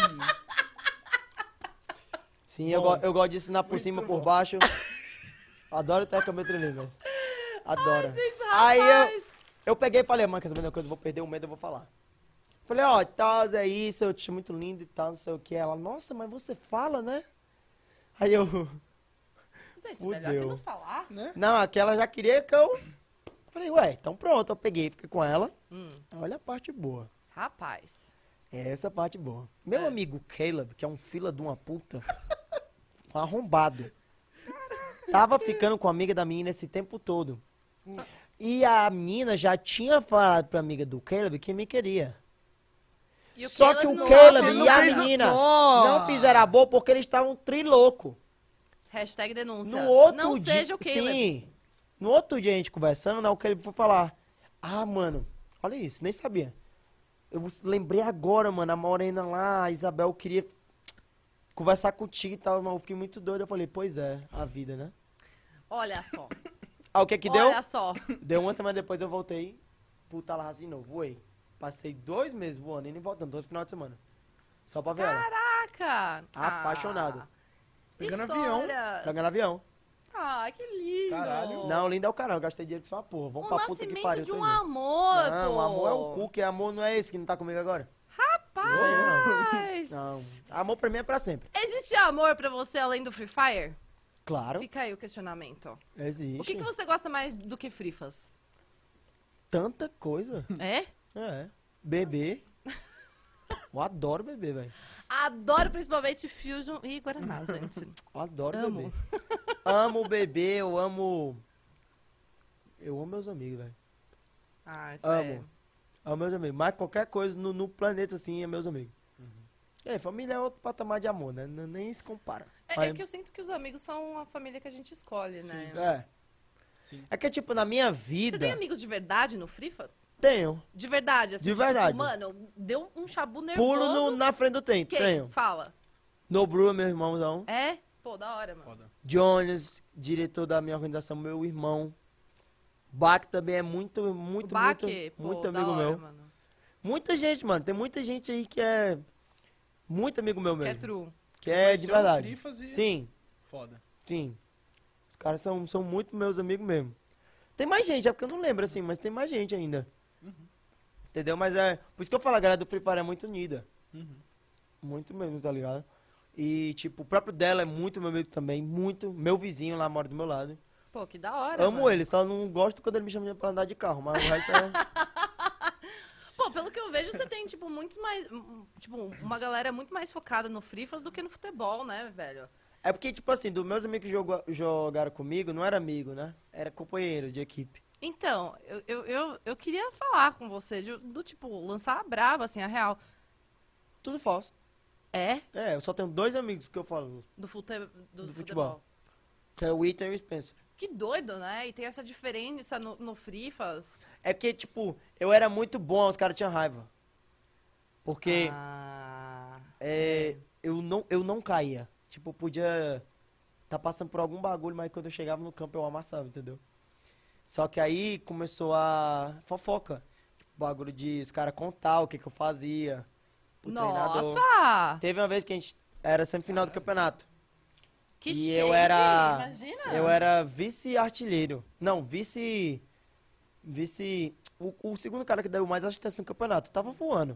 Sim, eu, Bom. go- eu gosto de ensinar por cima, por baixo. Adoro intercâmbio entre línguas. Adoro. Gente, Aí eu, rapaz. eu peguei e falei, mãe, quer saber de uma coisa? Eu vou perder o medo, eu vou falar. Falei, ó, tal, é isso, eu te acho muito lindo e tal, não sei o que. Ela, nossa, mas você fala, né? Aí eu, Gente, melhor que fudeu. não falar. não, aquela já queria que eu... Falei, ué, então pronto, eu peguei, fiquei com ela. Hum, Olha a parte boa. rapaz. É essa a parte boa. Meu É. amigo Caleb, que é um fila de uma puta, um arrombado, tava ficando com a amiga da menina esse tempo todo. E a menina já tinha falado pra amiga do Caleb que me queria. E Só Caleb que o não- Caleb Nossa, e a não fez a- menina Nossa. não fizeram a boa porque eles estavam trilouco. Hashtag denúncia. No outro não dia, seja o Caleb. sim. No outro dia a gente conversando, né, o Caleb foi falar: "Ah, mano, olha isso, nem sabia. Eu lembrei agora, mano, a Morena lá, a Isabel queria conversar contigo e tal, mas eu fiquei muito doido." Eu falei: "Pois é, a vida, né?" Olha só. Ah, o que que deu? Olha só. Deu uma semana depois eu voltei pro Tallahassee de novo, voei. Passei dois meses voando, indo e voltando, todo final de semana. Só pra ver ela. Caraca. Apaixonado. Ah, Pegando avião. histórias. Pegando avião. Ah, que lindo. Caralho. Não, lindo é o caralho, eu gastei dinheiro que só uma porra. Vamos O pra puta que nascimento pariu. de um todinho. amor, Não, pô. amor é um cu, que amor não é esse que não tá comigo agora. Rapaz. Não, amor pra mim é pra sempre. Existe amor pra você além do Free Fire? Claro, Fica aí o questionamento. existe. O que, que você gosta mais do que frifas? Tanta coisa. É? É, beber. Eu adoro beber, velho. Adoro principalmente Fusion e Guaraná, gente. Eu adoro Amo. beber. Amo beber, eu amo... Eu amo meus amigos, velho. Ah, isso é... Amo. Amo meus amigos. Mas qualquer coisa no, no planeta, assim, é meus amigos. E aí, família é outro patamar de amor, né? N- Nem se compara. É, Mas- é que eu sinto que os amigos são a família que a gente escolhe, né? É. Sim. É que, tipo, na minha Você vida... tem amigos de verdade no Frifas? Tenho. De verdade, assim, De tipo, verdade. mano, deu um chabu nervoso. Pulo no- na frente do tempo. Quem? Tenho. Fala. Nobru é meu irmãozão. É? Pô, da hora, mano. Foda. Jones, diretor da minha organização, meu irmão. Bach também é muito, muito, o Baque, muito, pô, muito da amigo hora, meu. mano. Muita gente, mano. Tem muita gente aí que é muito amigo meu Que é mesmo. true. Que Você é de conheceu no verdade. Frifas e- Sim, Foda. sim. Os caras são, são muito meus amigos mesmo. Tem mais gente, é porque eu não lembro assim, mas tem mais gente ainda. Entendeu? Mas é. Por isso que eu falo, a galera do Free Fire é muito unida. Uhum. Muito mesmo, tá ligado? E, tipo, o próprio dela é muito meu amigo também. Muito. Meu vizinho lá mora do meu lado. Pô, que da hora, Amo mano. ele, só não gosto quando ele me chama pra andar de carro, mas o resto é. Pô, pelo que eu vejo, você tem, tipo, muitos mais... um- Tipo, uma galera muito mais focada no Frifas do que no futebol, né, velho? É porque, tipo assim, dos meus amigos que jogou- jogaram comigo, não era amigo, né? Era companheiro de equipe. Então, eu, eu, eu, eu queria falar com você de- do, tipo, lançar a braba, assim, a real. Tudo falso. É? É, eu só tenho dois amigos que eu falo. Do, fute, do, Do futebol. futebol. Que é o Ethan e o Spencer. Que doido, né? E tem essa diferença no, no Frifas. É que, tipo, eu era muito bom, os caras tinham raiva. Porque Ah, é, eu, não, eu não caía. Tipo, podia tá passando por algum bagulho, mas quando eu chegava no campo eu amassava, entendeu? Só que aí começou a fofoca. Tipo, bagulho de os caras contar o que, que eu fazia. Pro treinador. nossa! Teve uma vez que a gente era semifinal do campeonato. Que E shade, eu era. imagina. Eu era vice-artilheiro. Não, vice. Vice. O, o segundo cara que deu mais assistência no campeonato. Tava voando.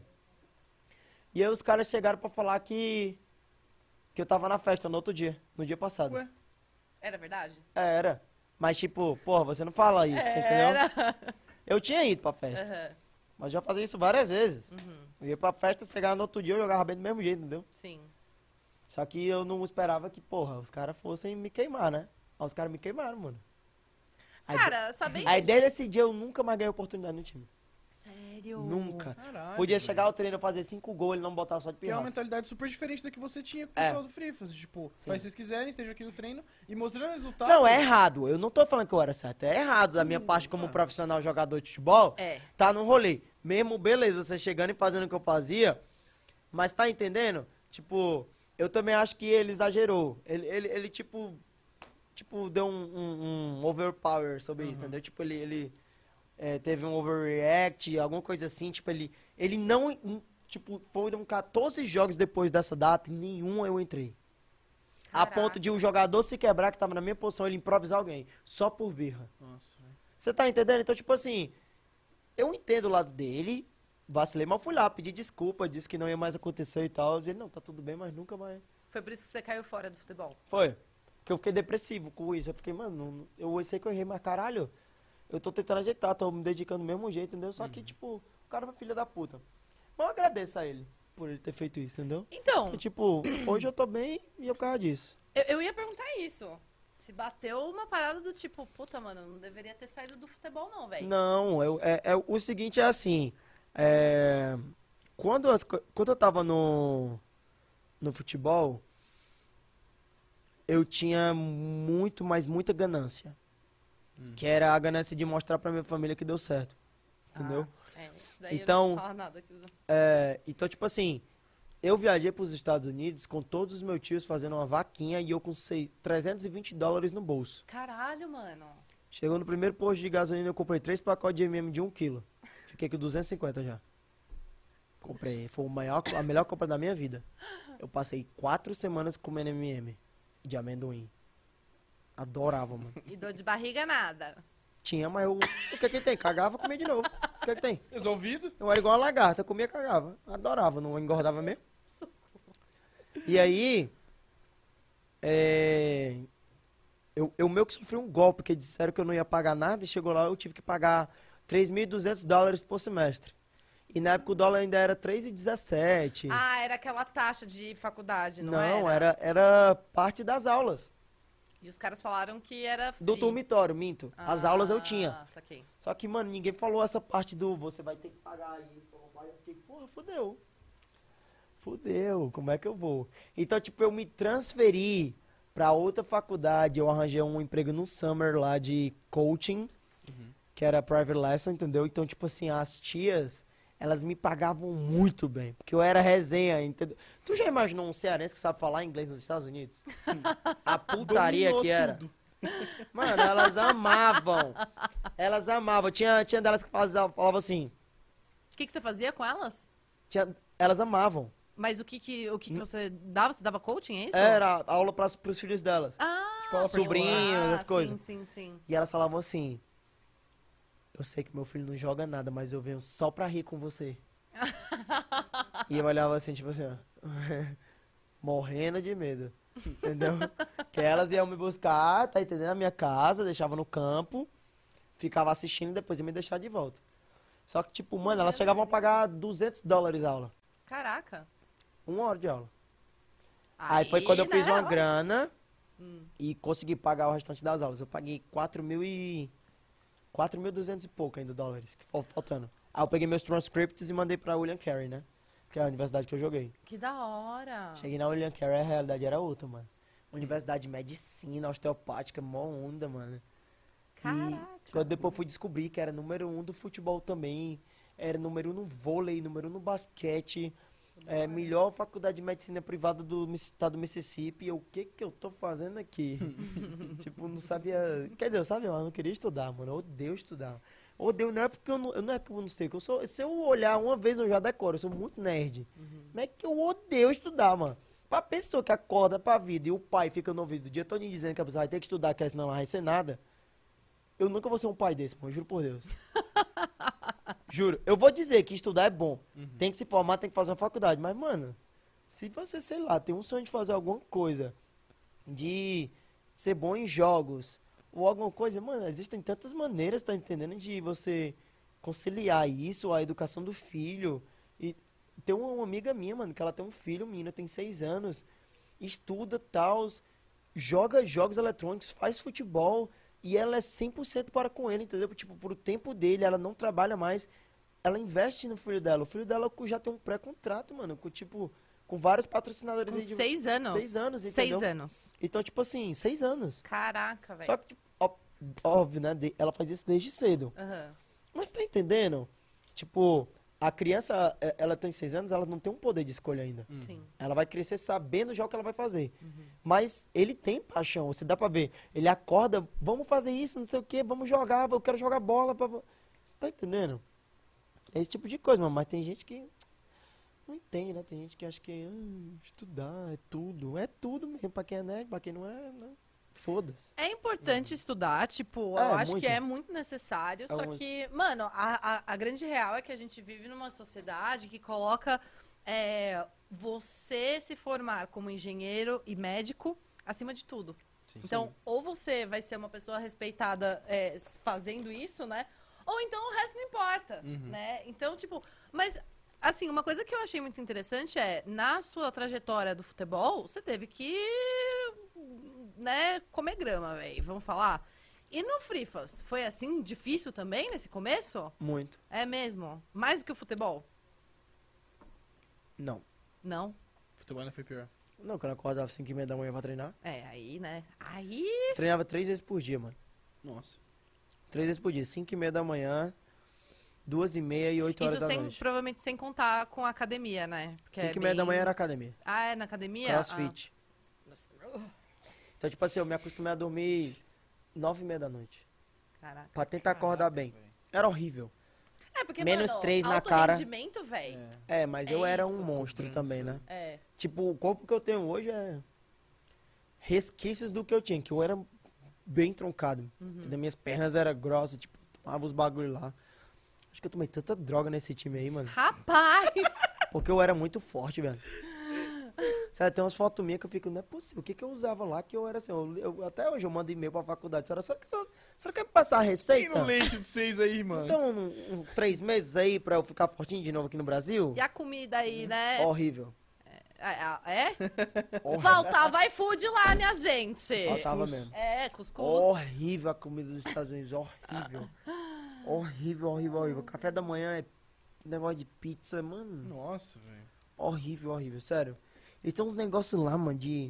E aí os caras chegaram pra falar que. Que eu tava na festa no outro dia. No dia passado. Ué? Era verdade? É, era. Mas tipo, porra, você não fala isso, entendeu? Era. Eu tinha ido pra festa. Aham, Mas já fazia isso várias vezes. uhum, Eu ia pra festa, chegava no outro dia, eu jogava bem do mesmo jeito, entendeu? sim. Só que eu não esperava que, porra, os caras fossem me queimar, né? Aí os caras me queimaram, mano. Aí, Cara, sabia aí que... desde esse dia eu nunca mais ganhei oportunidade no time. Sério? Nunca. Caralho. Podia velho. chegar ao treino, fazer cinco gols, ele não botava só de Que é uma pirraça. mentalidade super diferente da que você tinha com o É. pessoal do Frifas. Tipo, Sim. faz o que vocês quiserem, esteja aqui no treino e mostrando resultado. Não, é errado. Eu não tô falando que eu era certo. É errado da minha Hum, parte como ah. profissional jogador de futebol. É. Tá no rolê. Mesmo, beleza, você chegando e fazendo o que eu fazia. Mas tá entendendo? Tipo, eu também acho que ele exagerou. Ele, ele, ele tipo, tipo, deu um, um, um overpower sobre isso, entendeu? Tipo, ele, ele é, teve um overreact, alguma coisa assim. Tipo, ele, ele não, hum, tipo, foram quatorze jogos depois dessa data e nenhum eu entrei. A Caraca. ponto de o jogador se quebrar, que tava na minha posição, ele improvisar alguém. Só por birra. Nossa, velho. Você tá entendendo? Então, tipo assim, eu entendo o lado dele, vacilei, mas fui lá, pedi desculpa, disse que não ia mais acontecer e tal. E ele, não, tá tudo bem, mas nunca mais. Foi por isso que você caiu fora do futebol. Foi. Que eu fiquei depressivo com isso. Eu fiquei, mano, não- eu sei que eu errei, mas caralho, eu tô tentando ajeitar, tô me dedicando do mesmo jeito, entendeu? Só que, tipo, o cara foi filho da puta. Mas eu agradeço a ele por ele ter feito isso, entendeu? Então, Porque, tipo, hoje eu tô bem e é por causa disso. eu, eu ia perguntar isso. Se bateu uma parada do tipo, puta, mano, não deveria ter saído do futebol não, velho. Não, eu, é, é- o seguinte é assim, é, quando, as co- quando eu tava no, no futebol, eu tinha muito, mas muita ganância. Que era a ganância de mostrar pra minha família que deu certo. Entendeu? Ah, é, isso daí Então- eu não posso falar nada. aqui. É, então, tipo assim, eu viajei pros Estados Unidos com todos os meus tios fazendo uma vaquinha e eu com sei, trezentos e vinte dólares no bolso. Caralho, mano. Chegou no primeiro posto de gasolina, eu comprei três pacotes de M e M de um quilo. Fiquei com duzentos e cinquenta já. Comprei. Foi o maior, a melhor compra da minha vida. Eu passei quatro semanas comendo M e M de amendoim. Adorava, mano. E dor de barriga, nada. Tinha, mas eu, o que que tem? Cagava, comia de novo. O que que tem? Resolvido? Eu era igual a lagarta, comia, cagava. Adorava, não engordava mesmo. E aí, é, eu, eu meio que sofri um golpe, porque disseram que eu não ia pagar nada, e chegou lá, eu tive que pagar três mil e duzentos dólares por semestre. E na época o dólar ainda era três reais e dezessete. Ah, era aquela taxa de faculdade, não, não, era? era, era parte das aulas. E os caras falaram que era free. Do dormitório, minto. As aulas eu tinha. Ah, saquei. Só que, mano, ninguém falou essa parte do você vai ter que pagar isso. Eu fiquei, porra, fudeu. Fudeu, como é que eu vou? Então, tipo, eu me transferi pra outra faculdade. Eu arranjei um emprego no Summer lá de coaching, que era private lesson, entendeu? Então, tipo assim, as tias, elas me pagavam muito bem. Porque eu era resenha, entendeu? Tu já imaginou um cearense que sabe falar inglês nos Estados Unidos? A putaria Dominou que era. tudo. Mano, elas amavam. Elas amavam. Tinha, tinha delas que fazia, falavam assim. O que, que você fazia com elas? Tinha, elas amavam. Mas o que que, o que, que você dava? Você dava coaching, é isso? Era aula para os filhos delas. Ah, Tipo, aula Sobrinhos, ah, essas coisas. Sim, sim, sim. E elas falavam assim. Eu sei que meu filho não joga nada, mas eu venho só pra rir com você. E eu olhava assim, tipo assim, ó. Morrendo de medo. Entendeu? Que elas iam me buscar, tá entendendo? Na minha casa, deixava no campo, ficava assistindo e depois ia me deixar de volta. Só que, tipo, mano, elas chegavam a pagar duzentos dólares a aula. Caraca. Uma hora de aula. Aí, foi quando eu fiz né, uma ó. grana Hum. e consegui pagar o restante das aulas. Eu paguei quatro mil e... quatro mil e duzentos e pouco ainda dólares, que fal- faltando. Aí eu peguei meus transcripts e mandei pra William Carey, né? Que é a universidade que eu joguei. Que da hora. Cheguei na William Carey, a realidade era outra, mano. Universidade de Medicina, osteopática, mó onda, mano. Caraca. E quando depois eu fui descobrir que era número um do futebol também, era número um no vôlei, número um no basquete, é, melhor faculdade de medicina privada do Miss- estado do Mississippi. E eu, o que que eu tô fazendo aqui? Tipo, não sabia... Quer dizer, eu sabia, mas eu não queria estudar, mano. Eu odeio estudar. Eu odeio, não é porque eu não, eu não é que eu não sei, que eu sou... Se eu olhar uma vez, eu já decoro, eu sou muito nerd. Mas é que eu odeio estudar, mano. Pra pessoa que acorda pra vida e o pai fica no ouvido o dia todo dizendo que a pessoa vai ter que estudar, que senão ela não vai ser nada... Eu nunca vou ser um pai desse, mano, juro por Deus. Juro. Eu vou dizer que estudar é bom. Tem que se formar, tem que fazer uma faculdade. Mas, mano, se você, sei lá, tem um sonho de fazer alguma coisa, de ser bom em jogos, ou alguma coisa, mano, existem tantas maneiras, tá entendendo? De você conciliar isso, a educação do filho. E tem uma, uma amiga minha, mano, que ela tem um filho, menina, tem seis anos, estuda, tal, joga jogos eletrônicos, faz futebol... E ela é cem por cento para com ele, entendeu? Tipo, por o tempo dele, ela não trabalha mais. Ela investe no filho dela. O filho dela já tem um pré-contrato, mano. Com, tipo, com vários patrocinadores. Com aí de... seis anos? Seis anos, Seis entendeu? anos. Então, tipo assim, seis anos. Caraca, velho. Só que, tipo, ó, óbvio, né? de- Ela faz isso desde cedo. Aham. Mas tá entendendo? Tipo, a criança, é, ela tem seis anos, ela não tem um poder de escolha ainda. Sim. Ela vai crescer sabendo já o que ela vai fazer. Mas ele tem paixão, você dá pra ver. Ele acorda, vamos fazer isso, não sei o quê, vamos jogar, eu quero jogar bola. Pra... Você tá entendendo? É esse tipo de coisa, mano. Mas tem gente que não entende, né? Tem gente que acha que ah, estudar é tudo. É tudo mesmo, pra quem é nerd, pra quem não é, né? Foda-se. É importante estudar, tipo, É, eu acho muito. que é muito necessário, É só muito. que, mano, a, a, a grande real é que a gente vive numa sociedade que coloca é, você se formar como engenheiro e médico acima de tudo. Sim. Então, ou você vai ser uma pessoa respeitada é, s- fazendo isso, né? Ou então o resto não importa, né? Então, tipo, mas, assim, uma coisa que eu achei muito interessante é, na sua trajetória do futebol, você teve que, né, comer grama, velho, vamos falar. E no Frifas, foi assim, difícil também nesse começo? Muito. É mesmo? Mais do que o futebol? Não. Não? Futebol ainda foi pior. Não, quando eu acordava às cinco e meia da manhã pra treinar. É, aí, né? Aí... Eu treinava três vezes por dia, mano. Nossa. Três vezes por dia. Cinco e meia da manhã, duas e meia e oito horas Isso da sem, noite. provavelmente sem contar com a academia, né? Porque Cinco é e meia da bem- manhã era academia. Ah, é na academia? Crossfit. Ah. Nossa. Então, tipo assim, eu me acostumei a dormir nove e meia da noite. Caraca. Pra tentar acordar bem. Era horrível. É, porque, Menos mano, três na alto cara. rendimento, velho. É. É, mas É eu era isso. um monstro Cobrança. também, né? É. Tipo, o corpo que eu tenho hoje é resquícios do que eu tinha, que eu era bem troncado. Entendeu? Minhas pernas eram grossas, tipo, tomava os bagulho lá. Acho que eu tomei tanta droga nesse time aí, mano. Rapaz! Porque eu era muito forte, velho. Sério, tem umas fotos minhas que eu fico, não é possível. O que, que eu usava lá que eu era assim? Eu, eu- até hoje eu mando e-mail pra faculdade. Será, será, que, será, será que quer me passar a Tem receita? no leite de vocês aí, mano. Então, um, um, três meses aí pra eu ficar fortinho de novo aqui no Brasil? E a comida aí, né? Horrível. É? é? Horrível. Faltava iFood lá, minha gente. Faltava mesmo. É, cuscuz. Horrível a comida dos Estados Unidos, horrível. horrível, horrível, horrível. Café da manhã é negócio de pizza, mano. Nossa, velho. Horrível, horrível, sério. E tem uns negócios lá, mano, de.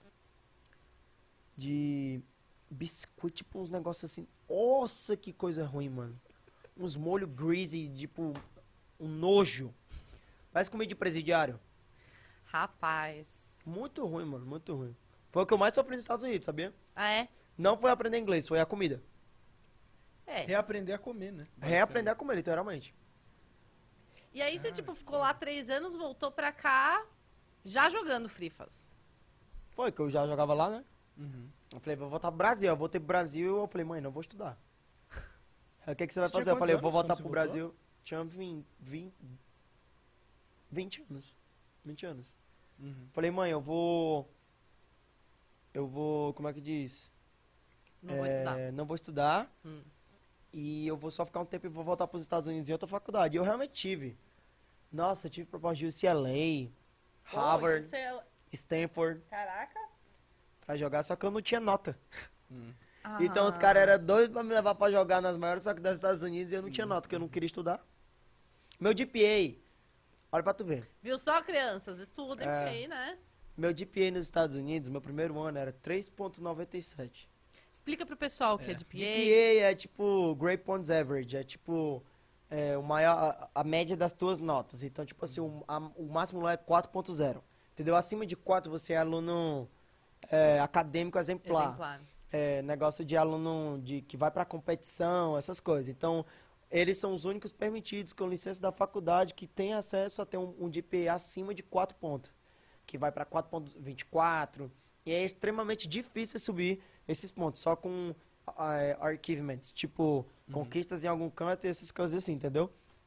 De. Biscoito, tipo uns negócios assim. Nossa, que coisa ruim, mano. Uns molho greasy, tipo. Um nojo. Parece comida de presidiário. Rapaz. Muito ruim, mano, muito ruim. Foi o que eu mais sofri nos Estados Unidos, sabia? Ah, é? Não foi aprender inglês, foi a comida. É. Reaprender a comer, né? Reaprender a comer, literalmente. E aí você, tipo, ficou lá três anos, voltou pra cá, já jogando Frifas. Foi que eu já jogava lá, né? Uhum. Eu falei, vou voltar pro Brasil. Eu voltei pro Brasil, eu falei, mãe, não vou estudar. Aí, o que, que você vai Você tinha fazer? Eu falei, eu quantos vou anos voltar quando pro você Brasil. Tinha vinte, vinte, vinte anos. vinte anos. Uhum. Falei, mãe, eu vou... Eu vou, como é que diz? Não vou É, estudar. Não vou estudar. Hum. E eu vou só ficar um tempo e vou voltar pros Estados Unidos em outra faculdade. E eu realmente tive. Nossa, eu tive proposta de U C L A, Harvard, Pô, você- Stanford, Caraca. pra jogar, só que eu não tinha nota. Uhum. Então os Ah. caras eram doidos pra me levar pra jogar nas maiores só que dos Estados Unidos e eu não tinha nota, porque eu não queria estudar. Meu G P A, olha pra tu ver. Viu só, crianças? Estudem É. por aí, né? meu G P A nos Estados Unidos, meu primeiro ano era três ponto noventa e sete. Explica pro pessoal o que é, É. G P A. G P A é tipo Grade Points Average, é tipo é, o maior, a, a média das tuas notas. Então, tipo assim, o, a- o máximo lá é quatro ponto zero. Entendeu? Acima de quatro você é aluno é, acadêmico exemplar. Exemplar. É, negócio de aluno de, que vai pra competição, essas coisas. Então, eles são os únicos permitidos com licença da faculdade que tem acesso a ter um, um G P A acima de quatro pontos. Que vai pra quatro ponto vinte e quatro. E é extremamente difícil subir esses pontos, só com é, achievements, tipo, conquistas em algum canto e essas coisas assim, entendeu?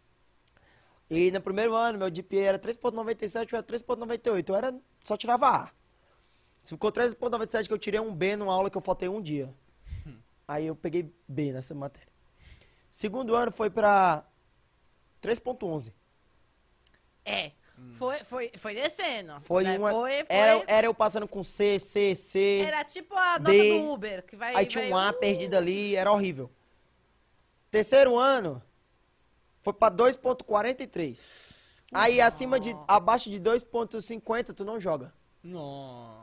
E no primeiro ano, meu G P A era três ponto noventa e sete, eu era três ponto noventa e oito. Eu era, só tirava A. Se ficou três ponto noventa e sete que eu tirei um B numa aula que eu faltei um dia. Aí eu peguei B nessa matéria. Segundo ano foi pra três ponto onze. É. Foi, foi, foi descendo. Foi né? uma, Foi, foi- Era, era eu passando com C, C, C. Era tipo a nota B, do Uber, que vai... Aí tinha um vai- A perdido ali, era horrível. Terceiro ano, foi pra dois ponto quarenta e três. Aí acima de, abaixo de dois ponto cinquenta, tu não joga. Nossa.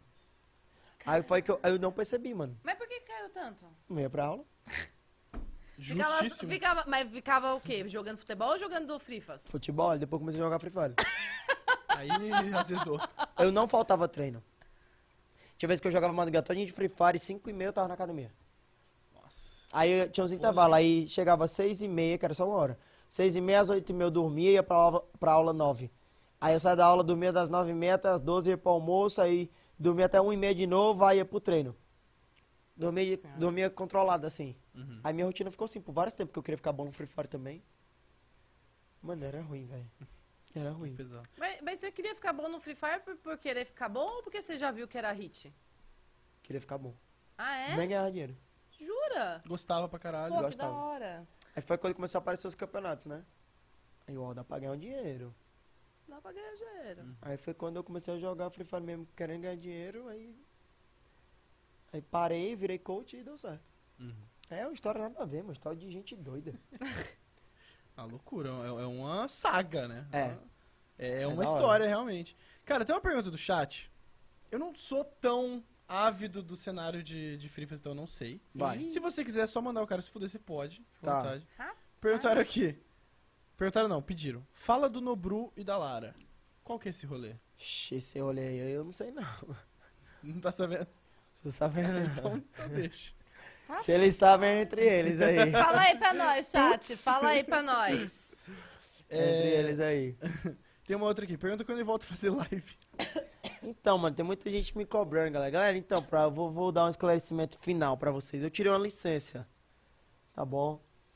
Aí foi que eu, aí eu não percebi, mano. Mas por que caiu tanto? Não ia pra aula. Ficava, Justíssimo. ficava, mas ficava o quê? Jogando futebol ou jogando frifas? Futebol, depois comecei a jogar Free Fire. Aí azedou. Eu não faltava treino. Tinha vezes que eu jogava madrugada de Free Fire, cinco e meia eu tava na academia. Nossa. Aí eu tinha uns intervalos, aí chegava seis e meia, que era só uma hora. seis e meia às oito e meia eu dormia e ia pra aula, pra aula nove. Aí eu saía da aula, dormia das nove e meia até as doze, ia pro almoço, aí dormia até uma e meia de novo, aí ia pro treino. Dormia, Senhora. dormia controlado, assim. Uhum. Aí minha rotina ficou assim, por vários tempos, porque eu queria ficar bom no Free Fire também. Mano, era ruim, velho. Era ruim. Pesado. Mas, mas você queria ficar bom no Free Fire por, por querer ficar bom ou porque você já viu que era hit? Queria ficar bom. Ah, é? Nem ganhar dinheiro. Jura? Gostava pra caralho. Pô, que da gostava. hora. Aí foi quando começou a aparecer os campeonatos, né? Aí, ó, dá pra ganhar um dinheiro. Dá pra ganhar dinheiro. Aí foi quando eu comecei a jogar Free Fire mesmo, querendo ganhar dinheiro, aí... Aí parei, virei coach e deu certo. Uhum. É uma história nada a ver, uma história de gente doida. A loucura. É, é uma saga, né? É. É, É uma da hora. história, realmente. Cara, tem uma pergunta do chat. Eu não sou tão ávido do cenário de, de Free Fire, então eu não sei. Vai. Se você quiser só mandar o cara se fuder, você pode. Fica à Tá. vontade. Rapaz. Perguntaram aqui. Perguntaram não, pediram. Fala do Nobru e da Lara. Qual que é esse rolê? Xê, esse rolê aí, eu não sei não. Não tá sabendo? Tô sabendo não. Então, então deixa. Se eles sabem, é entre eles aí. Fala aí pra nós, chat. Fala aí pra nós. É entre É, eles aí. Tem uma outra aqui. Pergunta quando ele volta a fazer live. Então, mano, tem muita gente me cobrando, galera. Galera, então, pra, eu vou, vou dar um esclarecimento final pra vocês. Eu tirei uma licença, tá bom?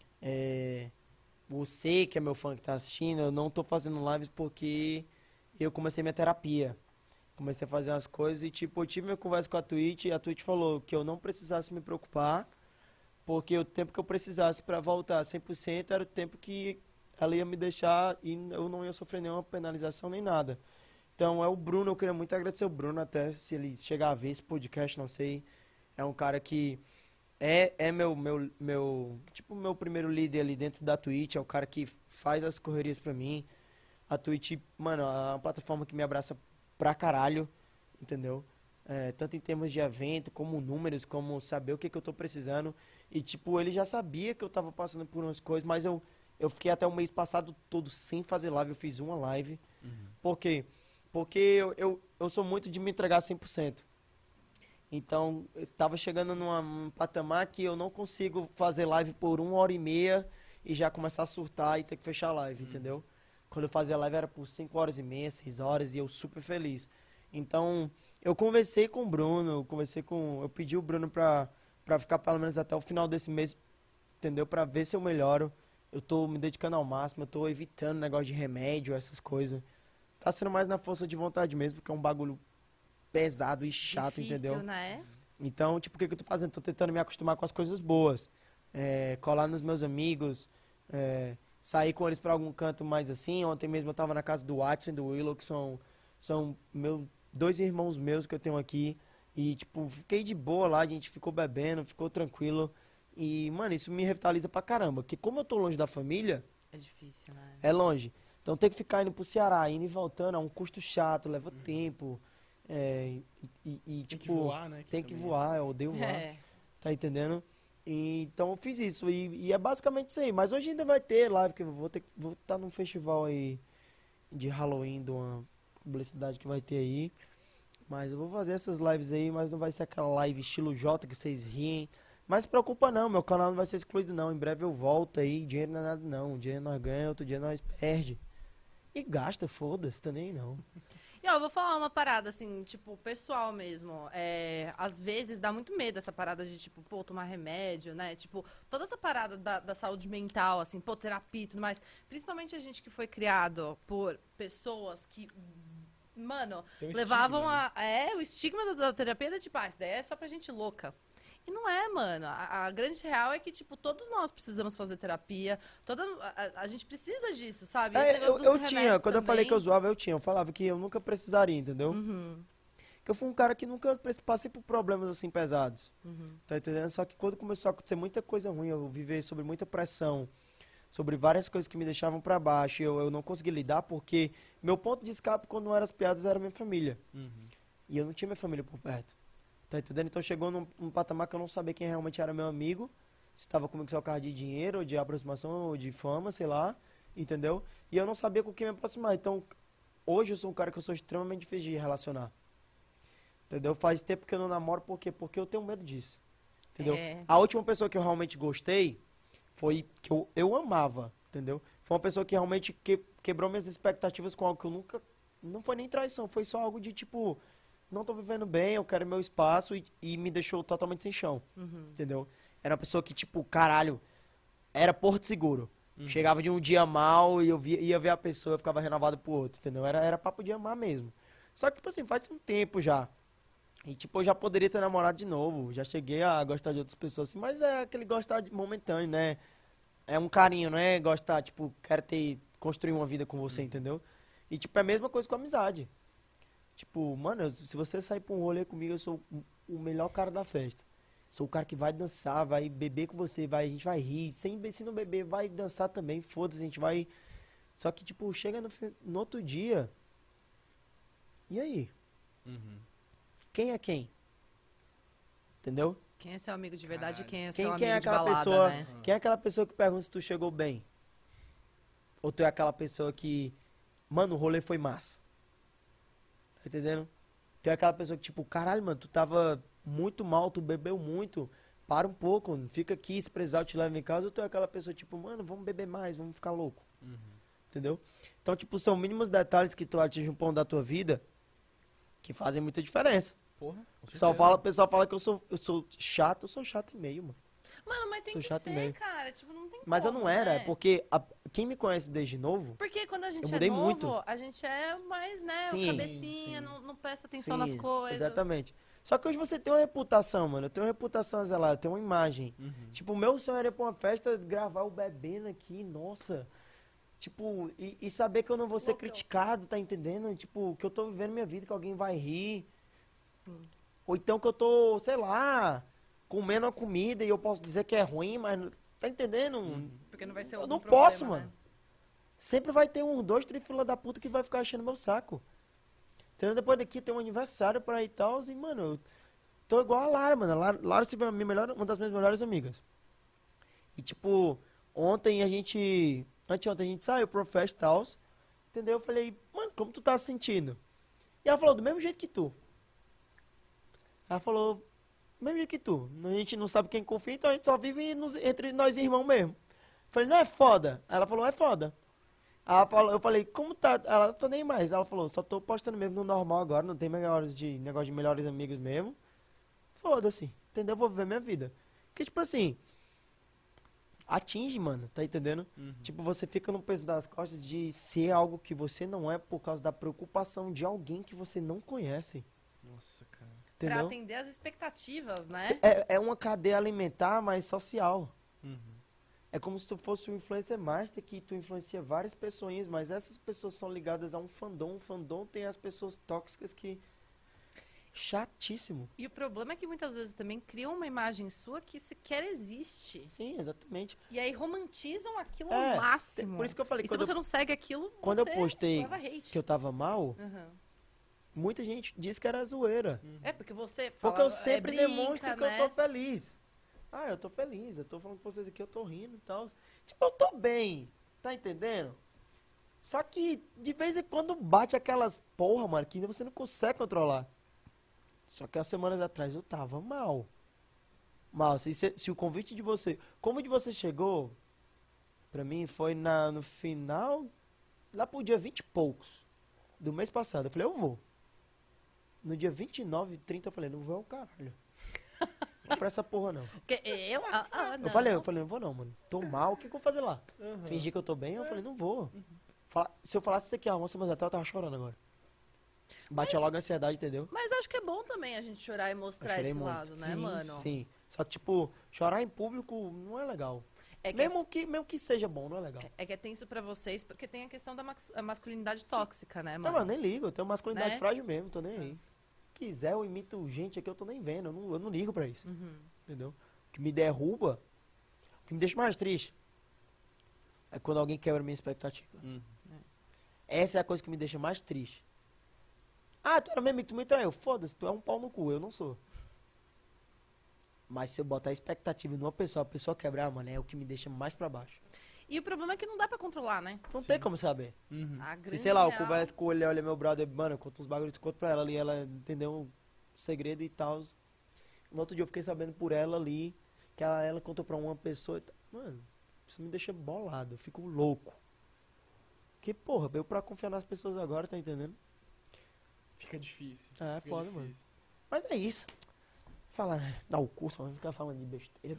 É, você que é meu fã que tá assistindo, eu não tô fazendo lives porque eu comecei minha terapia. Comecei a fazer umas coisas e, tipo, eu tive minha conversa com a Twitch e a Twitch falou que eu não precisasse me preocupar, porque o tempo que eu precisasse pra voltar cem por cento era o tempo que ela ia me deixar e eu não ia sofrer nenhuma penalização nem nada. Então é o Bruno, eu queria muito agradecer o Bruno, até se ele chegar a ver esse podcast, não sei. É um cara que é, é meu, meu, meu, tipo, meu primeiro líder ali dentro da Twitch, é o cara que faz as correrias pra mim. A Twitch, mano, é uma plataforma que me abraça pra caralho, entendeu? É, tanto em termos de evento, como números, como saber o que, que eu tô precisando. E, tipo, ele já sabia que eu tava passando por umas coisas, mas eu, eu fiquei até o mês passado todo sem fazer live, eu fiz uma live. Por quê? Porque eu, eu, eu sou muito de me entregar cem por cento. Então, eu tava chegando numa- num patamar que eu não consigo fazer live por uma hora e meia e já começar a surtar e ter que fechar a live, entendeu? Quando eu fazia live era por cinco horas e meia, seis horas e eu super feliz. Então, eu conversei com o Bruno, eu conversei com... Eu pedi o Bruno pra, pra ficar pelo menos até o final desse mês, entendeu? Pra ver se eu melhoro. Eu tô me dedicando ao máximo, eu tô evitando negócio de remédio, essas coisas. Tá sendo mais na força de vontade mesmo, porque é um bagulho pesado e chato, Difícil, entendeu? né? Então, tipo, o que, que eu tô fazendo? Tô tentando me acostumar com as coisas boas. É, colar nos meus amigos, é, sair com eles pra algum canto mais assim. Ontem mesmo eu tava na casa do Watson e do Willow, que são, são meu, dois irmãos meus que eu tenho aqui. E, tipo, fiquei de boa lá, a gente ficou bebendo, ficou tranquilo. E, mano, isso me revitaliza pra caramba. Porque como eu tô longe da família, É difícil, né? é longe. Então tem que ficar indo pro Ceará, indo e voltando, é um custo chato, leva tempo. É, e, e, Tem tipo, que voar, né? tem que também voar, eu odeio voar. É. Tá entendendo? E, então eu fiz isso. E, e é basicamente isso aí. Mas hoje ainda vai ter live, que eu vou ter vou estar num festival aí de Halloween, de uma publicidade que vai ter aí. Mas eu vou fazer essas lives aí, mas não vai ser aquela live estilo J que vocês riem. Mas se preocupa não, meu canal não vai ser excluído não. Em breve eu volto aí, dinheiro não é nada não. Um dia nós ganhamos, outro dia nós perde. E gasta, foda-se, tá nem aí não. E ó, eu vou falar uma parada, assim, tipo, pessoal mesmo. É, às vezes dá muito medo essa parada de, tipo, pô, tomar remédio, né? Tipo, toda essa parada da, da saúde mental, assim, pô, terapia e tudo mais. Principalmente a gente que foi criado por pessoas que, mano, Tem um levavam estigma, né? a. É, o estigma da, da terapia era tipo, ah, isso daí é só pra gente louca. E não é, mano. A, a grande real é que, tipo, todos nós precisamos fazer terapia. Toda, a, a- a gente precisa disso, sabe? Esse É, negócio eu, dos eu tinha, remédios quando eu falei que eu também. zoava, eu tinha. Eu falava que eu nunca precisaria, entendeu? Uhum, Que eu fui um cara que nunca pre- passei por problemas assim pesados. uhum. Tá entendendo? Só que quando começou a acontecer muita coisa ruim, eu vivi sobre muita pressão, sobre várias coisas que me deixavam pra baixo, eu, eu não consegui lidar porque meu ponto de escape quando não eram as piadas era minha família. Uhum. E eu não tinha minha família por perto. Tá entendendo? Então chegou num, num patamar que eu não sabia quem realmente era meu amigo, se estava comigo só por causa de dinheiro, ou de aproximação, ou de fama, sei lá, entendeu? E eu não sabia com quem me aproximar. Então, hoje eu sou um cara que eu sou extremamente difícil de relacionar. Entendeu? Faz tempo que eu não namoro, por quê? Porque eu tenho medo disso. Entendeu? É. A última pessoa que eu realmente gostei foi que eu, eu amava, entendeu? Foi uma pessoa que realmente que, quebrou minhas expectativas com algo que eu nunca. Não foi nem traição, foi só algo de tipo, não tô vivendo bem, eu quero meu espaço e, e me deixou totalmente sem chão, Uhum. entendeu? Era uma pessoa que, tipo, caralho, era Porto Seguro. Uhum. Chegava de um dia mal e eu via, ia ver a pessoa, eu ficava renovado pro outro, entendeu? Era, era papo de amar mesmo. Só que, tipo assim, faz um tempo já. E, tipo, eu já poderia ter namorado de novo. Já cheguei a gostar de outras pessoas, assim, mas é aquele gostar de momentâneo, né? É um carinho, não é gostar, tipo, quero ter, construir uma vida com você, entendeu? E, tipo, é a mesma coisa com a amizade. Tipo, mano, eu- se você sair pra um rolê comigo, eu sou o- o melhor cara da festa. Sou o cara que vai dançar, vai beber com você, vai, a gente vai rir. Sem, be- se não beber, vai dançar também, foda-se, a gente vai... Só que, tipo, chega no, fi- no outro dia... E aí? Uhum. Quem é quem? Entendeu? Quem é seu amigo de verdade e Caralho. quem é seu Quem, amigo quem é de aquela balada, pessoa, né? quem é aquela pessoa que pergunta se tu chegou bem? Ou tu é aquela pessoa que, mano, o rolê foi massa. Tá entendendo? Tu é aquela pessoa que, tipo, caralho, mano, tu tava muito mal, tu bebeu muito, para um pouco, fica aqui, se precisar eu te levo em casa. Ou tu é aquela pessoa, tipo, mano, vamos beber mais, vamos ficar louco. Uhum. Entendeu? Então, tipo, são mínimos detalhes que tu atinge um ponto da tua vida que fazem muita diferença. Porra. O pessoal fala, o pessoal fala que eu sou, eu sou chato, eu sou chato e meio, mano. Mano, mas tem Sou que chato ser, mesmo. cara. Tipo, não tem Mas eu como, não era, né? é porque a- quem me conhece desde novo, Porque quando a gente Eu é mudei novo, muito. a gente é mais, né, Sim, cabecinha, sim. Não, não presta atenção sim, nas coisas. exatamente. Só que hoje você tem uma reputação, mano. Eu tenho uma reputação zelada, eu tenho uma imagem. Uhum. Tipo, o meu sonho era ir pra uma festa, gravar o bebendo aqui, nossa. Tipo, e, e saber que eu não vou ser Loucão. criticado, tá entendendo? Tipo, que eu tô vivendo minha vida, que alguém vai rir. Sim. Ou então que eu tô, sei lá, comendo uma comida e eu posso dizer que é ruim, mas não- tá entendendo? Porque não vai ser Eu algum não problema, posso, né? mano. Sempre vai ter um, dois, três fila da puta que vai ficar achando meu saco. Entendeu? Depois daqui tem um aniversário pra ir e tal, e, mano, eu tô igual a Lara, mano. A Lara, Lara se foi a minha melhor, uma das minhas melhores amigas. E, tipo, ontem a gente... Anteontem a gente saiu pro fest e tal, entendeu? Eu falei, mano, como tu tá se sentindo? E ela falou, do mesmo jeito que tu. Ela falou, do mesmo jeito que tu. A gente não sabe quem confia, então a gente só vive nos- entre nós irmãos mesmo. Eu falei, não é foda? Ela falou, é foda. Ela falou, eu falei, como tá? Ela, tô nem mais. Ela falou, só tô postando mesmo no normal agora, não tem melhores de negócio de melhores amigos mesmo. Foda-se, entendeu? Vou viver minha vida. Porque, tipo assim, atinge, mano, tá entendendo? Uhum. Tipo, você fica no peso das costas de ser algo que você não é por causa da preocupação de alguém que você não conhece. Nossa, cara. Pra Entendeu? atender as expectativas, né? Cê- É, é uma cadeia alimentar, mas social. Uhum. É como se tu fosse um influencer master que tu influencia várias pessoas, mas essas pessoas são ligadas a um fandom. Um fandom tem as pessoas tóxicas que... Chatíssimo. E o problema é que muitas vezes também criam uma imagem sua que sequer existe. Sim, exatamente. E aí romantizam aquilo É, ao máximo. Por isso que eu falei, E se quando, você eu, não segue aquilo, quando você eu postei leva hate. que eu tava mal, Uhum. muita gente disse que era zoeira. É, porque você fala... Porque eu é, sempre brinca, demonstro que né? eu tô feliz. Ah, eu tô feliz, eu tô falando com vocês aqui, eu tô rindo e tal. Tipo, eu tô bem, tá entendendo? Só que de vez em quando bate aquelas porra, mano, que você não consegue controlar. Só que há semanas atrás eu tava mal. Mal, se, se, se o convite de você... Como de você chegou, pra mim foi na, no final, lá pro dia vinte e poucos do mês passado. Eu falei, eu vou. No dia vinte e nove, trinta, eu falei, não vou é o caralho. Não pra essa porra, não. Porque eu... Ah, ah, não. Eu falei, eu falei, não vou não, mano. Tô mal, o que, que eu vou fazer lá? Uhum. Fingir que eu tô bem? Eu falei, não vou. Fala- se eu falasse isso aqui há uma semana atrás, eu tava chorando agora. Bate logo a ansiedade, entendeu? Mas acho que é bom também a gente chorar e Eu mostrar chorei esse muito. lado, né, Sim, mano? Sim. Só que, tipo, chorar em público não é legal. É que, Mesmo que, mesmo que seja bom, não é legal. é, é que é tenso pra vocês, porque tem a questão da max- a masculinidade tóxica, né, Não, mano? mano, nem ligo. Eu tenho masculinidade Né? frágil mesmo, tô nem aí. Se quiser, eu imito gente aqui, eu tô nem vendo. Eu não, eu não ligo pra isso. Uhum. Entendeu? O que me derruba, o que me deixa mais triste, é quando alguém quebra minha expectativa. Hum. Essa é a coisa que me deixa mais triste. Ah, tu era mesmo e tu me traiu. Foda-se, tu é um pau no cu, eu não sou. Mas se eu botar expectativa numa pessoa, a pessoa quebrar, mano, é o que me deixa mais pra baixo. E o problema é que não dá pra controlar, né? Não tem como saber. Uhum. A Se, grande sei lá, eu real- converso com ele, olha meu brother, mano, eu conto uns bagulhos, conto pra ela ali, ela entendeu um segredo e tal. No outro dia eu fiquei sabendo por ela ali, que ela, ela contou pra uma pessoa. e tal. Mano, isso me deixa bolado, eu fico louco. Que porra, eu pra confiar nas pessoas agora, tá entendendo? Fica difícil. É, Fica foda, difícil. mano. Mas é isso. Fala, dá o curso, vamos ficar falando de besteira.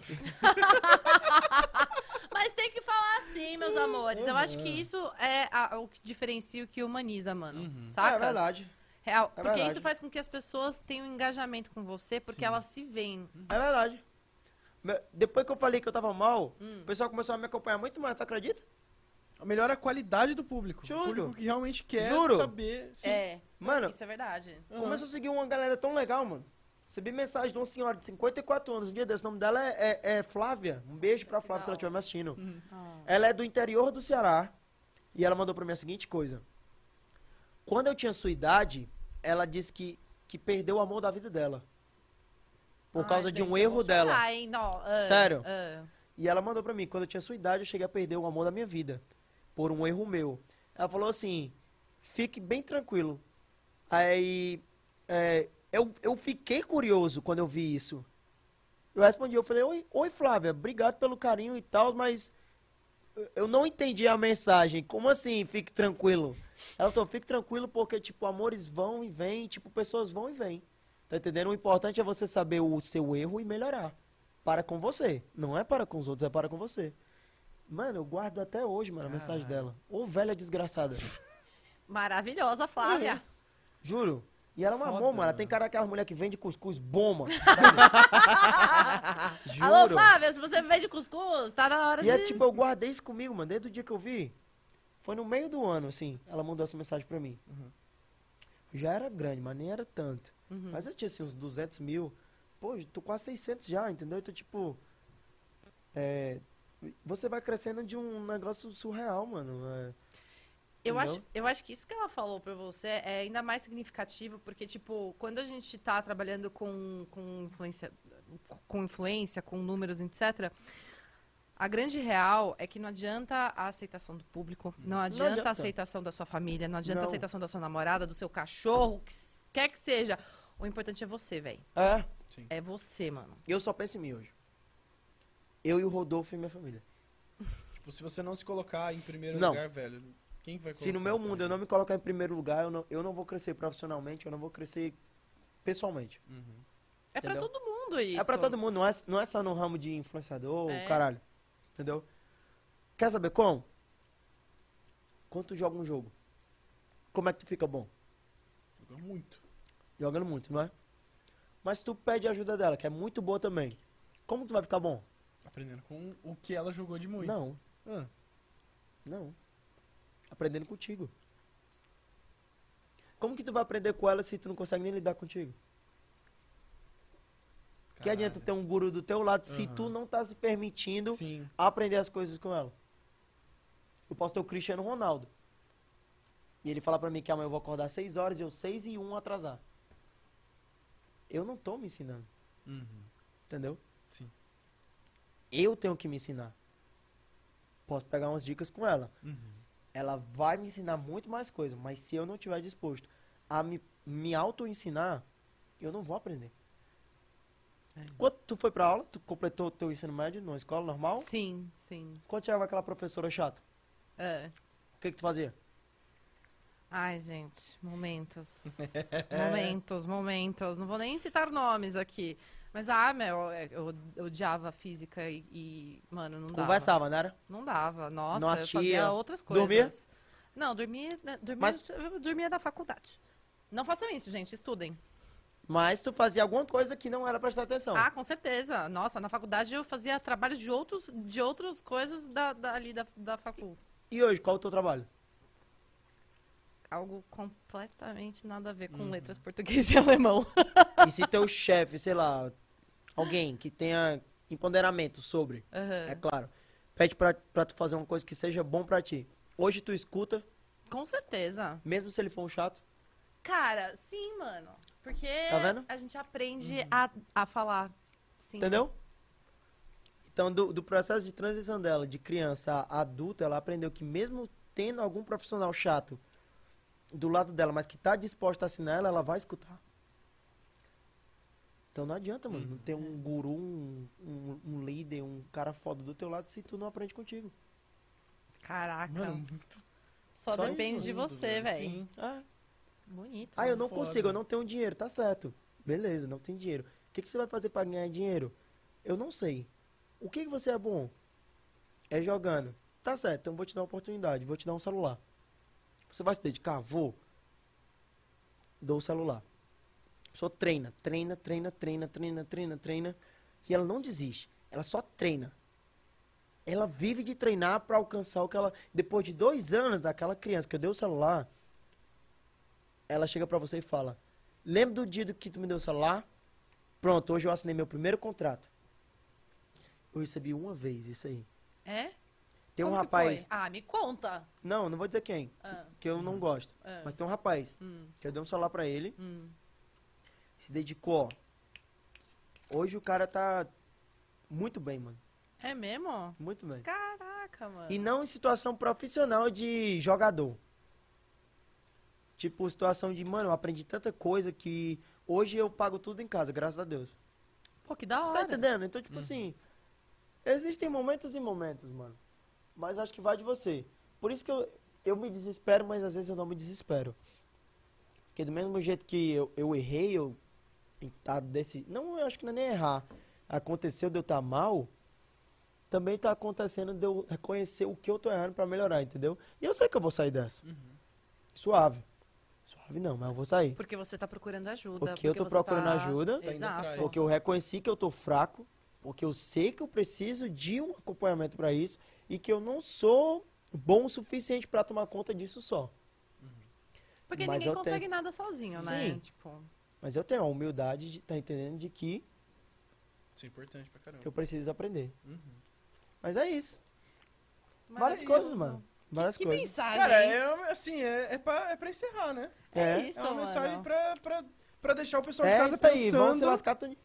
Mas tem que falar assim, meus amores. Eu acho que isso é a- o que diferencia o que humaniza, mano. Uhum. Sacas? É verdade. Real. É Porque verdade. isso faz com que as pessoas tenham engajamento com você, porque Sim. elas se veem. É verdade. Me- Depois que eu falei que eu tava mal, Hum. o pessoal começou a me acompanhar muito mais, tu acredita? Melhora a qualidade do público. Juro. O público que realmente quer Juro. saber. Sim. É, Mano, isso é verdade. Uhum. começou a seguir uma galera tão legal, mano. Recebi mensagem de uma senhora de cinquenta e quatro anos. Um dia desse, o nome dela é, é- é Flávia. Um beijo pra Flávia se ela estiver me assistindo. Uhum. Ah. Ela é do interior do Ceará. E ela mandou pra mim a seguinte coisa. Quando eu tinha sua idade, ela disse que, que perdeu o amor da vida dela. Por Ai, causa de um gente, eu erro vou dela. chorar, hein? Não, ah, Sério? ah. E ela mandou pra mim, quando eu tinha sua idade, eu cheguei a perder o amor da minha vida. Por um erro meu. Ela falou assim, fique bem tranquilo. Aí, é, eu, eu fiquei curioso quando eu vi isso. Eu respondi, eu falei, oi, oi Flávia, obrigado pelo carinho e tal, mas eu- eu não entendi a mensagem. Como assim, fique tranquilo? Ela falou, fique tranquilo porque, tipo, amores vão e vêm, tipo, pessoas vão e vêm. Tá entendendo? O importante é você saber o seu erro e melhorar. Para com você. Não é para com os outros, é para com você. Mano, eu guardo até hoje, mano, a mensagem Caralho. dela. Ô, velha desgraçada. Maravilhosa, Flávia. Juro. E ela é uma Foda, bomba, ela mano. tem cara daquela mulher que vende cuscuz bomba. Juro. Alô, Flávia, se você vende cuscuz, tá na hora E de... é tipo, eu guardei isso comigo, mano, desde o dia que eu vi. Foi no meio do ano, assim, ela mandou essa mensagem pra mim. Uhum. Já era grande, mas nem era tanto. Uhum. Mas eu tinha, assim, uns duzentos mil. Pô, tô quase seiscentos já, entendeu? Então, tipo... É... Você vai crescendo de um negócio surreal, mano. É... Eu Entendeu? acho, eu acho que isso que ela falou pra você é ainda mais significativo, porque, tipo, quando a gente tá trabalhando com, com, influência, com influência, com números, etcétera, a grande real é que não adianta a aceitação do público, não adianta, adianta. a aceitação da sua família, não adianta Não. a aceitação da sua namorada, do seu cachorro, que s- quer que seja. O importante é você, velho. É, É você, mano. eu só penso em mim hoje. Eu e o Rodolfo e minha família. Tipo, se você não se colocar em primeiro Não. lugar, velho, quem vai colocar? Se no meu mundo eu não me colocar em primeiro lugar, eu não, eu não vou crescer profissionalmente, eu não vou crescer pessoalmente. Uhum. É pra Entendeu? todo mundo isso. É pra todo mundo, não é, não é só no ramo de influenciador, É. caralho. Entendeu? Quer saber como? Quando tu joga um jogo, como é que tu fica bom? Joga muito. Jogando muito, não é? Mas tu pede a ajuda dela, que é muito boa também. Como tu vai ficar bom? Aprendendo com o que ela jogou de muito. Não, Ah, não. Aprendendo contigo. Como que tu vai aprender com ela se tu não consegue nem lidar contigo? Que caralho. adianta ter um guru do teu lado se Aham. tu não tá se permitindo Sim. aprender as coisas com ela? Eu posso ter o Cristiano Ronaldo. E ele fala pra mim que amanhã eu vou acordar seis horas e eu seis e um atrasar. Eu não tô me ensinando, Uhum. entendeu? Sim. Eu tenho que me ensinar. Posso pegar umas dicas com ela. Uhum. Ela vai me ensinar muito mais coisas, mas se eu não estiver disposto a me, me auto-ensinar, eu não vou aprender. É. Quando tu foi pra aula, tu completou o teu ensino médio numa escola normal, Sim, sim. quando chegava aquela professora chata, É. o que que tu fazia? Ai, gente, momentos. momentos, momentos. Não vou nem citar nomes aqui. Mas, ah, meu, eu, eu odiava física e, e, mano, não dava. Conversava, não era? Não dava. Nossa, Não eu assistia? fazia outras coisas. Dormia? Não, dormia, né, dormia, Mas- eu dormia da faculdade. Não façam isso, gente, estudem. Mas tu fazia alguma coisa que não era prestar atenção. Ah, com certeza. Nossa, na faculdade eu fazia trabalhos de, outros, de outras coisas da, da- ali da, da facul. E hoje, qual é o teu trabalho? Algo completamente nada a ver Uhum. com letras português e alemão. E se teu chefe, sei lá, alguém que tenha empoderamento sobre, Aham. é claro, pede pra, pra tu fazer uma coisa que seja bom pra ti. Hoje tu escuta, Com certeza. mesmo se ele for um chato, Cara, sim, mano. Porque Tá vendo? a gente aprende a, a falar. Sim. entendeu? Então, do, do processo de transição dela, de criança a adulta, ela aprendeu que mesmo tendo algum profissional chato do lado dela, mas que tá disposto a assinar ela, ela vai escutar. Então não adianta, mano, não ter um guru, um, um, um líder, um cara foda do teu lado se tu não aprende contigo. Caraca. Mano, muito Só, só depende isso, de você, velho. velho. Sim. Ah, Bonito. ah, eu não Foda. consigo, eu não tenho dinheiro, tá certo. Beleza, não tenho dinheiro. O que, que você vai fazer pra ganhar dinheiro? Eu não sei. O que, que você é bom? É jogando. Tá certo, então vou te dar uma oportunidade, vou te dar um celular. Você vai se dedicar? Vou. Dou o celular. A pessoa treina, treina, treina, treina, treina, treina, treina. E ela não desiste. Ela só treina. Ela vive de treinar pra alcançar o que ela... Depois de dois anos, aquela criança que eu dei o celular, ela chega pra você e fala: lembra do dia do que tu me deu o celular? Pronto, hoje eu assinei meu primeiro contrato. Eu recebi uma vez isso aí. É? Tem um Como que rapaz... foi? Ah, me conta. Não, não vou dizer quem, Ah, que eu não gosto. ah, Mas tem um rapaz hum, que eu dei um celular pra ele, hum. se dedicou, ó. Hoje o cara tá muito bem, mano. É mesmo? Muito bem. Caraca, mano. E não em situação profissional de jogador. Tipo, situação de, mano, eu aprendi tanta coisa que hoje eu pago tudo em casa, graças a Deus. Pô, que da Você hora. tá entendendo? Então, tipo assim, existem momentos e momentos, mano. Mas acho que vai de você. Por isso que eu, eu me desespero, mas às vezes eu não me desespero. Porque do mesmo jeito que eu, eu errei, eu tá desse. Não, eu acho que não é nem errar. Aconteceu de eu estar mal, também tá acontecendo de eu reconhecer o que eu tô errando pra melhorar, entendeu? E eu sei que eu vou sair dessa. Suave. Suave não, mas eu vou sair. Porque você tá procurando ajuda. Porque eu tô você procurando tá- ajuda, Tá indo Exato. atrás. porque eu reconheci que eu tô fraco, porque eu sei que eu preciso de um acompanhamento pra isso e que eu não sou bom o suficiente pra tomar conta disso só. Porque Mas ninguém eu consegue tenho- nada sozinho, né? Sim. Tipo, Mas eu tenho a humildade de estar entendendo de que Isso é importante pra caramba. eu preciso aprender. Uhum. Mas é isso. Várias maravilhoso. coisas, mano. Várias Que coisas. mensagem, Cara, hein? é uma- assim, é, é, pra, é pra encerrar, né? É, É. isso, É uma mano. mensagem pra, pra, pra deixar o pessoal de É casa isso aí, vamos se pensando. lascar tudo.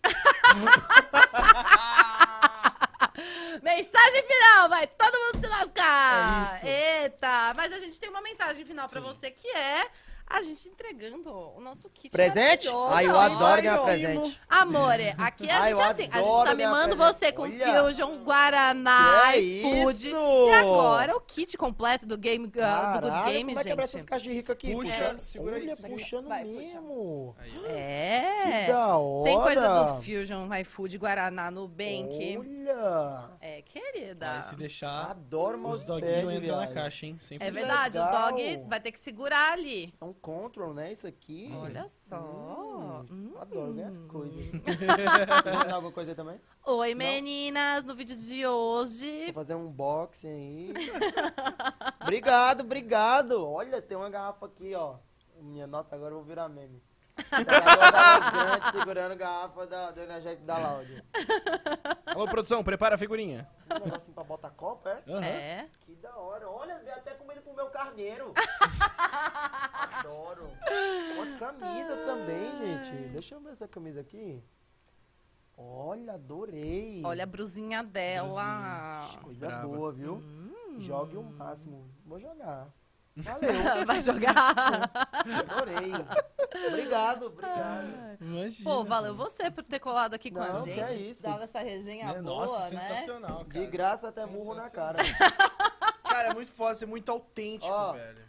Mensagem final, vai todo mundo se lascar. É Eita, mas a gente tem uma mensagem final pra Sim. você que é a gente entregando o nosso kit Presente? maravilhoso. Ai, eu adoro ganhar Olha, presente. Amore, aqui a Ai, gente eu é assim, a gente adoro tá ganhar mimando presente. você com Olha. Fusion, Guaraná, Que é iFood. isso? E agora o kit completo do Game, uh, do Good Caralho, Game, como é que abre gente. essas caixas de rico aqui? Puxa, Puxa, segura olha, isso. puxando Vai, puxa. mesmo. Aí, ó. É. Que da hora. Tem coisa do Fusion, iFood, Guaraná, Nubank. Olha. É, querida. Aí se deixar, Adoro os mouse doguinhos entram na viado. caixa, hein? Sempre. É verdade, os legal. dog vai ter que segurar ali. É um control, né? Isso aqui. Olha só. Hum, Hum. Adoro, né? Coisa. Quer mandar alguma coisa aí também? Oi, meninas, no vídeo de hoje. Vou fazer um unboxing aí. Obrigado, obrigado. Olha, tem uma garrafa aqui, ó. Minha, nossa, agora eu vou virar meme. Jogador da Voz Grande segurando a garrafa da, do energético da Laude. Alô, produção, prepara a figurinha. Um negocinho pra botar copo, é? Aham. É. Que da hora. Olha, veio até comida pro meu carninho. maneiro. Adoro. Uma camisa também, gente. Deixa eu ver essa camisa aqui. Olha, adorei. Olha a brusinha dela. Coisa Brava. boa, viu? Hum. Jogue o máximo. Vou jogar. Valeu. Vai jogar. Adorei. Obrigado, obrigado. Imagina. Pô, valeu você por ter colado aqui com a Não, que gente. é isso. Dado essa resenha Né? boa, Nossa, né? sensacional, cara. De graça até murro na cara. Cara, é muito foda, ser muito autêntico, Ó. velho.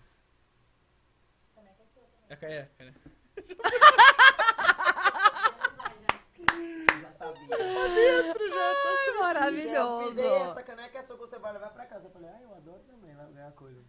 É, é, é. Já sabia. Ai, maravilhoso. Eu pisei, essa caneca é sua que você vai levar pra casa. Eu falei, ah, eu adoro também, vai ganhar coisa.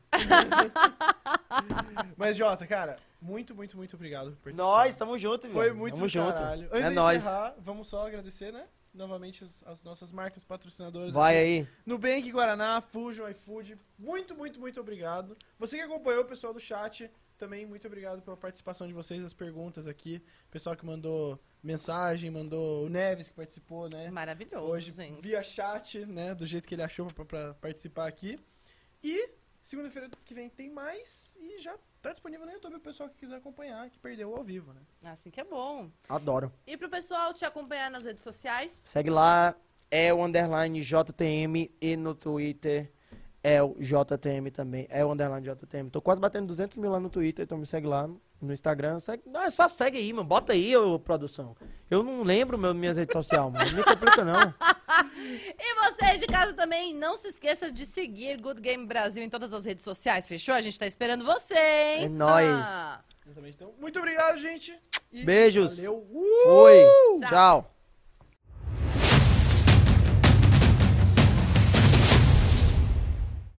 Mas, Jota, cara, muito, muito, muito obrigado por participar. Nós, tamo junto, velho. Foi muito tamo do junto. caralho. Antes É de nóis. encerrar, vamos só agradecer, né? Novamente as, as nossas marcas patrocinadoras. Vai aqui. aí. Nubank, Guaraná, Fusion, iFood. Muito, muito, muito obrigado. Você que acompanhou, o pessoal do chat, também muito obrigado pela participação de vocês, as perguntas aqui. Pessoal que mandou mensagem, mandou o Neves que participou, né? Maravilhoso, Hoje gente. via chat, né? Do jeito que ele achou pra, pra participar aqui. E segunda-feira que vem tem mais e já tá disponível no YouTube o pessoal que quiser acompanhar, que perdeu ao vivo, né? Assim que é bom. Adoro. E pro pessoal te acompanhar nas redes sociais? Segue lá, é o underline J T M e no Twitter é o J T M também, é o underline J T M. Tô quase batendo duzentos mil lá no Twitter, então me segue lá no Instagram. Segue, não, é só segue aí, mano. Bota aí, ô, produção. Eu não lembro meu, minhas redes sociais, mano. Não me complica, não. E vocês de casa também, não se esqueça de seguir Good Game Brasil em todas as redes sociais, fechou? A gente tá esperando você, hein? É nóis. Ah. Exatamente. Então, muito obrigado, gente. E Beijos. Valeu. Fui. Tchau. Tchau.